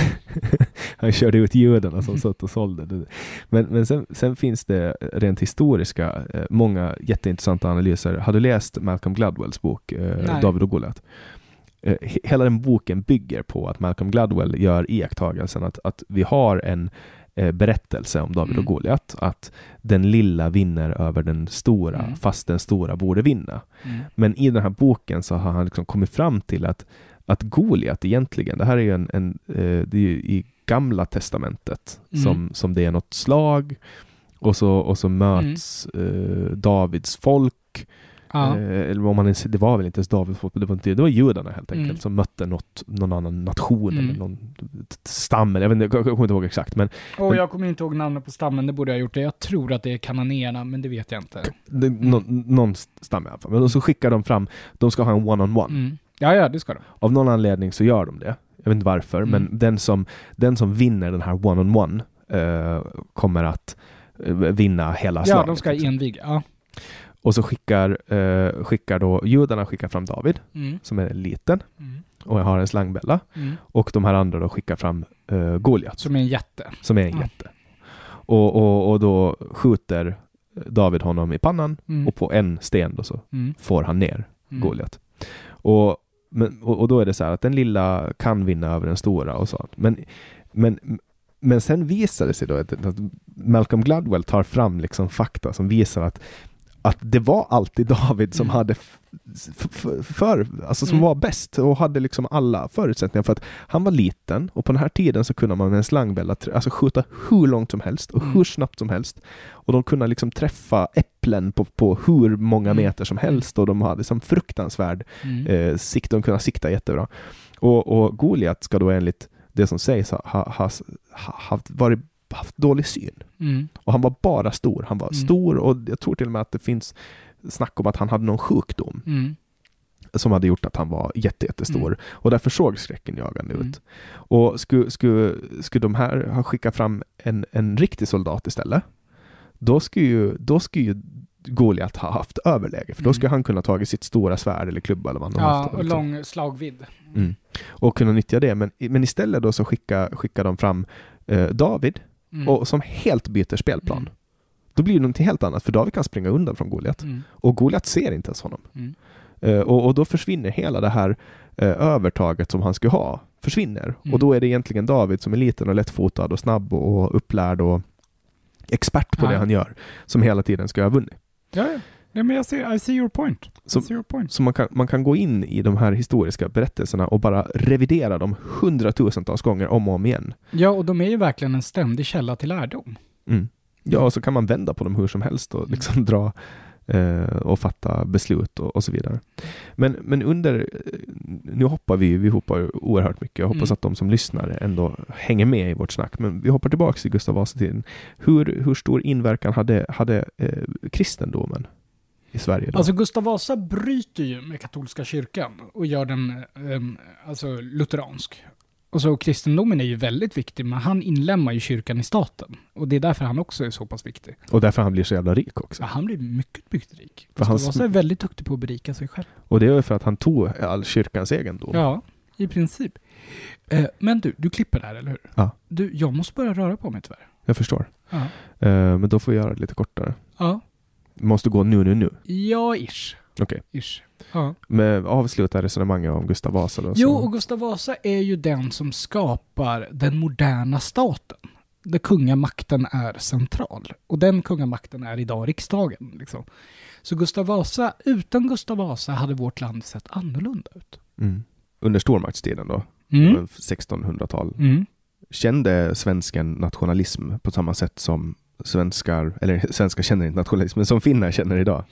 Speaker 4: Han körde ut judarna som satt och sålde. Men, men sen, sen finns det rent historiska uh, många jätteintressanta analyser. Har du läst Malcolm Gladwells bok eh, David och Goliat? Eh, hela den boken bygger på att Malcolm Gladwell gör iakttagelsen att, att vi har en eh, berättelse om David mm. och Goliat, att den lilla vinner över den stora mm. fast den stora borde vinna. Mm. Men i den här boken så har han liksom kommit fram till att, att Goliat egentligen, det här är ju en, en eh, det är ju i Gamla testamentet mm. som, som det är något slag och så, och så möts mm. eh, Davids folk. Ja. Eh, eller om man, det var väl inte ens David, det var, inte, det var judarna helt enkelt mm. som mötte något, någon annan nation mm. eller någon stam, jag, vet inte, jag kommer inte ihåg exakt. Men,
Speaker 5: oh,
Speaker 4: men,
Speaker 5: jag kommer inte ihåg namnet på stammen, det borde jag ha gjort det. Jag tror att det är kananéerna, men det vet jag inte.
Speaker 4: Det, mm. no, någon stam i alla fall. Men så skickar de fram, de ska ha en one-on-one.
Speaker 5: Mm. Ja, ja, det ska de.
Speaker 4: Av någon anledning så gör de det. Jag vet inte varför, mm. men den som, den som vinner den här one-on-one eh, kommer att eh, vinna hela slaget.
Speaker 5: Ja, de ska enviga, ja.
Speaker 4: Och så skickar, eh, skickar då judarna skickar fram David
Speaker 5: mm.
Speaker 4: som är liten
Speaker 5: mm.
Speaker 4: och har en slangbälla.
Speaker 5: Mm.
Speaker 4: Och de här andra då skickar fram eh, Goliat.
Speaker 5: Som är en jätte.
Speaker 4: Som är en
Speaker 5: ja.
Speaker 4: jätte. Och, och, och då skjuter David honom i pannan
Speaker 5: mm.
Speaker 4: och på en sten då så
Speaker 5: mm.
Speaker 4: får han ner
Speaker 5: mm.
Speaker 4: Goliat. Och, men, och, och då är det så här att den lilla kan vinna över den stora och så. Men, men, men sen visar det sig då att, att Malcolm Gladwell tar fram liksom fakta som visar att att det var alltid David som mm. hade f- f- för, alltså som mm. var bäst och hade liksom alla förutsättningar, för att han var liten och på den här tiden så kunde man med en slangbälla alltså skjuta hur långt som helst och mm. hur snabbt som helst, och de kunde liksom träffa äpplen på, på hur många mm. meter som helst, och de hade liksom fruktansvärd mm. eh, sikt, de kunde sikta jättebra. Och, och Goliat ska då enligt det som sägs ha, ha, ha, ha haft, varit haft dålig syn.
Speaker 5: Mm.
Speaker 4: Och han var bara stor. Han var mm. stor, och jag tror till och med att det finns snack om att han hade någon sjukdom
Speaker 5: mm.
Speaker 4: som hade gjort att han var jätte, jättestor. Mm. Och därför såg skräcken jagande
Speaker 5: mm.
Speaker 4: ut. Och skulle, skulle, skulle de här ha skickat fram en, en riktig soldat istället, då skulle ju, då skulle ju Goliat ha haft överläge. För då skulle mm. han kunna tagit sitt stora svärd eller klubba eller vad han
Speaker 5: ja,
Speaker 4: haft.
Speaker 5: Och lång slagvidd.
Speaker 4: Mm. Och kunna nyttja det. Men, men istället då så skickar, skickar de fram eh, David mm. och som helt byter spelplan. Mm. Då blir det något helt annat, för David kan springa undan från Goliat. Mm. Och Goliat ser inte ens honom. Mm. Uh, och, och då försvinner hela det här uh, övertaget som han skulle ha. Försvinner. Mm. Och då är det egentligen David som är liten och lättfotad och snabb och upplärd och expert på ja. det han gör, som hela tiden ska ha vunnit.
Speaker 5: Ja, ja. Ja, men jag ser, I see your point.
Speaker 4: Så,
Speaker 5: see your point.
Speaker 4: så man, kan, man kan gå in i de här historiska berättelserna och bara revidera dem hundratusentals gånger om och om igen.
Speaker 5: Ja, och de är ju verkligen en ständig källa till lärdom.
Speaker 4: Mm. Ja, och så kan man vända på dem hur som helst och liksom mm. dra eh, och fatta beslut och, och så vidare. Men, men under, nu hoppar vi, vi hoppar oerhört mycket. Jag hoppas mm. att de som lyssnar ändå hänger med i vårt snack. Men vi hoppar tillbaka till Gustav Vasa-tiden. Hur, hur stor inverkan hade, hade eh, kristendomen i Sverige då?
Speaker 5: Alltså Gustav Vasa bryter ju med katolska kyrkan och gör den um, alltså lutheransk. Och så kristendomen är ju väldigt viktig, men han inlämnar ju kyrkan i staten. Och det är därför han också är så pass viktig.
Speaker 4: Och därför han blir så jävla rik också.
Speaker 5: Ja, han blir mycket, mycket rik. För Gustav Vasa är väldigt duktig på att berika sig själv.
Speaker 4: Och det är ju för att han tog all kyrkans egendom.
Speaker 5: Ja, i princip. Eh, men du, du klipper där, eller hur?
Speaker 4: Ja.
Speaker 5: Du, jag måste börja röra på mig tyvärr.
Speaker 4: Jag förstår.
Speaker 5: Ja.
Speaker 4: Eh, men då får vi göra det lite kortare.
Speaker 5: Ja.
Speaker 4: Måste gå nu, nu, nu.
Speaker 5: Ja, ish.
Speaker 4: Okej. Okay.
Speaker 5: Ish. Ja.
Speaker 4: Med avsluta resonemanget om Gustav Vasa då,
Speaker 5: jo, och Gustav Vasa är ju den som skapar den moderna staten. Där kungamakten är central. Och den kungamakten är idag riksdagen. Liksom. Så Gustav Vasa, utan Gustav Vasa hade vårt land sett annorlunda ut.
Speaker 4: Mm. Under stormaktstiden då?
Speaker 5: Mm.
Speaker 4: sextonhundratal.
Speaker 5: Mm.
Speaker 4: Kände svensken nationalism på samma sätt som svenskar, eller svenskar känner inte nationalism, men som finnar känner idag?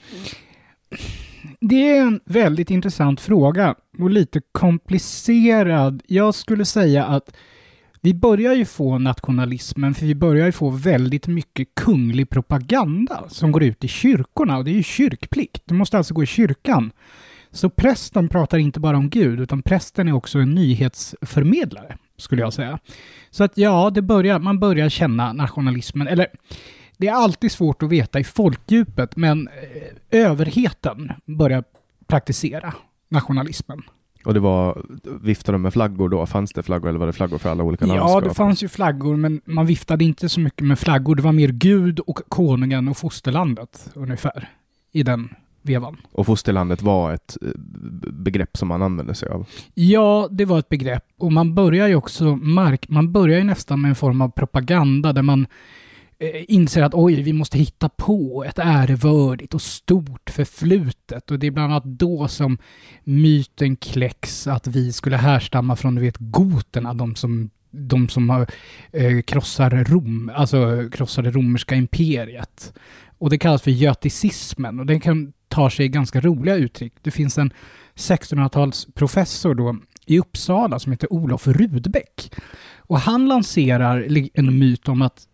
Speaker 5: Det är en väldigt intressant fråga och lite komplicerad. Jag skulle säga att vi börjar ju få nationalismen, för vi börjar ju få väldigt mycket kunglig propaganda som går ut i kyrkorna, och det är ju kyrkplikt. Du måste alltså gå i kyrkan. Så prästen pratar inte bara om Gud, utan prästen är också en nyhetsförmedlare, skulle jag säga. Så att ja, det börjar, man börjar känna nationalismen, eller det är alltid svårt att veta i folkdjupet, men eh, överheten börjar praktisera nationalismen.
Speaker 4: Och det var, viftade de med flaggor då? Fanns det flaggor eller var det flaggor för alla olika landskap?
Speaker 5: Ja, det fanns ju flaggor, men man viftade inte så mycket med flaggor. Det var mer Gud och konungen och fosterlandet ungefär i den vevan.
Speaker 4: Och fosterlandet var ett begrepp som man använde sig av?
Speaker 5: Ja, det var ett begrepp. Och man börjar ju också mark- man börjar ju nästan med en form av propaganda där man inser att oj, vi måste hitta på ett ärevördigt och stort förflutet. Och det är bland annat då som myten kläcks att vi skulle härstamma från, du vet, goterna, de som, de som har, eh, krossar Rom, alltså krossade romerska imperiet. Och det kallas för göticismen, och den kan ta sig ganska roliga uttryck. Det finns en sextonhundratals professor då i Uppsala som heter Olof Rudbeck. Och han lanserar en myt om att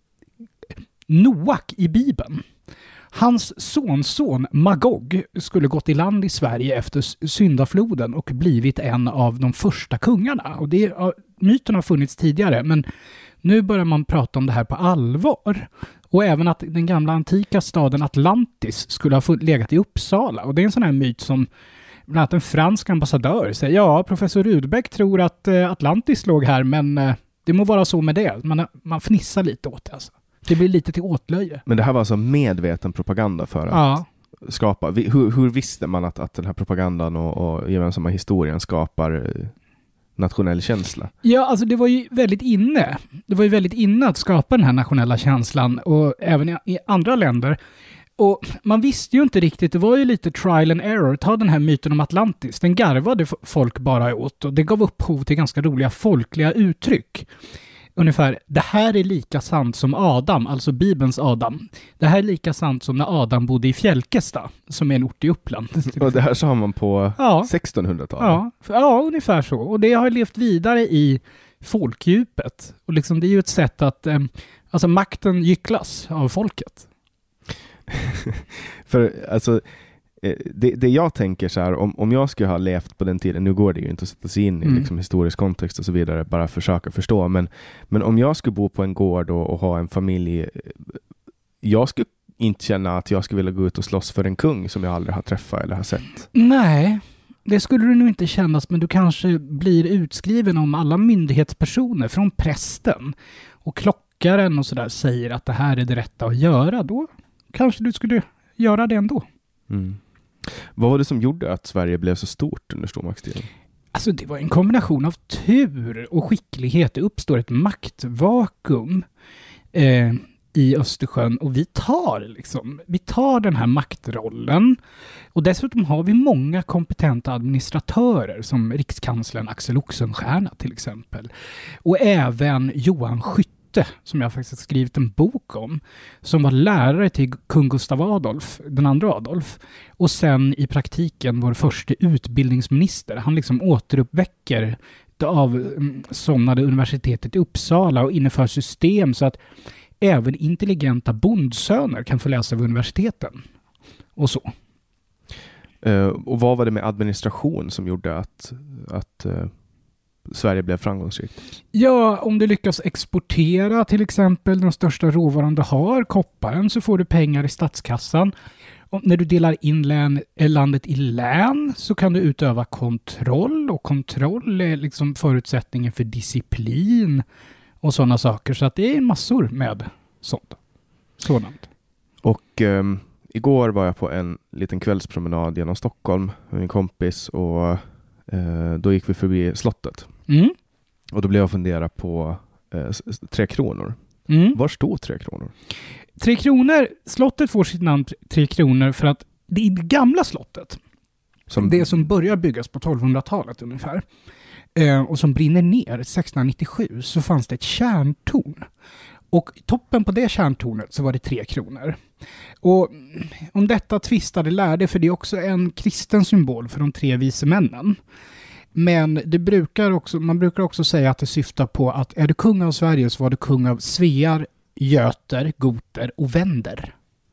Speaker 5: Noak i Bibeln, hans sonson Magog skulle gått i land i Sverige efter syndafloden och blivit en av de första kungarna. Och det, myten har funnits tidigare, men nu börjar man prata om det här på allvar. Och även att den gamla antika staden Atlantis skulle ha legat i Uppsala. Och det är en sån här myt som bland annat en fransk ambassadör säger, ja, professor Rudbeck tror att Atlantis låg här, men det må vara så med det. Man, man fnissar lite åt det alltså. Det blir lite till åtlöje.
Speaker 4: Men det här var alltså medveten propaganda för att
Speaker 5: ja.
Speaker 4: skapa. Hur, hur visste man att, att den här propagandan och, och gemensamma historien skapar nationell känsla?
Speaker 5: Ja, alltså det var ju väldigt inne. Det var ju väldigt inne att skapa den här nationella känslan, och även i, i andra länder. Och man visste ju inte riktigt, det var ju lite trial and error. Ta den här myten om Atlantis. Den garvade folk bara åt, och det gav upphov till ganska roliga folkliga uttryck. Ungefär, det här är lika sant som Adam, alltså Bibelns Adam. Det här är lika sant som när Adam bodde i Fjälkesta, som är en ort i Uppland.
Speaker 4: Och det här sa man på
Speaker 5: ja.
Speaker 4: sextonhundratalet?
Speaker 5: Ja, ja, ungefär så. Och det har levt vidare i folkdjupet. Och liksom det är ju ett sätt att, eh, alltså makten gycklas av folket.
Speaker 4: För alltså, det, det jag tänker så här, om, om jag skulle ha levt på den tiden, nu går det ju inte att sätta sig in i mm. liksom, historisk kontext och så vidare, bara försöka förstå, men, men om jag skulle bo på en gård och, och ha en familj, jag skulle inte känna att jag skulle vilja gå ut och slåss för en kung som jag aldrig har träffat eller har sett.
Speaker 5: Nej, det skulle du nog inte kännas, men du kanske blir utskriven om alla myndighetspersoner, från prästen och klock läkaren och sådär säger att det här är det rätta att göra, då kanske du skulle göra det ändå.
Speaker 4: Mm. Vad var det som gjorde att Sverige blev så stort under stormaktstiden?
Speaker 5: Alltså det var en kombination av tur och skicklighet. Det uppstår ett maktvakuum eh, i Östersjön och vi tar liksom, vi tar den här maktrollen. Och dessutom har vi många kompetenta administratörer som rikskanslern Axel Oxenstierna till exempel. Och även Johan Skytte, som jag faktiskt skrivit en bok om, som var lärare till kung Gustav Adolf, den andra Adolf, och sen i praktiken vår första utbildningsminister. Han liksom återuppväcker det avsomnade universitetet i Uppsala och inför system så att även intelligenta bondsöner kan få läsa vid universiteten. Och så.
Speaker 4: Uh, och vad var det med administration som gjorde att, att uh, Sverige blev framgångsrikt?
Speaker 5: Ja, om du lyckas exportera till exempel den största råvaran du har, kopparen, så får du pengar i statskassan. Och när du delar in län, landet i län så kan du utöva kontroll, och kontroll är liksom förutsättningen för disciplin och sådana saker. Så att det är massor med sånt. Sådant.
Speaker 4: Och um, igår var jag på en liten kvällspromenad genom Stockholm med min kompis och uh, då gick vi förbi slottet.
Speaker 5: Mm.
Speaker 4: Och då blev jag fundera på uh, Tre Kronor.
Speaker 5: Mm.
Speaker 4: Var stod Tre Kronor?
Speaker 5: Tre Kronor, slottet får sitt namn Tre Kronor för att det är det gamla slottet. Som det som börjar byggas på tolvhundratalet ungefär. Eh, och som brinner ner sextonhundranittiosju, så fanns det ett kärntorn. Och i toppen på det kärntornet så var det tre kronor. Och om detta tvistade lärde, för det är också en kristen symbol för de tre vise männen. Men det brukar också, man brukar också säga att det syftar på att är du kung av Sverige så var du kung av Svear, Göter, Goter och Vänder.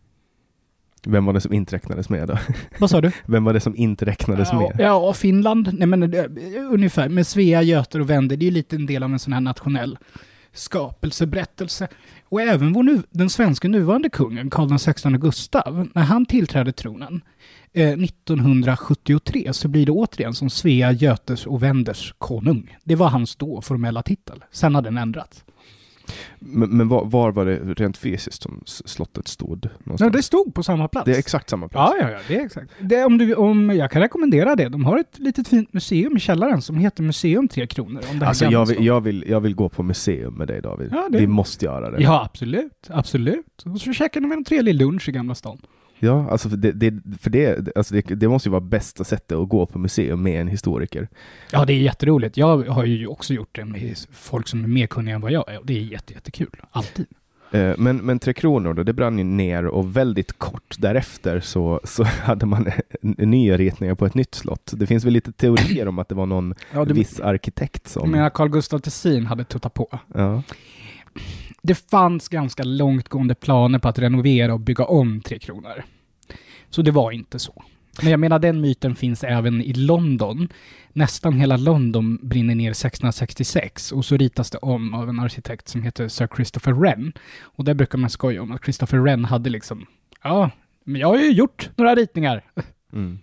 Speaker 4: Vem var det som inte räknades med då?
Speaker 5: Vad sa du?
Speaker 4: Vem var det som inte räknades
Speaker 5: ja,
Speaker 4: med?
Speaker 5: Ja, Finland. Nej, men det, ungefär. Med Svea, Göter och Vänder. Det är ju lite en del av en sån här nationell skapelseberättelse. Och även vår nu, den svenska nuvarande kungen, Karl den sextonde Gustav, när han tillträdde tronen eh, nittonhundrasjuttiotre, så blir det återigen som Svea, Göters och Vänders konung. Det var hans då formella titel. Sen har den ändrats.
Speaker 4: Men, men var, var var det rent fysiskt som slottet stod?
Speaker 5: Ja, det stod på samma plats.
Speaker 4: Det är exakt samma plats.
Speaker 5: Ja, ja, ja, det är exakt. Det, om du, om, jag kan rekommendera det. De har ett litet fint museum i källaren som heter Museum Tre Kronor. Om det
Speaker 4: alltså jag vill, jag, vill, jag vill gå på museum med dig, David. Ja, det... Vi måste göra det.
Speaker 5: Ja, absolut. Absolut. Och så käkar de en trevlig lunch i Gamla stan.
Speaker 4: Ja, alltså för, det, det, för det, alltså det, det måste ju vara bästa sättet att gå på museum med en historiker.
Speaker 5: Ja, det är jätteroligt. Jag har ju också gjort det med folk som är mer kunniga än vad jag är. Och det är jätte, jättekul. Alltid.
Speaker 4: Eh, men, men Tre Kronor då, det brann ju ner och väldigt kort därefter så, så hade man nya ritningar på ett nytt slott. Det finns väl lite teorier om att det var någon ja, det, viss arkitekt som...
Speaker 5: Jag menar Carl Gustaf Tessin hade tuttat på.
Speaker 4: Ja.
Speaker 5: Det fanns ganska långtgående planer på att renovera och bygga om Tre Kronor. Så det var inte så. Men jag menar, den myten finns även i London. Nästan hela London brinner ner sextonhundrasextiosex och så ritas det om av en arkitekt som heter Sir Christopher Wren. Och där brukar man skoja om att Christopher Wren hade liksom, ja, men jag har ju gjort några ritningar.
Speaker 4: Mm.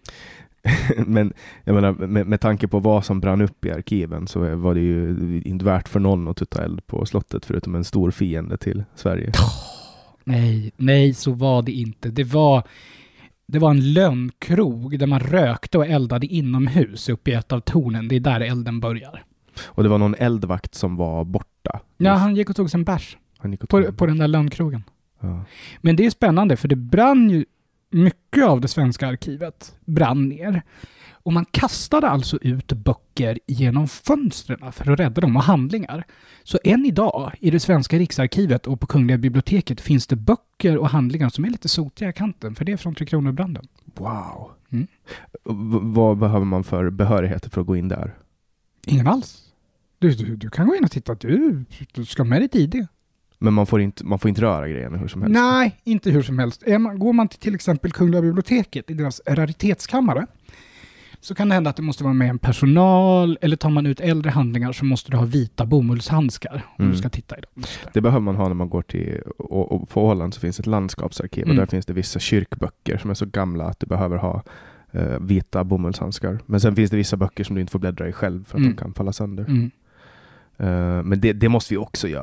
Speaker 4: Men jag menar, med, med tanke på vad som brann upp i arkiven så var det ju inte värt för någon att tutta eld på slottet förutom en stor fiende till Sverige.
Speaker 5: Oh, nej, nej, så var det inte. Det var, det var en lönnkrog där man rökte och eldade inomhus uppe i ett av tornen. Det är där elden börjar.
Speaker 4: Och det var någon eldvakt som var borta.
Speaker 5: Ja, han gick och tog sig en bärs på, på den där lönnkrogen.
Speaker 4: Ja. Men
Speaker 5: det är spännande för det brann ju mycket av det svenska arkivet brann ner. Och man kastade alltså ut böcker genom fönstren för att rädda dem och handlingar. Så än idag i det svenska riksarkivet och på Kungliga biblioteket finns det böcker och handlingar som är lite sotiga i kanten. För det är från Tre Kronor-branden.
Speaker 4: Wow.
Speaker 5: Mm.
Speaker 4: V- vad behöver man för behörigheter för att gå in där?
Speaker 5: Ingen alls. Du, du, du kan gå in och titta. Du, du ska med ditt I D.
Speaker 4: Men man får inte, man får inte röra grejerna hur som helst?
Speaker 5: Nej, inte hur som helst. Går man till till exempel Kungliga biblioteket i deras raritetskammare så kan det hända att det måste vara med en personal, eller tar man ut äldre handlingar så måste du ha vita bomullshandskar om mm. du ska titta i dem.
Speaker 4: Det behöver man ha när man går till, och, och på Åland så finns ett landskapsarkiv mm. och där finns det vissa kyrkböcker som är så gamla att du behöver ha eh, vita bomullshandskar. Men sen finns det vissa böcker som du inte får bläddra i själv för att mm. de kan falla sönder. Mm. Uh, men det, det måste vi också göra.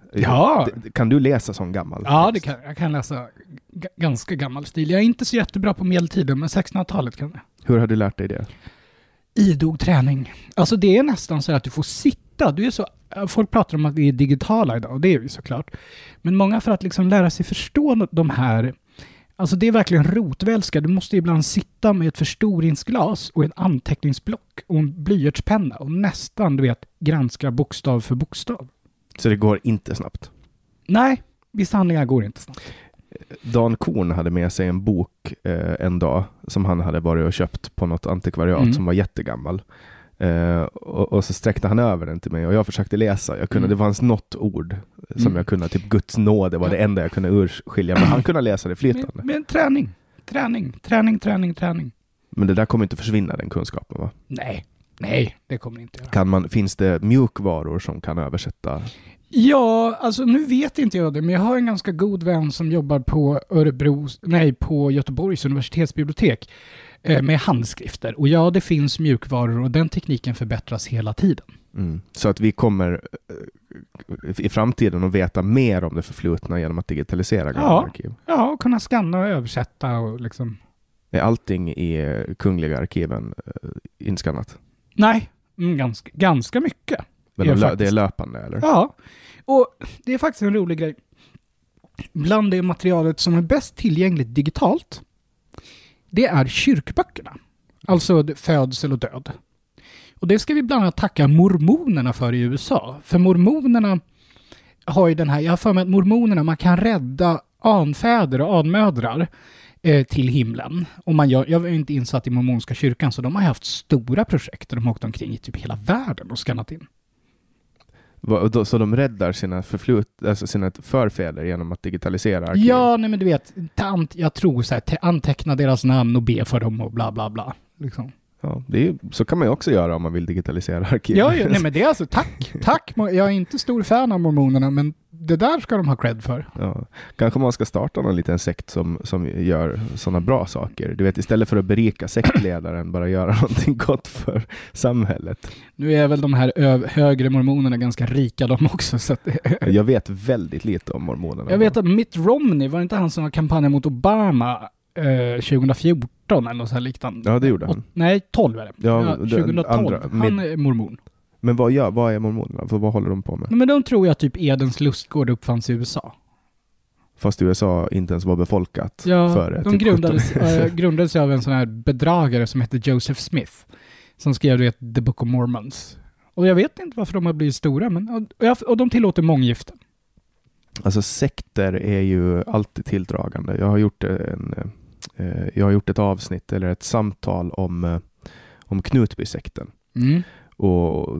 Speaker 5: Ja.
Speaker 4: Kan du läsa sån gammal?
Speaker 5: Ja, det kan, jag kan läsa g- ganska gammal stil. Jag är inte så jättebra på medeltiden, men sextonhundratalet kan jag.
Speaker 4: Hur har du lärt dig det?
Speaker 5: Idog träning. Alltså det är nästan så att du får sitta. Du är så, folk pratar om att vi är digitala idag, och det är vi såklart. Men många, för att liksom lära sig förstå de här, alltså det är verkligen rotvälska. Du måste ibland sitta med ett förstoringsglas och en anteckningsblock och en blyertspenna och nästan, du vet, granska bokstav för bokstav.
Speaker 4: Så det går inte snabbt?
Speaker 5: Nej, vissa handlingar går inte snabbt.
Speaker 4: Dan Korn hade med sig en bok eh, en dag som han hade varit och köpt på något antikvariat mm. som var jättegammal. Eh, och, och så sträckte han över den till mig och jag försökte läsa. Jag kunde, mm. Det fanns något ord som mm. jag kunde, typ Guds nåd, det var ja. det enda jag kunde urskilja. Men han kunde läsa det flytande.
Speaker 5: Med, med träning. Träning, träning, träning, träning.
Speaker 4: Men det där kommer inte försvinna, den kunskapen, va?
Speaker 5: Nej, nej, det kommer inte göra.
Speaker 4: Kan man, finns det mjukvaror som kan översätta?
Speaker 5: Ja, alltså nu vet inte jag det, men jag har en ganska god vän som jobbar på Örebro, nej, på Göteborgs universitetsbibliotek eh, med handskrifter. Och ja, det finns mjukvaror och den tekniken förbättras hela tiden.
Speaker 4: Mm. Så att vi kommer eh, i framtiden att veta mer om det förflutna genom att digitalisera gamla
Speaker 5: ja,
Speaker 4: arkiv.
Speaker 5: Ja, och kunna scanna och översätta och liksom.
Speaker 4: Är allting i kungliga arkiven eh, inskannat?
Speaker 5: Nej, mm, ganska, ganska mycket.
Speaker 4: Men de lö- det är löpande, eller?
Speaker 5: Ja, och det är faktiskt en rolig grej. Bland det materialet som är bäst tillgängligt digitalt, det är kyrkböckerna. Alltså födsel och död. Och det ska vi bland annat tacka mormonerna för i U S A. För mormonerna har ju den här, jag har för mig att mormonerna, man kan rädda anfäder och anmödrar eh, till himlen. Och man gör, jag är inte insatt i mormonska kyrkan, så de har haft stora projekt där de har åkt omkring i typ hela världen och skannat in.
Speaker 4: Så de räddar sina förflut, alltså sina förfäder genom att digitalisera arkiv?
Speaker 5: Ja, nej men du vet, jag tror så här, anteckna deras namn och be för dem och bla bla bla. Liksom.
Speaker 4: Ja, det är, så kan man ju också göra om man vill digitalisera arkiv.
Speaker 5: Ja, ja, nej men det är alltså, tack, tack. Jag är inte stor fan av mormonerna, men det där ska de ha cred för.
Speaker 4: Ja, kanske man ska starta någon liten sekt som, som gör sådana bra saker. Du vet, istället för att berika sektledaren, bara göra någonting gott för samhället.
Speaker 5: Nu är väl de här ö- högre mormonerna ganska rika de också. Så att
Speaker 4: jag vet väldigt lite om mormonerna.
Speaker 5: Jag vet att Mitt Romney, var inte han som var kampanjen mot Obama eh, tjugohundrafjorton eller något så här liknande?
Speaker 4: Ja, det gjorde han.
Speaker 5: Och, nej, tolv är det.
Speaker 4: Ja,
Speaker 5: ja, tjugotolv. Andra, med... Han är mormon.
Speaker 4: Men vad, gör, vad är mormonerna? För vad håller de på med?
Speaker 5: Men de tror jag typ Edens lustgård uppfanns i U S A.
Speaker 4: Fast U S A inte ens var befolkat
Speaker 5: ja,
Speaker 4: före.
Speaker 5: De typ grundades, äh, grundades av en sån här bedragare som heter Joseph Smith. Som skrev det, The Book of Mormons. Och jag vet inte varför de har blivit stora, men och, och de tillåter månggiften.
Speaker 4: Alltså sekter är ju alltid tilldragande. Jag har gjort en eh, jag har gjort ett avsnitt eller ett samtal om eh, om Knutbysekten.
Speaker 5: Mm.
Speaker 4: Och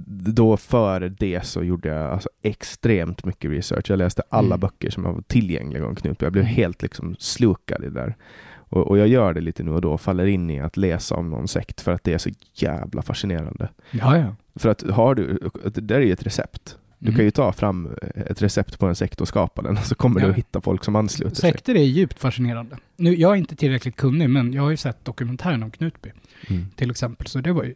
Speaker 4: då före det så gjorde jag alltså extremt mycket research. Jag läste alla mm. böcker som var tillgängliga om Knutby. Jag blev helt liksom slukad i det där. Och, och jag gör det lite nu och då, faller in i att läsa om någon sekt för att det är så jävla fascinerande.
Speaker 5: Ja, ja.
Speaker 4: För att har du, det där är ju ett recept. Du
Speaker 5: mm.
Speaker 4: kan ju ta fram ett recept på en sekt och skapa den, och så kommer ja. du att hitta folk som ansluter sig.
Speaker 5: Sekter är djupt fascinerande. Nu, jag är inte tillräckligt kunnig, men jag har ju sett dokumentären om Knutby mm. till exempel, så det var ju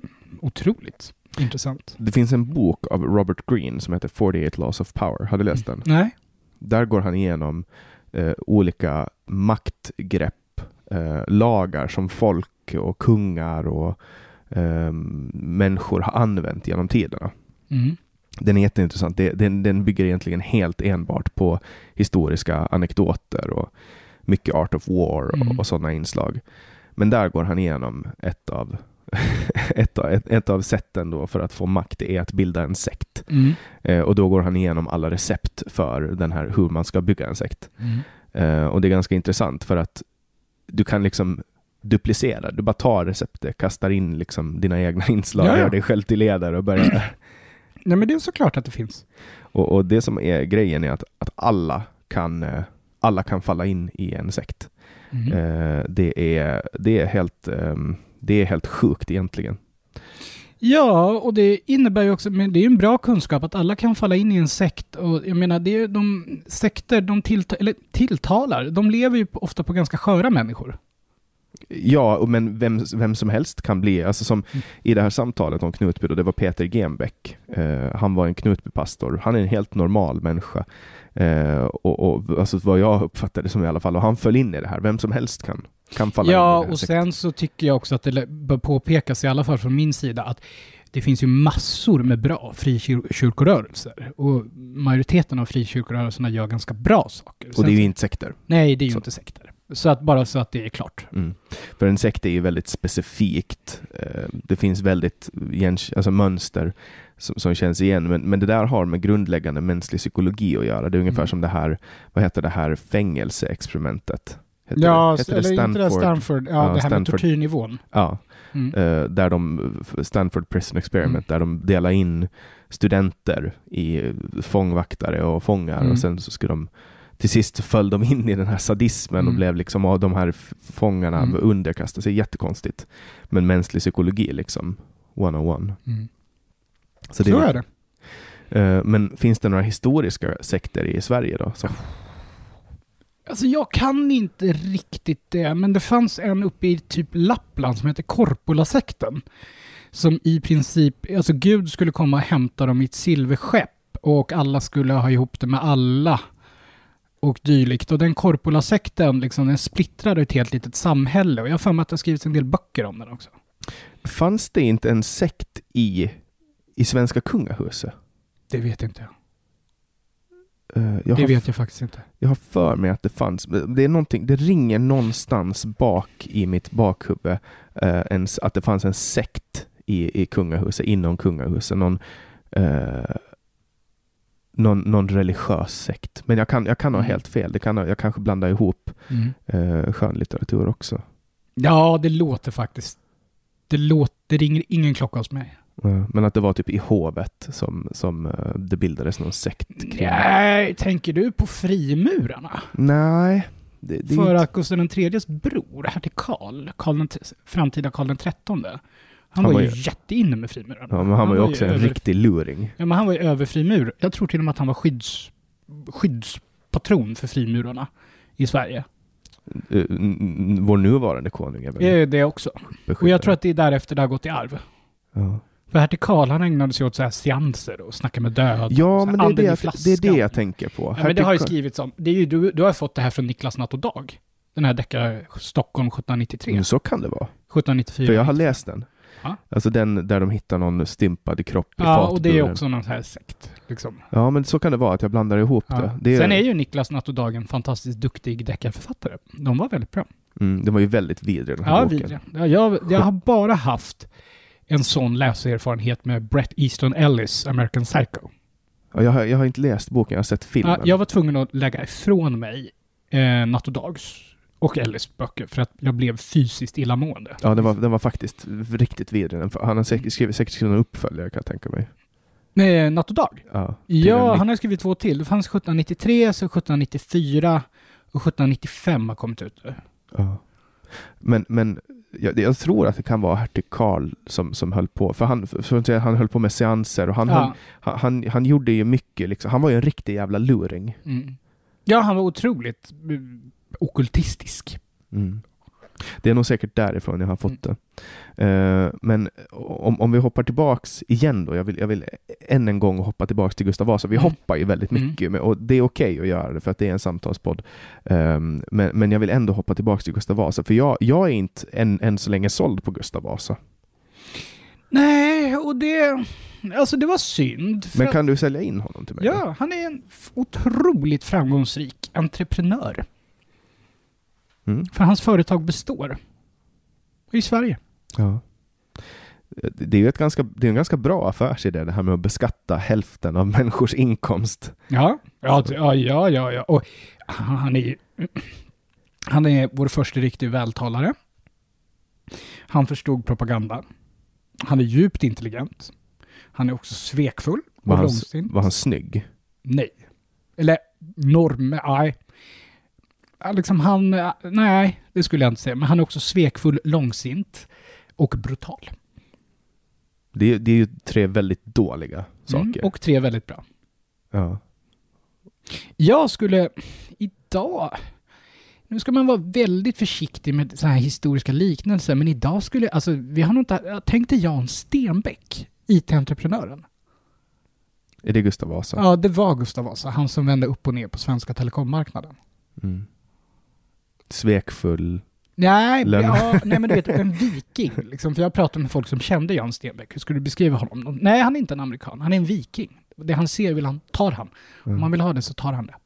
Speaker 5: otroligt intressant.
Speaker 4: Det finns en bok av Robert Greene som heter fyrtioåtta Laws of Power. Har du läst den?
Speaker 5: Nej.
Speaker 4: Där går han igenom eh, olika maktgrepp, eh, lagar som folk och kungar och eh, människor har använt genom tiderna.
Speaker 5: Mm.
Speaker 4: Den är jätteintressant. Det, den, den bygger egentligen helt enbart på historiska anekdoter och mycket Art of War och,
Speaker 5: mm.
Speaker 4: och sådana inslag. Men där går han igenom ett av ett, av, ett, ett av sätten då för att få makt är att bilda en sekt.
Speaker 5: Mm.
Speaker 4: Eh, och då går han igenom alla recept för den här hur man ska bygga en sekt.
Speaker 5: Mm.
Speaker 4: Eh, och det är ganska intressant för att du kan liksom duplicera. Du bara tar receptet, kastar in liksom dina egna inslag,
Speaker 5: ja, ja.
Speaker 4: gör dig själv till ledare och börjar...
Speaker 5: Nej, men det är såklart att det finns.
Speaker 4: Och, och det som är grejen är att, att alla kan alla kan falla in i en sekt.
Speaker 5: Mm.
Speaker 4: Eh, det är det är helt eh, det är helt sjukt egentligen.
Speaker 5: Ja, och det innebär ju också, men det är en bra kunskap att alla kan falla in i en sekt. Och jag menar, det är de sekter de tillta- eller tilltalar, de lever ju ofta på ganska sköra människor.
Speaker 4: Ja, men vem, vem som helst kan bli, alltså som mm. i det här samtalet om Knutby då, det var Peter Genbeck. Eh, han var en Knutbypastor. Han är en helt normal människa. Eh, och, och alltså vad jag uppfattade som i alla fall, och han föll in i det här. Vem som helst kan, kan falla
Speaker 5: ja,
Speaker 4: in i det här.
Speaker 5: Och
Speaker 4: sektorn.
Speaker 5: sen så tycker jag också att det bör påpekas i alla fall från min sida att det finns ju massor med bra frikyrkorörelser. Och majoriteten av frikyrkorörelserna gör ganska bra saker.
Speaker 4: Och det är ju inte sekter.
Speaker 5: Nej, det är ju
Speaker 4: så.
Speaker 5: inte sekter. Så att bara så att det är klart.
Speaker 4: Mm. För en sekt är ju väldigt specifikt. Det finns väldigt alltså mönster som, som känns igen. Men, men det där har med grundläggande mänsklig psykologi att göra. Det är ungefär mm. som det här, vad heter det här fängelseexperimentet? Heter
Speaker 5: ja,
Speaker 4: det, heter
Speaker 5: eller
Speaker 4: det Stanford?
Speaker 5: inte det Stanford. Ja,
Speaker 4: ja,
Speaker 5: det här
Speaker 4: Stanford.
Speaker 5: med tortyrnivån.
Speaker 4: Ja, mm. uh, där de, Stanford Prison Experiment, mm. där de delar in studenter i fångvaktare och fångar mm. och sen så ska de till sist föll de in i den här sadismen mm. och blev liksom av de här fångarna mm. underkastade sig. Jättekonstigt. Men mänsklig psykologi liksom one on one.
Speaker 5: Mm.
Speaker 4: Så, det
Speaker 5: så
Speaker 4: är
Speaker 5: är det.
Speaker 4: Uh, men finns det några historiska sekter i Sverige då? Så.
Speaker 5: Alltså jag kan inte riktigt det, men det fanns en uppe i typ Lappland som heter Korpula-sekten. Som i princip, alltså Gud skulle komma och hämta dem i ett silverskepp och alla skulle ha ihop det med alla och dylikt. Och den Korpula-sekten liksom, den splittrade ett helt litet samhälle och jag har för mig att det har skrivits en del böcker om den också.
Speaker 4: Fanns det inte en sekt i, i Svenska kungahuset?
Speaker 5: Det vet inte jag.
Speaker 4: Uh, jag
Speaker 5: det
Speaker 4: har,
Speaker 5: vet jag faktiskt inte.
Speaker 4: Jag har för mig att det fanns. Det är någonting, det ringer någonstans bak i mitt bakhuvud uh, en, att det fanns en sekt i, i kungahuset, inom kungahuset. Någon, uh, någon, någon religiös sekt. Men jag kan, jag kan ha mm. helt fel. Det kan, jag kanske blandar ihop mm. uh, skönlitteratur också.
Speaker 5: Ja, det låter faktiskt. Det, låter, det ringer ingen klocka hos mig.
Speaker 4: Men att det var typ i hovet som, som uh, det bildades någon sekt kring.
Speaker 5: Nej, tänker du på frimurarna?
Speaker 4: Nej. Det, det
Speaker 5: För
Speaker 4: inte...
Speaker 5: att Gustav den tredjes bror, hertig Karl, Karl den, framtida Karl den trettonde, han, han var, var ju jätteinne med frimurarna.
Speaker 4: Ja, men han, han var ju också var ju en över... riktig luring.
Speaker 5: Ja, men han var ju över frimur. Jag tror till och med att han var skydds, skyddspatron för frimurarna i Sverige.
Speaker 4: Uh, vår nuvarande konung är väl
Speaker 5: det, det också. Beskyddare. Och jag tror att det är därefter det har gått i arv.
Speaker 4: Ja.
Speaker 5: För hertig Karl, han ägnade sig åt så här seanser och snacka med död.
Speaker 4: Ja, men det är det, jag, det är det jag tänker på.
Speaker 5: Ja, men det har ju skrivits om. Det är ju, du, du har fått det här från Niklas Natt och Dag. Den här deckare Stockholm sjuttonhundranittiotre.
Speaker 4: Men så kan det vara.
Speaker 5: sjuttonhundranittiofyra.
Speaker 4: För jag har läst den.
Speaker 5: Ja.
Speaker 4: Alltså den där de hittar någon stympad kropp i
Speaker 5: ja,
Speaker 4: fatburen.
Speaker 5: Ja, och det är också någon här sekt. Liksom.
Speaker 4: Ja, men så kan det vara att jag blandar ihop
Speaker 5: ja.
Speaker 4: det. det är...
Speaker 5: Sen är ju Niklas Natt och Dag en fantastiskt duktig deckarförfattare. De var väldigt bra.
Speaker 4: Mm, de var ju väldigt vidriga, den här
Speaker 5: ja,
Speaker 4: boken.
Speaker 5: Vidriga. Ja, jag, jag har bara haft en sån läsererfarenhet med Bret Easton Ellis, American Psycho.
Speaker 4: Ja, jag, har, jag har inte läst boken, jag har sett filmen.
Speaker 5: Ja, jag var tvungen att lägga ifrån mig eh, Natt och Dags och Ellis böcker för att jag blev fysiskt illamående.
Speaker 4: Ja, den var, den var faktiskt riktigt vidrig. Han har säkert skrivit, säkert skrivit en uppföljare, kan jag tänka mig.
Speaker 5: Nej, Natt och Dag?
Speaker 4: Ja,
Speaker 5: ja han har skrivit två till. Det fanns sjuttonhundranittiotre, så sjuttonhundranittiofyra och sjuttonhundranittiofem har kommit ut.
Speaker 4: Ja. Men, men jag, jag tror att det kan vara hertig Karl som, som höll på. För han, för han höll på med seanser och han,
Speaker 5: ja.
Speaker 4: höll, han, han, han gjorde ju mycket. Liksom. Han var ju en riktig jävla luring.
Speaker 5: Mm. Ja, han var otroligt uh, okultistisk.
Speaker 4: Mm. Det är nog säkert därifrån jag har fått mm. det. Uh, men om, om vi hoppar tillbaks igen då. Jag vill, jag vill än en gång hoppa tillbaks till Gustav Vasa. Vi mm. hoppar ju väldigt mycket. Mm. Och det är okej okay att göra det för att det är en samtalspodd. Um, men, men jag vill ändå hoppa tillbaks till Gustav Vasa. För jag, jag är inte än, än så länge såld på Gustav Vasa.
Speaker 5: Nej, och det... Alltså det var synd.
Speaker 4: Men kan du sälja in honom till mig?
Speaker 5: Ja, då? Han är en otroligt framgångsrik entreprenör. Mm. För hans företag består i Sverige.
Speaker 4: Ja. Det är ju ett ganska, det är en ganska bra affärsidé det här med att beskatta hälften av människors inkomst.
Speaker 5: Ja, ja, ja, ja, ja, ja. Och han är han är vår första riktig vältalare. Han förstod propaganda. Han är djupt intelligent. Han är också svekfull och
Speaker 4: var han,
Speaker 5: långsint.
Speaker 4: Var han snygg?
Speaker 5: Nej. Eller norm, nej. Liksom han, nej, det skulle jag inte säga. Men han är också svekfull, långsint och brutal.
Speaker 4: Det, det är ju tre väldigt dåliga saker.
Speaker 5: Mm, och tre väldigt bra.
Speaker 4: Ja.
Speaker 5: Jag skulle idag... Nu ska man vara väldigt försiktig med så här historiska liknelser, men idag skulle, alltså vi har nog inte, jag tänkte Jan Stenbeck, I T-entreprenören.
Speaker 4: Är det Gustav Vasa?
Speaker 5: Ja, det var Gustav Vasa, han som vände upp och ner på svenska telekommarknaden.
Speaker 4: Mm. Svekfull.
Speaker 5: Nej, ja, nej, men du vet, en viking. Liksom, för jag pratade med folk som kände Jan Stenbeck. Hur skulle du beskriva honom? Nej, han är inte en amerikan. Han är en viking. Det han ser vill han, tar han.
Speaker 4: Mm.
Speaker 5: Om man vill ha det så tar han det.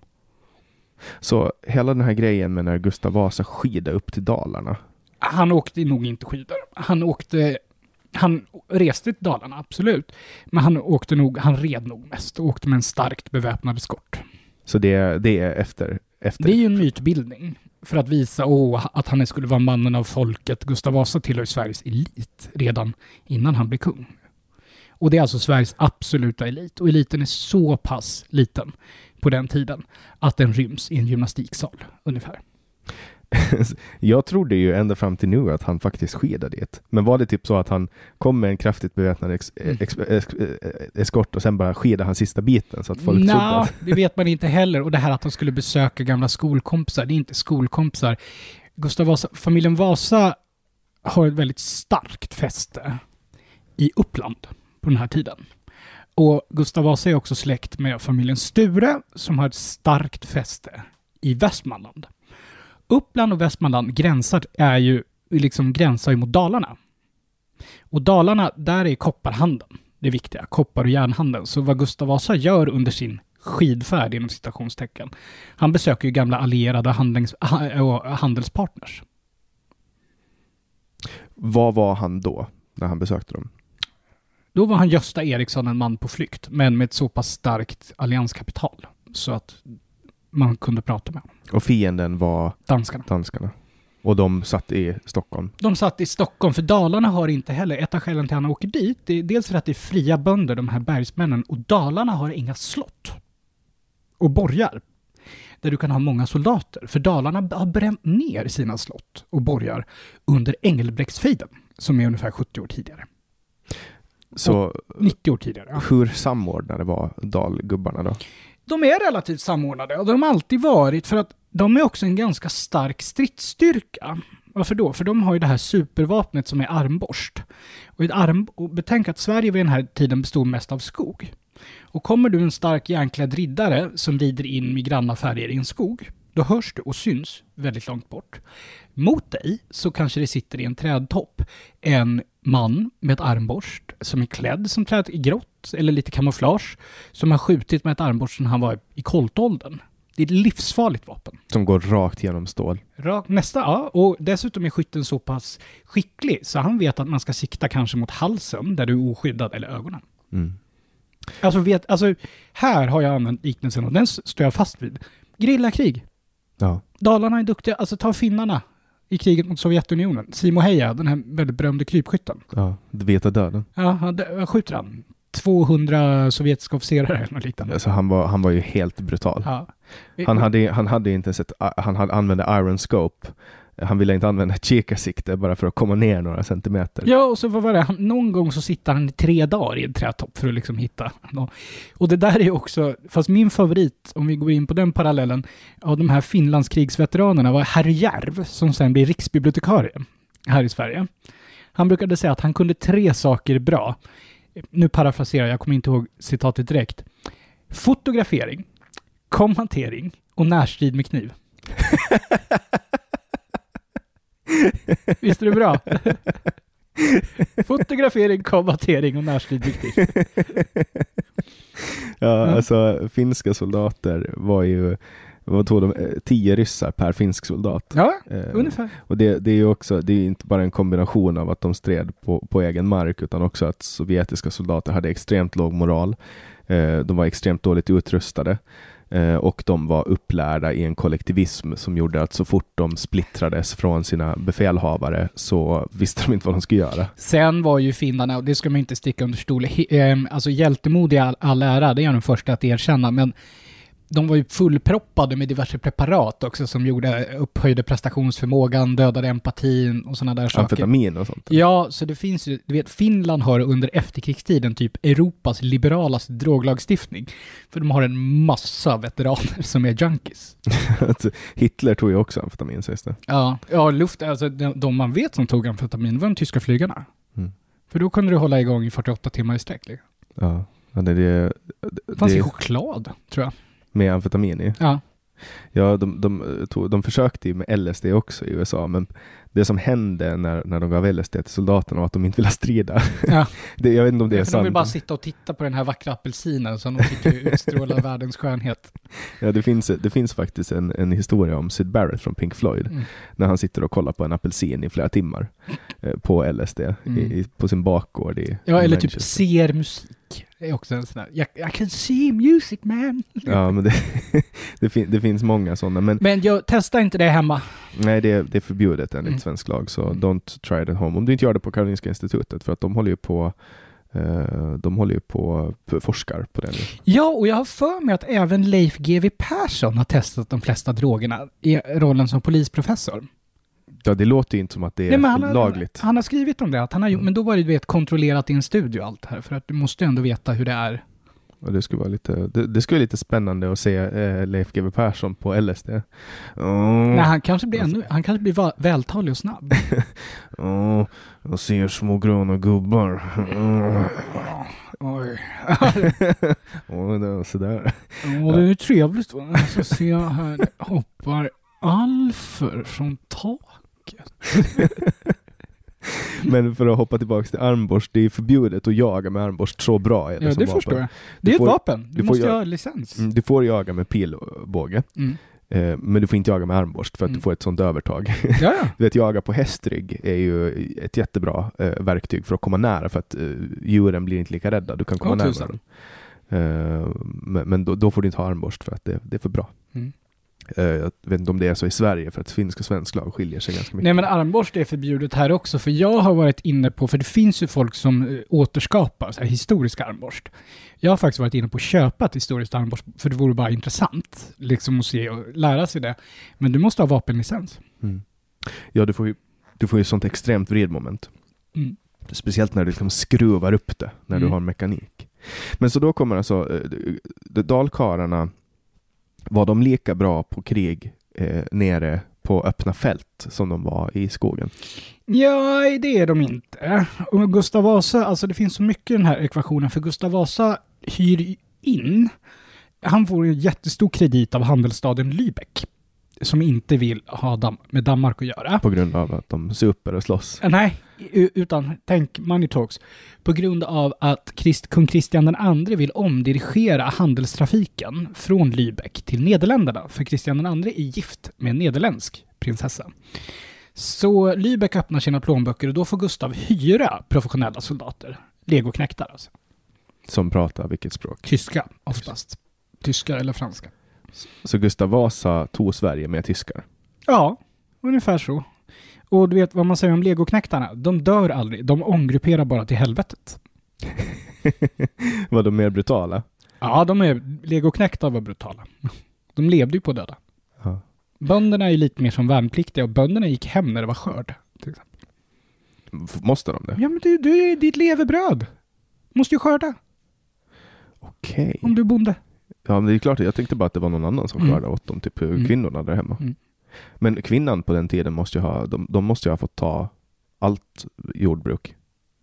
Speaker 4: Så hela den här grejen med när Gustav Vasa skidade upp till Dalarna.
Speaker 5: Han åkte nog inte skidor. Han åkte... Han reste till Dalarna, absolut. Men han åkte nog, han red nog mest och åkte med en starkt beväpnad eskort.
Speaker 4: Så det, det är efter, efter...
Speaker 5: Det är ju en mytbildning. För att visa åh, att han skulle vara mannen av folket. Gustav Vasa tillhör Sveriges elit redan innan han blev kung. Och det är alltså Sveriges absoluta elit. Och eliten är så pass liten på den tiden att den ryms i en gymnastiksal ungefär.
Speaker 4: Jag trodde ju ända fram till nu att han faktiskt skidade dit. Men var det typ så att han kom med en kraftigt beväpnad ex- ex- ex- eskort och sen bara skidade han sista biten så att folk trodde att...
Speaker 5: det vet man inte heller. Och det här att han skulle besöka gamla skolkompisar, det är inte skolkompisar. Gustav Vasa, familjen Vasa har ett väldigt starkt fäste i Uppland på den här tiden. Och Gustav Vasa är också släkt med familjen Sture som har ett starkt fäste i Västmanland. Uppland och Västmanland gränsar är ju liksom gränsar ju mot Dalarna. Och Dalarna, där är kopparhandeln det viktiga, koppar- och järnhandeln. Så vad Gustav Vasa gör under sin skidfärd inom citationstecken, han besöker ju gamla allierade handlings- och handelspartners.
Speaker 4: Vad var han då när han besökte dem?
Speaker 5: Då var han Gösta Eriksson, en man på flykt, men med ett så pass starkt allianskapital så att man kunde prata med honom.
Speaker 4: Och fienden var
Speaker 5: danskarna.
Speaker 4: danskarna. Och de satt i Stockholm.
Speaker 5: De satt i Stockholm, för Dalarna har inte heller, ett av skälen till att han åker dit, det är dels för att det är fria bönder, de här bergsmännen, och Dalarna har inga slott och borgar där du kan ha många soldater. För Dalarna har bränt ner sina slott och borgar under Engelbrektsfejden, som är ungefär sjuttio år tidigare.
Speaker 4: Så
Speaker 5: nittio år tidigare. Ja.
Speaker 4: Hur samordnade var dalgubbarna då?
Speaker 5: De är relativt samordnade och de har alltid varit, för att de är också en ganska stark stridsstyrka. Varför då? För de har ju det här supervapnet som är armborst. Och, ett arm, och betänk att Sverige vid den här tiden bestod mest av skog. Och kommer du en stark järnklädd riddare som rider in med granna färger i en skog, då hörs du och syns väldigt långt bort. Mot dig så kanske det sitter i en trädtopp en man med ett armborst som är klädd som träd i grått eller lite kamouflage, som har skjutit med ett armborst när han var i koltåldern. Det är ett livsfarligt vapen.
Speaker 4: Som går rakt genom stål.
Speaker 5: Rakt, nästa, ja. Och dessutom är skytten så pass skicklig så han vet att man ska sikta kanske mot halsen där du är oskyddad, eller ögonen.
Speaker 4: Mm.
Speaker 5: Alltså, vet, alltså här har jag använt liknelsen och den står jag fast vid. Grillakrig.
Speaker 4: Ja.
Speaker 5: Dalarna är duktiga, alltså ta finnarna i kriget mot Sovjetunionen. Simo Heija, den här väldigt berömde krypskytten.
Speaker 4: Ja, det veta döden.
Speaker 5: Ja, vad skjuter han? tvåhundra sovjetiska officerare eller något liknande.
Speaker 4: Alltså han var, han var ju helt brutal.
Speaker 5: Ja.
Speaker 4: Han hade, han hade inte sett, han hade använde iron scope. Han ville inte använda ett kikarsikte bara för att komma ner några centimeter.
Speaker 5: Ja, och så vad var det? Han, någon gång så sitter han i tre dagar i en trätopp för att liksom hitta. Och det där är också, fast min favorit, om vi går in på den parallellen, av de här Finlandskrigsveteranerna var herr Järv, som sen blir riksbibliotekarie här i Sverige. Han brukade säga att han kunde tre saker bra. Nu parafraserar jag, jag kommer inte ihåg citatet direkt. Fotografering, kommentering och närstrid med kniv. Visst är det bra? Fotografering, kommentering och närstrid med kniv.
Speaker 4: Ja, mm. Alltså finska soldater var ju, vad tog de, tio ryssar per finsk soldat.
Speaker 5: Ja,
Speaker 4: eh,
Speaker 5: ungefär.
Speaker 4: Och det, det är ju också, det är inte bara en kombination av att de stred på, på egen mark, utan också att sovjetiska soldater hade extremt låg moral. Eh, de var extremt dåligt utrustade. Eh, och de var upplärda i en kollektivism som gjorde att så fort de splittrades från sina befälhavare så visste de inte vad de skulle göra.
Speaker 5: Sen var ju finnarna, och det ska man inte sticka under stol, he, eh, alltså hjältemodiga all, all ära, det är jag den första att erkänna, men de var ju fullproppade med diverse preparat också som gjorde upphöjde prestationsförmågan, dödade empatin och sådana där saker.
Speaker 4: Amfetamin och sånt.
Speaker 5: Ja, så det finns ju, du vet, Finland har under efterkrigstiden typ Europas liberalaste droglagstiftning. För de har en massa veteraner som är junkies.
Speaker 4: Hitler tog ju också amfetamin, sägs det.
Speaker 5: Ja, ja luft, alltså de, de man vet som tog amfetamin var de tyska flygarna.
Speaker 4: Mm.
Speaker 5: För då kunde du hålla igång i fyrtioåtta timmar i sträck. Liksom.
Speaker 4: Ja, det, det, det,
Speaker 5: det fanns
Speaker 4: det,
Speaker 5: ju choklad, tror jag.
Speaker 4: Med amfetamin i?
Speaker 5: Ja.
Speaker 4: Ja, de, de, tog, de försökte ju med L S D också i U S A, men det som hände när, när de gav L S D till soldaterna var att de inte ville strida.
Speaker 5: Ja.
Speaker 4: det, jag vet inte om det är
Speaker 5: sant.
Speaker 4: sant.
Speaker 5: De vill bara sitta och titta på den här vackra apelsinen som de tycker utstrålar världens skönhet.
Speaker 4: Ja, det finns, det finns faktiskt en, en historia om Syd Barrett från Pink Floyd, mm. när han sitter och kollar på en apelsin i flera timmar eh, på L S D mm. i, i, på sin bakgård i
Speaker 5: Ja,
Speaker 4: i
Speaker 5: eller typ ser musik. Det är också en sån där, I can see music, man.
Speaker 4: Ja, men det, det, fin, det finns många sådana. Men,
Speaker 5: men jag testar inte det hemma.
Speaker 4: Nej, det, det är förbjudet enligt mm. svensk lag, så mm. don't try it at home. Om du inte gör det på Karolinska institutet, för att de håller ju på uh, de håller ju på forskar på det.
Speaker 5: Ja, och jag har för mig att även Leif G W Persson har testat de flesta drogerna i rollen som polisprofessor.
Speaker 4: Ja, det låter ju inte som att det är
Speaker 5: Nej, han
Speaker 4: lagligt.
Speaker 5: Har, han har skrivit om det, att han har gjort, mm. men då var det vet, kontrollerat i en studio allt här, för att du måste ändå veta hur det är.
Speaker 4: Och det skulle vara lite, det, det skulle vara lite spännande att se eh, Leif G W Persson på L S D.
Speaker 5: Oh. Nej, han kanske blir ännu, han kanske blir va- vältalig och snabb.
Speaker 4: Ja, oh, jag ser små gröna gubbar. Oh.
Speaker 5: Oj.
Speaker 4: Åh, det är sådär.
Speaker 5: Åh, det är trevligt. Så ser jag här, hoppar alfer från taket.
Speaker 4: Men för att hoppa tillbaka till armborst, det är förbjudet att jaga med armborst så bra. Är det
Speaker 5: ja,
Speaker 4: som
Speaker 5: det
Speaker 4: vapen.
Speaker 5: förstår jag. Det är
Speaker 4: får,
Speaker 5: ett vapen. Du,
Speaker 4: du
Speaker 5: måste
Speaker 4: jag-
Speaker 5: ha licens.
Speaker 4: Mm, du får jaga med pilbåge. Mm. Eh, men du får inte jaga med armborst för att mm. du får ett sånt övertag.
Speaker 5: Ja, ja.
Speaker 4: Du vet, jaga på hästrygg är ju ett jättebra eh, verktyg för att komma nära, för att eh, djuren blir inte lika rädda. Du kan komma
Speaker 5: oh,
Speaker 4: närmare. Eh, men men då, då får du inte ha armborst för att det, det är för bra. Mm. Jag vet inte om det är så i Sverige, för att finsk och svensk lag skiljer sig ganska mycket.
Speaker 5: Nej, men armborst är förbjudet här också, för jag har varit inne på, för det finns ju folk som återskapar så här historiska armborst. Jag har faktiskt varit inne på att köpa ett historiskt armborst, för det vore bara intressant liksom att se och lära sig det. Men du måste ha vapenlicens.
Speaker 4: Mm. Ja, du får ju, du får ju sånt extremt vridmoment.
Speaker 5: Mm.
Speaker 4: Speciellt när du liksom skruvar upp det, när mm. du har mekanik. Men så då kommer alltså äh, dalkarlarna. Var de lika bra på krig eh, nere på öppna fält som de var i skogen?
Speaker 5: Ja, det är de inte. Och Gustav Vasa, alltså det finns så mycket i den här ekvationen, för Gustav Vasa hyr in. Han får en jättestor kredit av handelsstaden Lübeck, som inte vill ha dam- med Danmark att göra.
Speaker 4: På grund av att de super och slåss?
Speaker 5: Nej, utan tänk money talks. På grund av att Christ, kung Kristian den andre vill omdirigera handelstrafiken från Lübeck till Nederländerna. För Kristian den andre är gift med en nederländsk prinsessa. Så Lübeck öppnar sina plånböcker och då får Gustav hyra professionella soldater. Legoknäktar alltså.
Speaker 4: Som pratar vilket språk?
Speaker 5: Tyska oftast. Tyska eller franska.
Speaker 4: Så Gustav Vasa tog Sverige med tyskar?
Speaker 5: Ja, ungefär så. Och du vet vad man säger om legoknäktarna? De dör aldrig. De omgrupperar bara till helvetet.
Speaker 4: Var de mer brutala?
Speaker 5: Ja, de är, legoknäktar var brutala. De levde ju på döda.
Speaker 4: Ja.
Speaker 5: Bönderna är ju lite mer som värnpliktiga, och bönderna gick hem när det var skörd. Till exempel.
Speaker 4: Måste de det?
Speaker 5: Ja, men du, du är ditt levebröd. Måste ju skörda.
Speaker 4: Okej. Okay.
Speaker 5: Om du är bonde.
Speaker 4: Ja, men det är klart. Jag tänkte bara att det var någon annan som skördade mm. åt dem, typ mm. kvinnorna där hemma. Mm. Men kvinnan på den tiden måste ju ha, de, de måste ju ha fått ta allt jordbruk.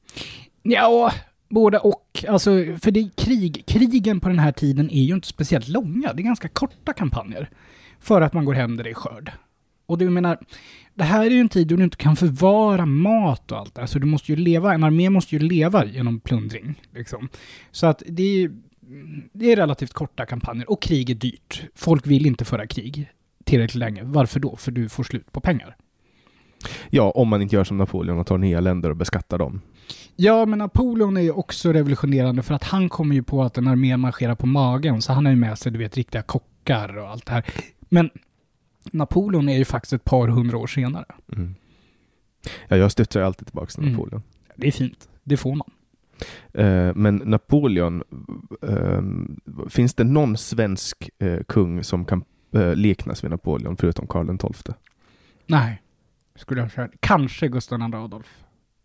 Speaker 5: Ja, både och. Alltså, för det är krig. Krigen på den här tiden är ju inte speciellt långa. Det är ganska korta kampanjer. För att man går hem där det är skörd. Och du menar, det här är ju en tid då du inte kan förvara mat och allt det. Alltså du måste ju leva, en armé måste ju leva genom plundring. Liksom. Så att det är, det är relativt korta kampanjer. Och krig är dyrt. Folk vill inte föra krig tillräckligt länge. Varför då? För du får slut på pengar.
Speaker 4: Ja, om man inte gör som Napoleon och tar nya länder och beskattar dem.
Speaker 5: Ja, men Napoleon är ju också revolutionerande, för att han kommer ju på att en armé marscherar på magen. Så han har ju med sig, du vet, riktiga kockar och allt det här. Men Napoleon är ju faktiskt ett par hundra år senare.
Speaker 4: Mm. Ja, jag stöttar ju alltid tillbaka till Napoleon.
Speaker 5: Mm. Det är fint. Det får man.
Speaker 4: Eh, men Napoleon, eh, finns det någon svensk eh, kung som kan eh, liknas vid Napoleon förutom Karl den tolfte?
Speaker 5: Nej, skulle jag säga. Kanske Gustav den andre Adolf.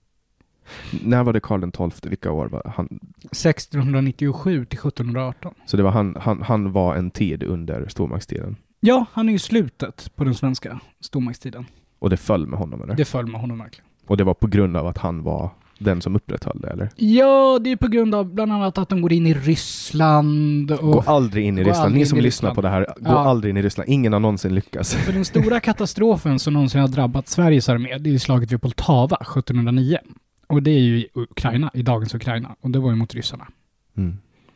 Speaker 4: När var det Karl den tolfte? Vilka år var han?
Speaker 5: sextonhundranittiosju till sjuttonhundraarton.
Speaker 4: Så det var han, han, han var en tid under stormaktstiden?
Speaker 5: Ja, han är ju slutet på den svenska stormaktstiden.
Speaker 4: Och det föll med honom, eller?
Speaker 5: Det föll med honom verkligen.
Speaker 4: Och det var på grund av att han var den som upprätthöll det, eller?
Speaker 5: Ja, det är på grund av bland annat att de går in i Ryssland. Och
Speaker 4: gå aldrig in i Ryssland. Ni som lyssnar
Speaker 5: Ryssland.
Speaker 4: på det här, gå
Speaker 5: ja.
Speaker 4: aldrig in i Ryssland. Ingen har någonsin lyckats.
Speaker 5: För den stora katastrofen som någonsin har drabbat Sveriges armé, det är slaget vid Poltava sjuttonhundranio. Och det är ju i Ukraina, i dagens Ukraina. Och det var ju mot ryssarna.
Speaker 4: Mm.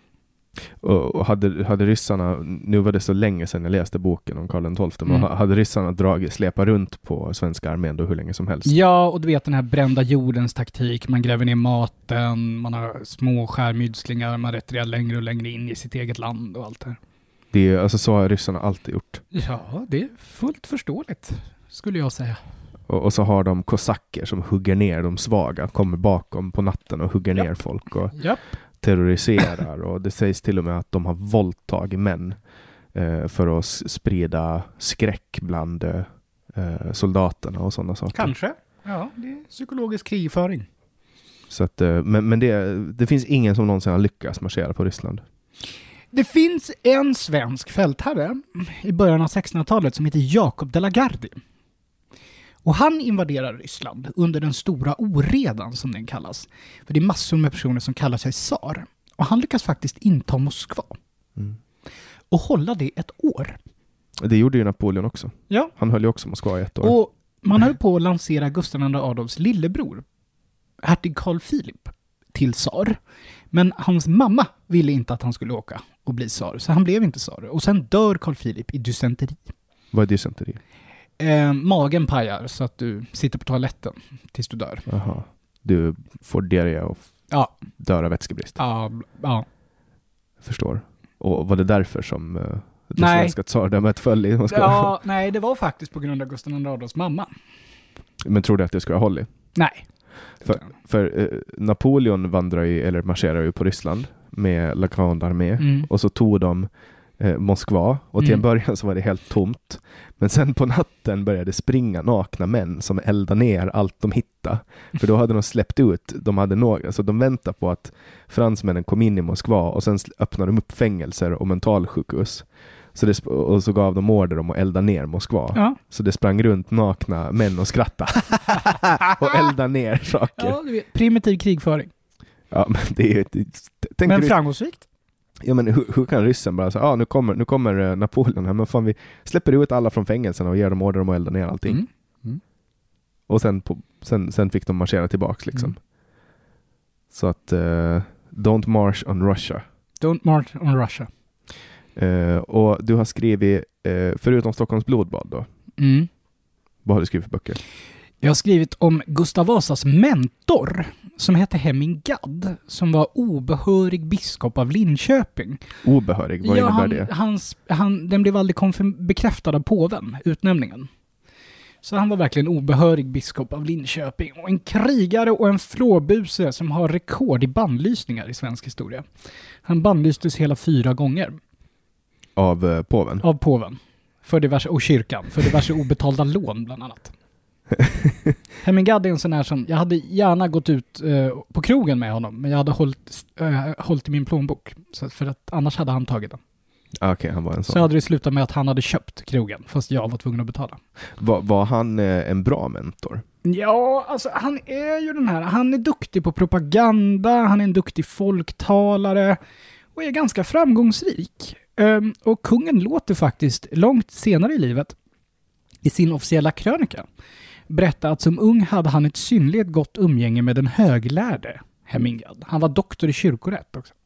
Speaker 4: Och hade, hade ryssarna, nu var det så länge sedan jag läste boken om Karl den tolfte, men mm. hade ryssarna dragit, släpa runt på svenska armén då hur länge som helst?
Speaker 5: Ja, och du vet den här brända jordens taktik. Man gräver ner maten, man har små skärmydslingar, man retirerar längre och längre in i sitt eget land och allt det här.
Speaker 4: Det är, alltså, så har ryssarna alltid gjort.
Speaker 5: Ja, det är fullt förståeligt, skulle jag säga.
Speaker 4: Och, och så har de kosacker som hugger ner de svaga, kommer bakom på natten och hugger Japp. ner folk och
Speaker 5: Japp.
Speaker 4: terroriserar. Och det sägs till och med att de har våldtagit män eh, för att sprida skräck bland eh, soldaterna och sådana saker.
Speaker 5: Kanske. Ja, det är psykologisk krigföring.
Speaker 4: Så att, eh, men men det, det finns ingen som någonsin har lyckats marschera på Ryssland.
Speaker 5: Det finns en svensk fältherre i början av sextonhundratalet som heter Jacob de la Gardie. Och han invaderar Ryssland under den stora oredan som den kallas. För det är massor med personer som kallar sig tsar. Och han lyckas faktiskt inta Moskva.
Speaker 4: Mm.
Speaker 5: Och hålla det ett år.
Speaker 4: Det gjorde ju Napoleon också.
Speaker 5: Ja.
Speaker 4: Han höll ju också Moskva i ett år.
Speaker 5: Och man höll på att lansera Gustav den andre Adolfs lillebror, hertig Carl Philip, till tsar. Men hans mamma ville inte att han skulle åka och bli tsar. Så han blev inte tsar. Och sen dör Carl Philip i dysenteri.
Speaker 4: Vad är dysenteri?
Speaker 5: Eh, magen pajar så att du sitter på toaletten tills du dör.
Speaker 4: Aha. Du får diarré och
Speaker 5: ja.
Speaker 4: dör av vätskebrist.
Speaker 5: Ja, ja.
Speaker 4: Jag förstår. Och var det därför som uh, det
Speaker 5: nej.
Speaker 4: svenska tsardömet föll i Moskva?
Speaker 5: Ja, nej, det var faktiskt på grund av Gustav den andre Adolfs mamma.
Speaker 4: Men tror du att det skulle ha hållit?
Speaker 5: Nej.
Speaker 4: För, för uh, Napoleon vandrar ju, eller marscherar ju på Ryssland med La Grande Armée. Mm. Och så tog de eh, Moskva. Och till mm. en början så var det helt tomt. Men sen på natten började springa nakna män som eldade ner allt de hittade. För då hade de släppt ut, de hade några, alltså de väntade på att fransmännen kom in i Moskva och sen öppnade de upp fängelser och mentalsjukhus. Så det, och så gav de order om att elda ner Moskva. Ja. Så det sprang runt nakna män och skrattade. och elda ner saker.
Speaker 5: Ja, du vet, primitiv krigföring.
Speaker 4: Ja, men det är ju...
Speaker 5: Men framgångsrikt.
Speaker 4: Ja, men hur, hur kan ryssen bara säga, ja ah, nu kommer, nu kommer Napoleon här, men fan vi släpper ut alla från fängelserna och ger dem order om att elda ner allting. Mm. Mm. Och sen, på, sen, sen fick de marschera tillbaks liksom. Mm. Så att uh, don't march on Russia.
Speaker 5: Don't march on Russia.
Speaker 4: Uh, och du har skrivit, uh, förutom Stockholms blodbad då,
Speaker 5: mm.
Speaker 4: vad har du skrivit för böcker?
Speaker 5: Jag har skrivit om Gustav Vasas mentor som hette Hemingad, som var obehörig biskop av Linköping.
Speaker 4: Obehörig? Vad
Speaker 5: ja,
Speaker 4: innebär
Speaker 5: han,
Speaker 4: det?
Speaker 5: Hans, han, den blev aldrig konfirm- bekräftad av påven, utnämningen. Så han var verkligen obehörig biskop av Linköping. Och en krigare och en flåbuse som har rekord i bannlysningar i svensk historia. Han bannlystes hela fyra gånger.
Speaker 4: Av uh, påven?
Speaker 5: Av påven. För diverse, och kyrkan. För diverse obetalda lån bland annat. Hemingad är en sån här som jag hade gärna gått ut uh, på krogen med honom, men jag hade hållit, uh, hållit i min plånbok så för att annars hade han tagit den.
Speaker 4: Okej, okay, han var en sån.
Speaker 5: Så hade det slutat med att han hade köpt krogen fast jag var tvungen att betala.
Speaker 4: Var, var han uh, en bra mentor?
Speaker 5: Ja, alltså han är ju den här, han är duktig på propaganda, han är en duktig folktalare och är ganska framgångsrik. Um, och kungen låter faktiskt långt senare i livet i sin officiella krönika berätta att som ung hade han ett synnerligt gott umgänge med den höglärde Hemingad. Han var doktor i kyrkorätt också.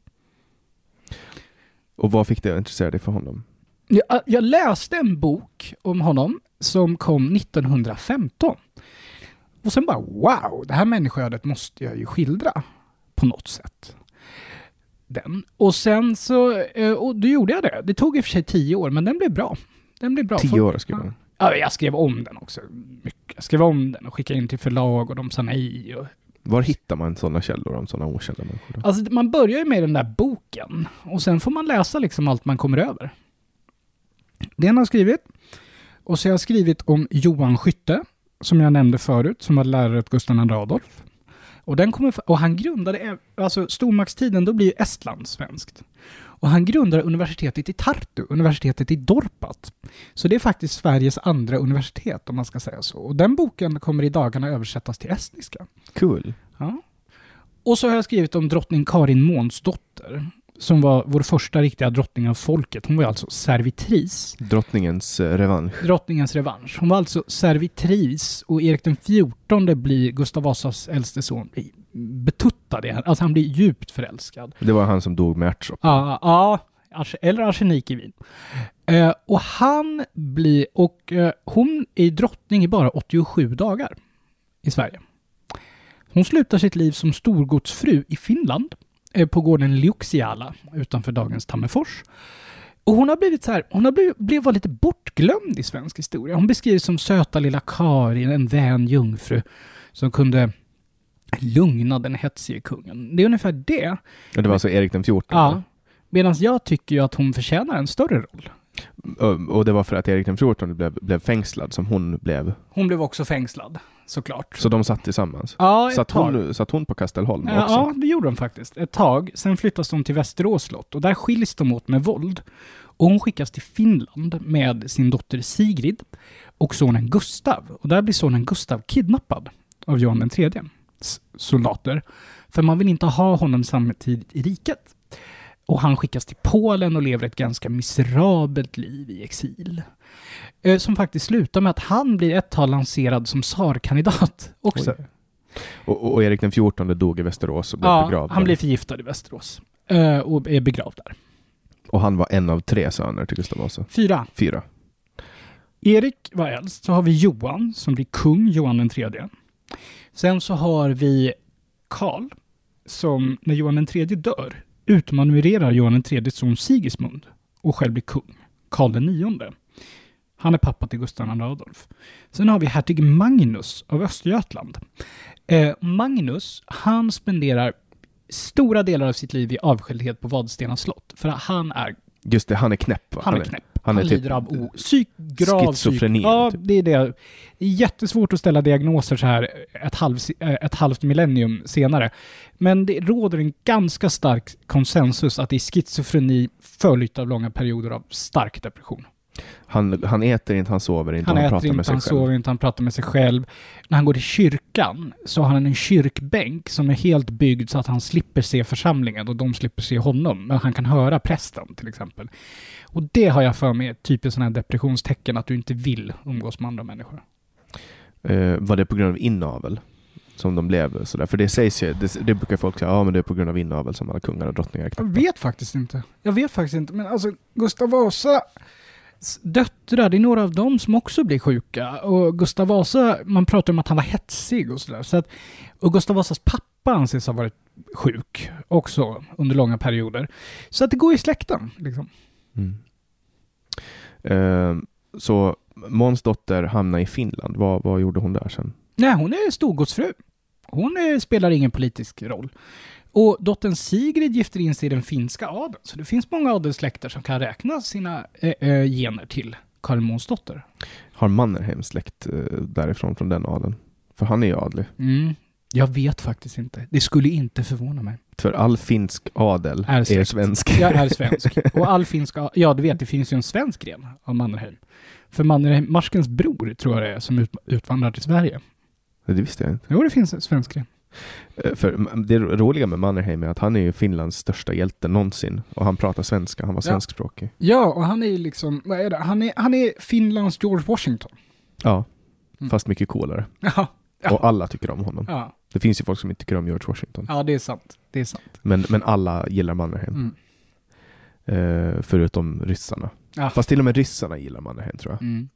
Speaker 4: Och vad fick det intressera dig för honom?
Speaker 5: Jag, jag läste en bok om honom som kom nittonhundrafemton. Och sen bara, wow, det här människoödet måste jag ju skildra på något sätt. Den. Och sen så, och då gjorde jag det. Det tog i och för sig tio år, men den blev bra. Den blev bra.
Speaker 4: Tio år skrev man?
Speaker 5: Ja, jag skrev om den också. Mycket. Jag skrev om den och skickade in till förlag och de sa nej. Och
Speaker 4: Var hittar man sådana källor om sådana okända människor då?
Speaker 5: Alltså man börjar ju med den där boken och sen får man läsa liksom allt man kommer över. Det han har skrivit, och så har jag skrivit om Johan Skytte som jag nämnde förut, som var lärare åt Gustav den andre Adolf. Och, den kommer, och han grundade, alltså stormaktstiden, då blir ju Estland svenskt. Och han grundade universitetet i Tartu, universitetet i Dorpat. Så det är faktiskt Sveriges andra universitet, om man ska säga så. Och den boken kommer i dagarna översättas till estniska.
Speaker 4: Cool.
Speaker 5: Ja. Och så har jag skrivit om drottning Karin Månsdotter, som var vår första riktiga drottning av folket. Hon var alltså servitris.
Speaker 4: Drottningens eh, revansch.
Speaker 5: Drottningens revansch. Hon var alltså servitris och Erik den fjortonde blir Gustav Vasas äldste son. Betuttad i henne. Alltså han blir djupt förälskad.
Speaker 4: Det var han som dog med ärtsop.
Speaker 5: Ja, ja, eller arsenik i vin. Eh, och han blir, och eh, hon är drottning i bara åttiosju dagar i Sverige. Hon slutar sitt liv som storgodsfru i Finland eh, på gården Liuxiala utanför dagens Tammerfors. Och hon har blivit så här, hon har blivit, blivit var lite bortglömd i svensk historia. Hon beskrivs som söta lilla Karin, en vän jungfru som kunde lugna den hetsige kungen. Det är ungefär det.
Speaker 4: Det var alltså Erik den fjortonde.
Speaker 5: Ja. Medan jag tycker ju att hon förtjänar en större roll.
Speaker 4: Och det var för att Erik den fjortonde blev, blev fängslad som hon blev.
Speaker 5: Hon blev också fängslad, såklart.
Speaker 4: Så de satt tillsammans?
Speaker 5: Ja, ett
Speaker 4: satt,
Speaker 5: tag.
Speaker 4: hon, satt hon på Kastelholm
Speaker 5: Ja,
Speaker 4: också?
Speaker 5: ja, det gjorde de faktiskt. Ett tag. Sen flyttas de till Västerås slott och där skiljs de åt med våld. Och hon skickas till Finland med sin dotter Sigrid och sonen Gustav. Och där blir sonen Gustav kidnappad av Johan den tredje soldater. För man vill inte ha honom samtidigt i riket. Och han skickas till Polen och lever ett ganska miserabelt liv i exil. Eh, som faktiskt slutar med att han blir ett tag lanserad som tsarkandidat också.
Speaker 4: Och, och Erik den fjortonde dog i Västerås och blev
Speaker 5: ja,
Speaker 4: begravd.
Speaker 5: Han blev förgiftad i Västerås. Eh, och är begravd där.
Speaker 4: Och han var en av tre söner till Gustav Vasa?
Speaker 5: Fyra.
Speaker 4: Fyra.
Speaker 5: Erik var äldst. Så har vi Johan som blir kung, Johan den tredje. Sen så har vi Karl som när Johan den tredje dör utmanövrerar Johan den tredje son Sigismund och själv blir kung. Karl den nionde. Han är pappa till Gustav den andre Adolf. Sen har vi hertig Magnus av Östergötland. Eh, Magnus, han spenderar stora delar av sitt liv i avskildhet på Vadstena slott. För han är...
Speaker 4: Just det, han är knäpp. Va?
Speaker 5: Han är knäpp. Han,
Speaker 4: han är
Speaker 5: lider
Speaker 4: typ
Speaker 5: av o- psyk, grav
Speaker 4: schizofreni.
Speaker 5: Psyk. Ja,
Speaker 4: typ.
Speaker 5: det är det. Det är jättesvårt att ställa diagnoser så här ett, halv, ett halvt millennium senare. Men det råder en ganska stark konsensus att det är schizofreni följt av långa perioder av stark depression.
Speaker 4: Han, han äter inte, han sover inte,
Speaker 5: han,
Speaker 4: han,
Speaker 5: han
Speaker 4: pratar
Speaker 5: inte,
Speaker 4: med sig
Speaker 5: han
Speaker 4: själv.
Speaker 5: sover inte, han pratar med sig själv. När han går till kyrkan så har han en kyrkbänk som är helt byggd så att han slipper se församlingen och de slipper se honom. Men han kan höra prästen till exempel. Och det har jag för mig typiskt sådana här depressionstecken att du inte vill umgås med andra människor.
Speaker 4: Eh, var det på grund av inavel som de blev sådär? För det sägs ju, det, det brukar folk säga, ja men det är på grund av inavel som alla kungar och drottningar är knappa.
Speaker 5: Jag vet faktiskt inte. Jag vet faktiskt inte. Men alltså Gustav Vasa döttrar, det är några av dem som också blir sjuka. Och Gustav Vasa, man pratar om att han var hetsig och sådär. Så att, och Gustav Vasas pappa anses ha varit sjuk också under långa perioder. Så att det går i släkten liksom.
Speaker 4: Mm. Eh, så Måns dotter hamnade i Finland. Vad, vad gjorde hon där sen?
Speaker 5: Nej, hon är storgodsfru. Hon är, spelar ingen politisk roll. Och dottern Sigrid gifter in sig i den finska adeln. Så det finns många adelssläkter som kan räkna sina äh, äh, gener till Karin Månsdotter.
Speaker 4: Har Mannerheim släkt eh, därifrån från den adeln? För han är ju adlig.
Speaker 5: Mm. Jag vet faktiskt inte. Det skulle inte förvåna mig.
Speaker 4: För all finsk adel
Speaker 5: är,
Speaker 4: är svensk.
Speaker 5: Jag är svensk. Och all finsk adel, ja du vet, det finns ju en svensk gren av Mannerheim. För Mannerheim, Marskens bror tror jag det är, som ut, utvandrar till Sverige.
Speaker 4: Det visste jag inte.
Speaker 5: Jo, det finns en svensk gren.
Speaker 4: För det roliga med Mannerheim är att han är ju Finlands största hjälte någonsin. Och han pratar svenska, han var svenskspråkig.
Speaker 5: Ja, och han är ju liksom, vad är det? Han är, han är Finlands George Washington.
Speaker 4: Ja,
Speaker 5: Mm.
Speaker 4: fast mycket coolare.
Speaker 5: Ja. Ja.
Speaker 4: Och alla tycker om honom.
Speaker 5: Ja.
Speaker 4: Det finns ju folk som inte tycker om George Washington.
Speaker 5: Ja, det är sant. Det är sant.
Speaker 4: Men, men alla gillar Mannerheim.
Speaker 5: Mm.
Speaker 4: Eh, förutom ryssarna.
Speaker 5: Ja.
Speaker 4: Fast till och med ryssarna gillar Mannerheim, tror jag.
Speaker 5: Mm.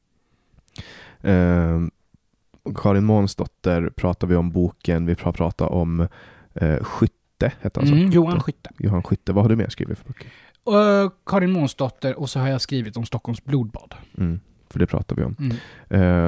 Speaker 4: Eh, Karin Månsdotter pratar vi om boken. Vi pratar om eh, Skytte, heter han så?
Speaker 5: Mm, Johan Skytte.
Speaker 4: Johan Skytte. Vad har du mer skrivit för böcker?
Speaker 5: Uh, Karin Månsdotter, och så har jag skrivit om Stockholms blodbad.
Speaker 4: Mm, för det pratar vi om.
Speaker 5: Mm.
Speaker 4: Eh,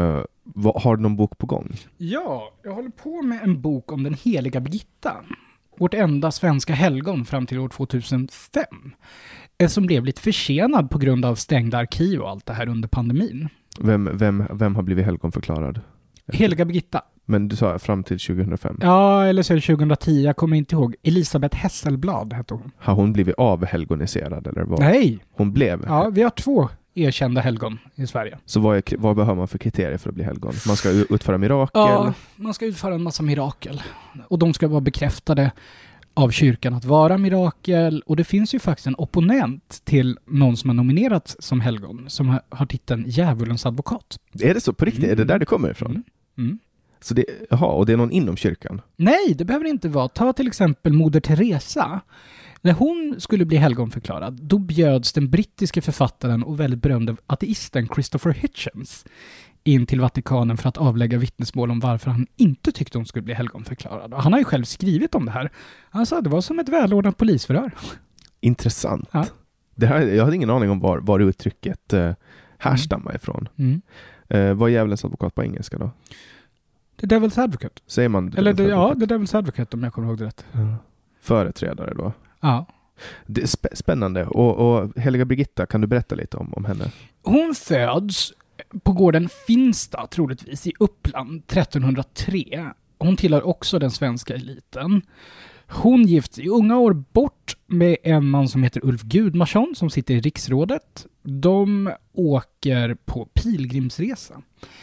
Speaker 4: Vad, har du någon bok på gång?
Speaker 5: Ja, jag håller på med en bok om den heliga Birgitta. Vårt enda svenska helgon fram till år tvåtusenfem. Som blev lite försenad på grund av stängda arkiv och allt det här under pandemin.
Speaker 4: Vem, vem, vem har blivit helgonförklarad?
Speaker 5: Heliga Birgitta.
Speaker 4: Men du sa fram till tjugohundrafem?
Speaker 5: Ja, eller så är det tjugohundratio, jag kommer inte ihåg. Elisabeth Hesselblad hette hon.
Speaker 4: Har hon blivit avhelgoniserad eller vad?
Speaker 5: Nej!
Speaker 4: Hon blev?
Speaker 5: Ja, vi har två erkända helgon i Sverige.
Speaker 4: Så vad, är, vad behöver man för kriterier för att bli helgon? Man ska utföra mirakel?
Speaker 5: Ja, man ska utföra en massa mirakel. Och de ska vara bekräftade av kyrkan att vara mirakel. Och det finns ju faktiskt en opponent till någon som har nominerats som helgon som har, har titeln Djävulens advokat.
Speaker 4: Är det så på riktigt? Mm. Är det där det kommer ifrån?
Speaker 5: Mm. Mm.
Speaker 4: Så det, jaha, och det är någon inom kyrkan?
Speaker 5: Nej, det behöver inte vara. Ta till exempel Moder Teresa. När hon skulle bli helgonförklarad, då bjöds den brittiske författaren och väldigt berömde ateisten Christopher Hitchens in till Vatikanen för att avlägga vittnesmål om varför han inte tyckte hon skulle bli helgonförklarad. Och han har ju själv skrivit om det här. Han sa att det var som ett välordnat polisförhör.
Speaker 4: Intressant.
Speaker 5: Ja.
Speaker 4: Det här, jag hade ingen aning om var, var uttrycket eh, härstammar ifrån.
Speaker 5: Mm.
Speaker 4: Eh, vad är djävulens advokat på engelska då?
Speaker 5: The Devil's Advocate.
Speaker 4: Säger man
Speaker 5: Eller det, ja, The Devil's Advocate om jag kommer ihåg det rätt.
Speaker 4: Ja. Företrädare då?
Speaker 5: Ja.
Speaker 4: Det är sp- spännande. Och, och heliga Birgitta, kan du berätta lite om, om henne?
Speaker 5: Hon föds på gården Finsta, troligtvis, i Uppland trettonhundratre. Hon tillhör också den svenska eliten. Hon gift i unga år bort med en man som heter Ulf Gudmarsson som sitter i riksrådet. De åker på pilgrimsresa.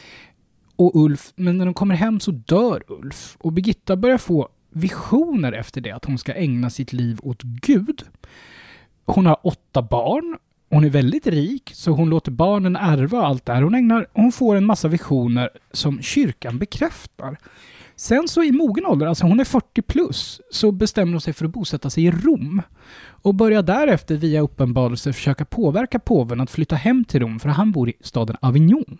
Speaker 5: Och Ulf, men när de kommer hem så dör Ulf. Och Birgitta börjar få visioner efter det att hon ska ägna sitt liv åt Gud. Hon har åtta barn. Hon är väldigt rik så hon låter barnen ärva allt det här. Hon, ägnar, hon får en massa visioner som kyrkan bekräftar. Sen så i mogen ålder, alltså hon är fyrtio plus, så bestämmer hon sig för att bosätta sig i Rom. Och börjar därefter via uppenbarelse försöka påverka påven att flytta hem till Rom för han bor i staden Avignon.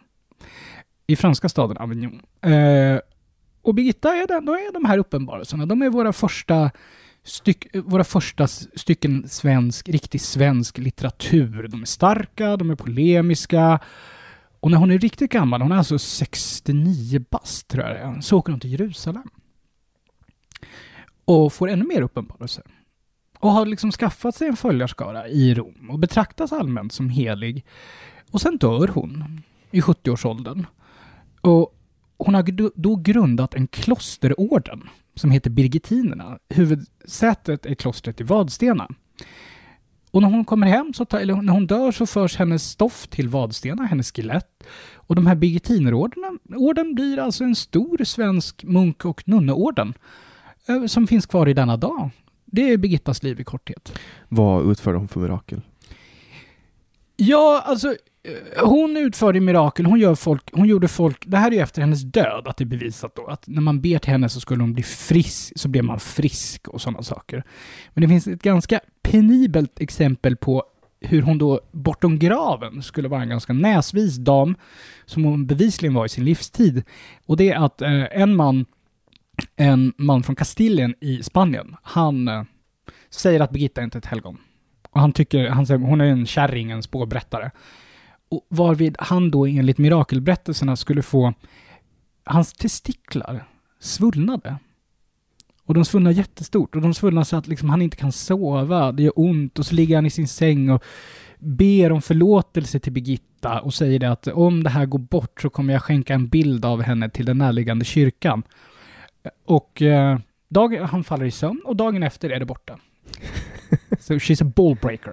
Speaker 5: I franska staden Avignon. Eh, och Birgitta är, den, då är de här uppenbarelserna. De är våra första, styck, våra första stycken svensk, riktigt svensk litteratur. De är starka, de är polemiska. Och när hon är riktigt gammal, hon är alltså sextionio bast tror jag det är, så åker hon till Jerusalem. Och får ännu mer uppenbarelser. Och har liksom skaffat sig en följarskara i Rom och betraktas allmänt som helig. Och sen dör hon i sjuttio-årsåldern. Och hon har då grundat en klosterorden som heter Birgittinerna. Huvudsätet är klostret i Vadstena. Och när hon kommer hem, så tar, eller när hon dör så förs hennes stoft till Vadstena, hennes skelett. Och de här Birgittinerorden blir alltså en stor svensk munk- och nunneorden eh, som finns kvar i denna dag. Det är Birgittas liv i korthet.
Speaker 4: Vad utförde hon för mirakel?
Speaker 5: Ja, alltså hon utförde mirakel, hon, gör folk, hon gjorde folk, det här är ju efter hennes död att det är bevisat då, att när man ber till henne så skulle hon bli frisk, så blir man frisk och sådana saker. Men det finns ett ganska penibelt exempel på hur hon då bortom graven skulle vara en ganska näsvis dam som hon bevisligen var i sin livstid. Och det är att eh, en man, en man från Kastilien i Spanien, han eh, säger att Birgitta inte är ett helgon. Och han tycker, han säger, hon är en kärring, en spårberättare. Och varvid han då enligt mirakelberättelserna skulle få hans testiklar svullnade. Och de svullnar jättestort. Och de svullnar så att liksom han inte kan sova. Det gör ont. Och så ligger han i sin säng och ber om förlåtelse till Birgitta. Och säger det att om det här går bort så kommer jag skänka en bild av henne till den närliggande kyrkan. Och eh, dag, han faller i sömn. Och dagen efter är det borta. So she's a ballbreaker.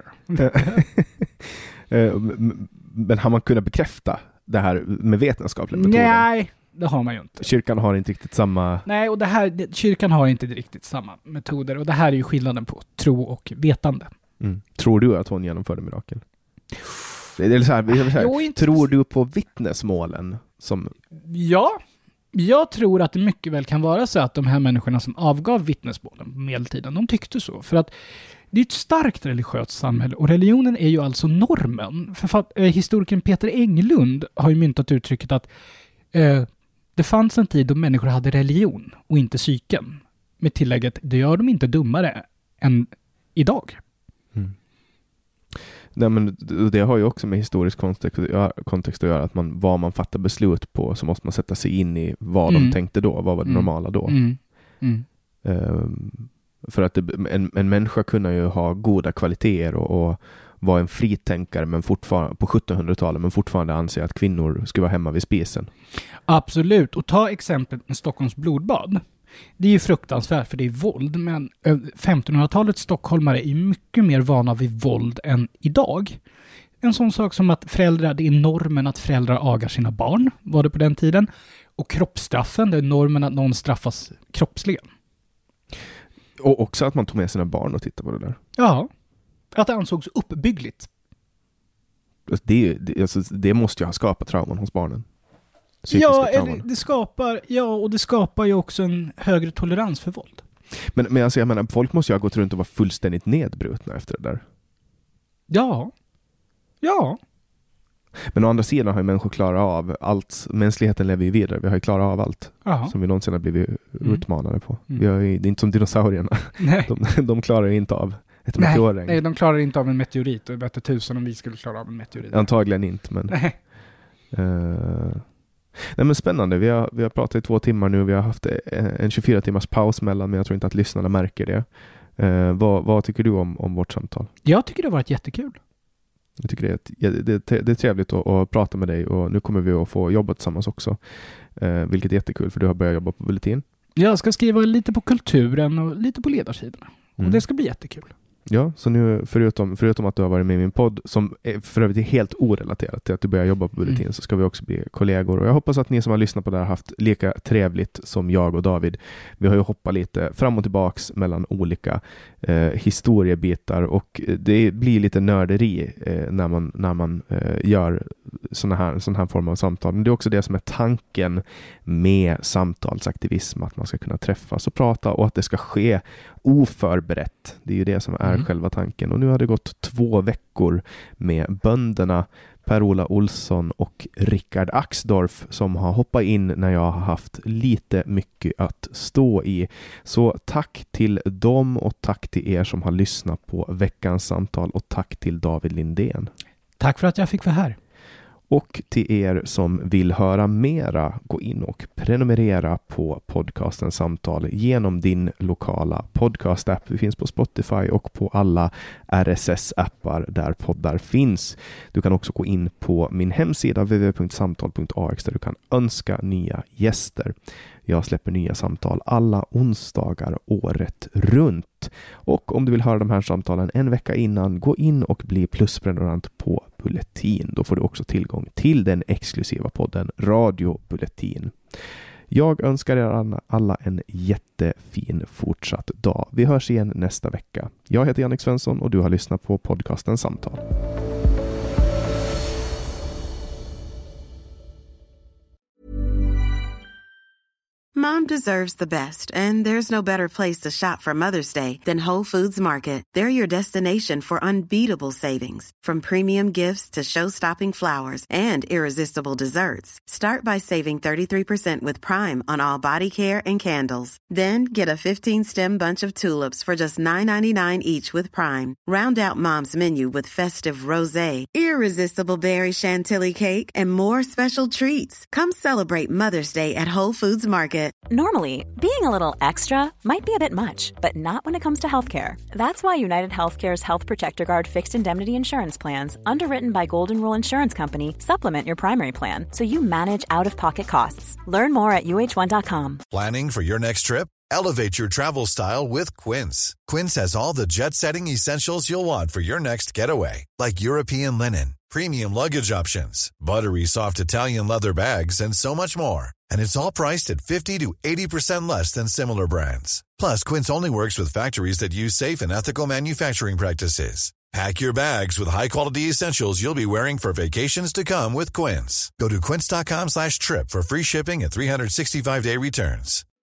Speaker 4: Men har man kunnat bekräfta det här med vetenskapliga metoder?
Speaker 5: Nej, det har man ju inte.
Speaker 4: Kyrkan har inte riktigt samma...
Speaker 5: Nej, och det här, det, kyrkan har inte riktigt samma metoder. Och det här är ju skillnaden på tro och vetande.
Speaker 4: Mm. Tror du att hon genomförde mirakel? Eller så här, så här, jo, inte... Tror du på vittnesmålen? Som...
Speaker 5: Ja, jag tror att det mycket väl kan vara så att de här människorna som avgav vittnesmålen på medeltiden, de tyckte så. För att det är ett starkt religiöst samhälle och religionen är ju alltså normen. Författ- eh, historikern Peter Englund har ju myntat uttrycket att eh, det fanns en tid då människor hade religion och inte psyken. Med tillägget, det gör de inte dummare än idag.
Speaker 4: Mm. Nej, men det har ju också med historisk kontext, kontext att göra, att man, vad man fattar beslut på, så måste man sätta sig in i vad mm. de tänkte då, vad var det mm. normala då.
Speaker 5: Mm. Mm.
Speaker 4: Um, för att det, en, en människa kunde ju ha goda kvaliteter och, och vara en fritänkare men fortfarande, på sjuttonhundratalet, men fortfarande anser att kvinnor ska vara hemma vid spisen.
Speaker 5: Absolut, och ta exemplet med Stockholms blodbad. Det är ju fruktansvärt för det är våld, men femtonhundratalets stockholmare är mycket mer vana vid våld än idag. En sån sak som att föräldrar, det är normen att föräldrar agar sina barn, var det på den tiden. Och kroppsstraffen, det är normen att någon straffas kroppsligen.
Speaker 4: Och också att man tog med sina barn och tittade på det där.
Speaker 5: Ja, att det ansågs uppbyggligt.
Speaker 4: Det, det, alltså, det måste ju ha skapat trauman hos barnen.
Speaker 5: Ja, eller det skapar, ja, och det skapar ju också en högre tolerans för våld.
Speaker 4: Men, men alltså, jag menar, folk måste ju ha gått runt och vara fullständigt nedbrutna efter det där.
Speaker 5: Ja. Ja.
Speaker 4: Men å andra sidan har ju människor klarat av allt. Mänskligheten lever ju vidare. Vi har ju klarat av allt. Aha. Som vi någonsin har blivit mm. utmanade på. Mm. Vi har ju, det är inte som dinosaurierna. Nej. De, de klarar ju inte av ett
Speaker 5: nej,
Speaker 4: meteorregn.
Speaker 5: Nej, de klarar inte av en meteorit. Och det är bättre tusen om vi skulle klara av en meteorit.
Speaker 4: Antagligen inte, men... Nej. Uh, nej, men spännande. Vi har, vi har pratat i två timmar nu. Vi har haft en tjugofyra timmars paus mellan, men jag tror inte att lyssnarna märker det. Uh, vad, vad tycker du om, om vårt samtal?
Speaker 5: Jag tycker det har varit jättekul.
Speaker 4: Jag tycker det är, det, det är trevligt att, att prata med dig, och nu kommer vi att få jobba tillsammans också. Uh, vilket är jättekul, för du har börjat jobba på Bulletin. Jag ska skriva lite på kulturen och lite på ledarsidorna. Mm. Och det ska bli jättekul. Ja, så nu förutom, förutom att du har varit med i min podd, som är för övrigt är helt orelaterat till att du börjar jobba på Bulletin, mm. så ska vi också bli kollegor. Och jag hoppas att ni som har lyssnat på det här har haft lika trevligt som jag och David. Vi har ju hoppat lite fram och tillbaks mellan olika eh, historiebitar, och det blir lite nörderi eh, när man, när man eh, gör såna här, sån här form av samtal. Men det är också det som är tanken med samtalsaktivism, att man ska kunna träffas och prata, och att det ska ske oförberett. Det är ju det som är mm. själva tanken. Och nu har det gått två veckor med bönderna Per-Ola Olsson och Rickard Axdorff som har hoppat in när jag har haft lite mycket att stå i. Så tack till dem, och tack till er som har lyssnat på veckans samtal, och tack till David Lindén. Tack för att jag fick vara här. Och till er som vill höra mera, gå in och prenumerera på podcasten Samtal genom din lokala podcast-app. Vi finns på Spotify och på alla R S S-appar där poddar finns. Du kan också gå in på min hemsida w w w punkt samtal punkt a x där du kan önska nya gäster. Jag släpper nya samtal alla onsdagar året runt. Och om du vill höra de här samtalen en vecka innan, gå in och bli plusprenumerant på Bulletin. Då får du också tillgång till den exklusiva podden Radio Bulletin. Jag önskar er alla en jättefin fortsatt dag. Vi hörs igen nästa vecka. Jag heter Jannik Svensson och du har lyssnat på podcasten Samtal.
Speaker 6: Mom deserves the best, and there's no better place to shop for Mother's Day than Whole Foods Market. They're your destination for unbeatable savings, from premium gifts to show-stopping flowers and irresistible desserts. Start by saving thirty-three percent with Prime on all body care and candles. Then get a fifteen-stem bunch of tulips for just nine ninety-nine each with Prime. Round out Mom's menu with festive rosé, irresistible berry chantilly cake, and more special treats. Come celebrate Mother's Day at Whole Foods Market.
Speaker 7: Normally, being a little extra might be a bit much, but not when it comes to healthcare. That's why United Healthcare's Health Protector Guard fixed indemnity insurance plans, underwritten by Golden Rule Insurance Company, supplement your primary plan so you manage out-of-pocket costs. Learn more at U H one dot com.
Speaker 2: Planning for your next trip? Elevate your travel style with Quince. Quince has all the jet-setting essentials you'll want for your next getaway, like European linen, premium luggage options, buttery soft Italian leather bags, and so much more. And it's all priced at fifty to eighty percent less than similar brands. Plus, Quince only works with factories that use safe and ethical manufacturing practices. Pack your bags with high-quality essentials you'll be wearing for vacations to come with Quince. Go to quince dot com slash trip for free shipping and three sixty-five day returns.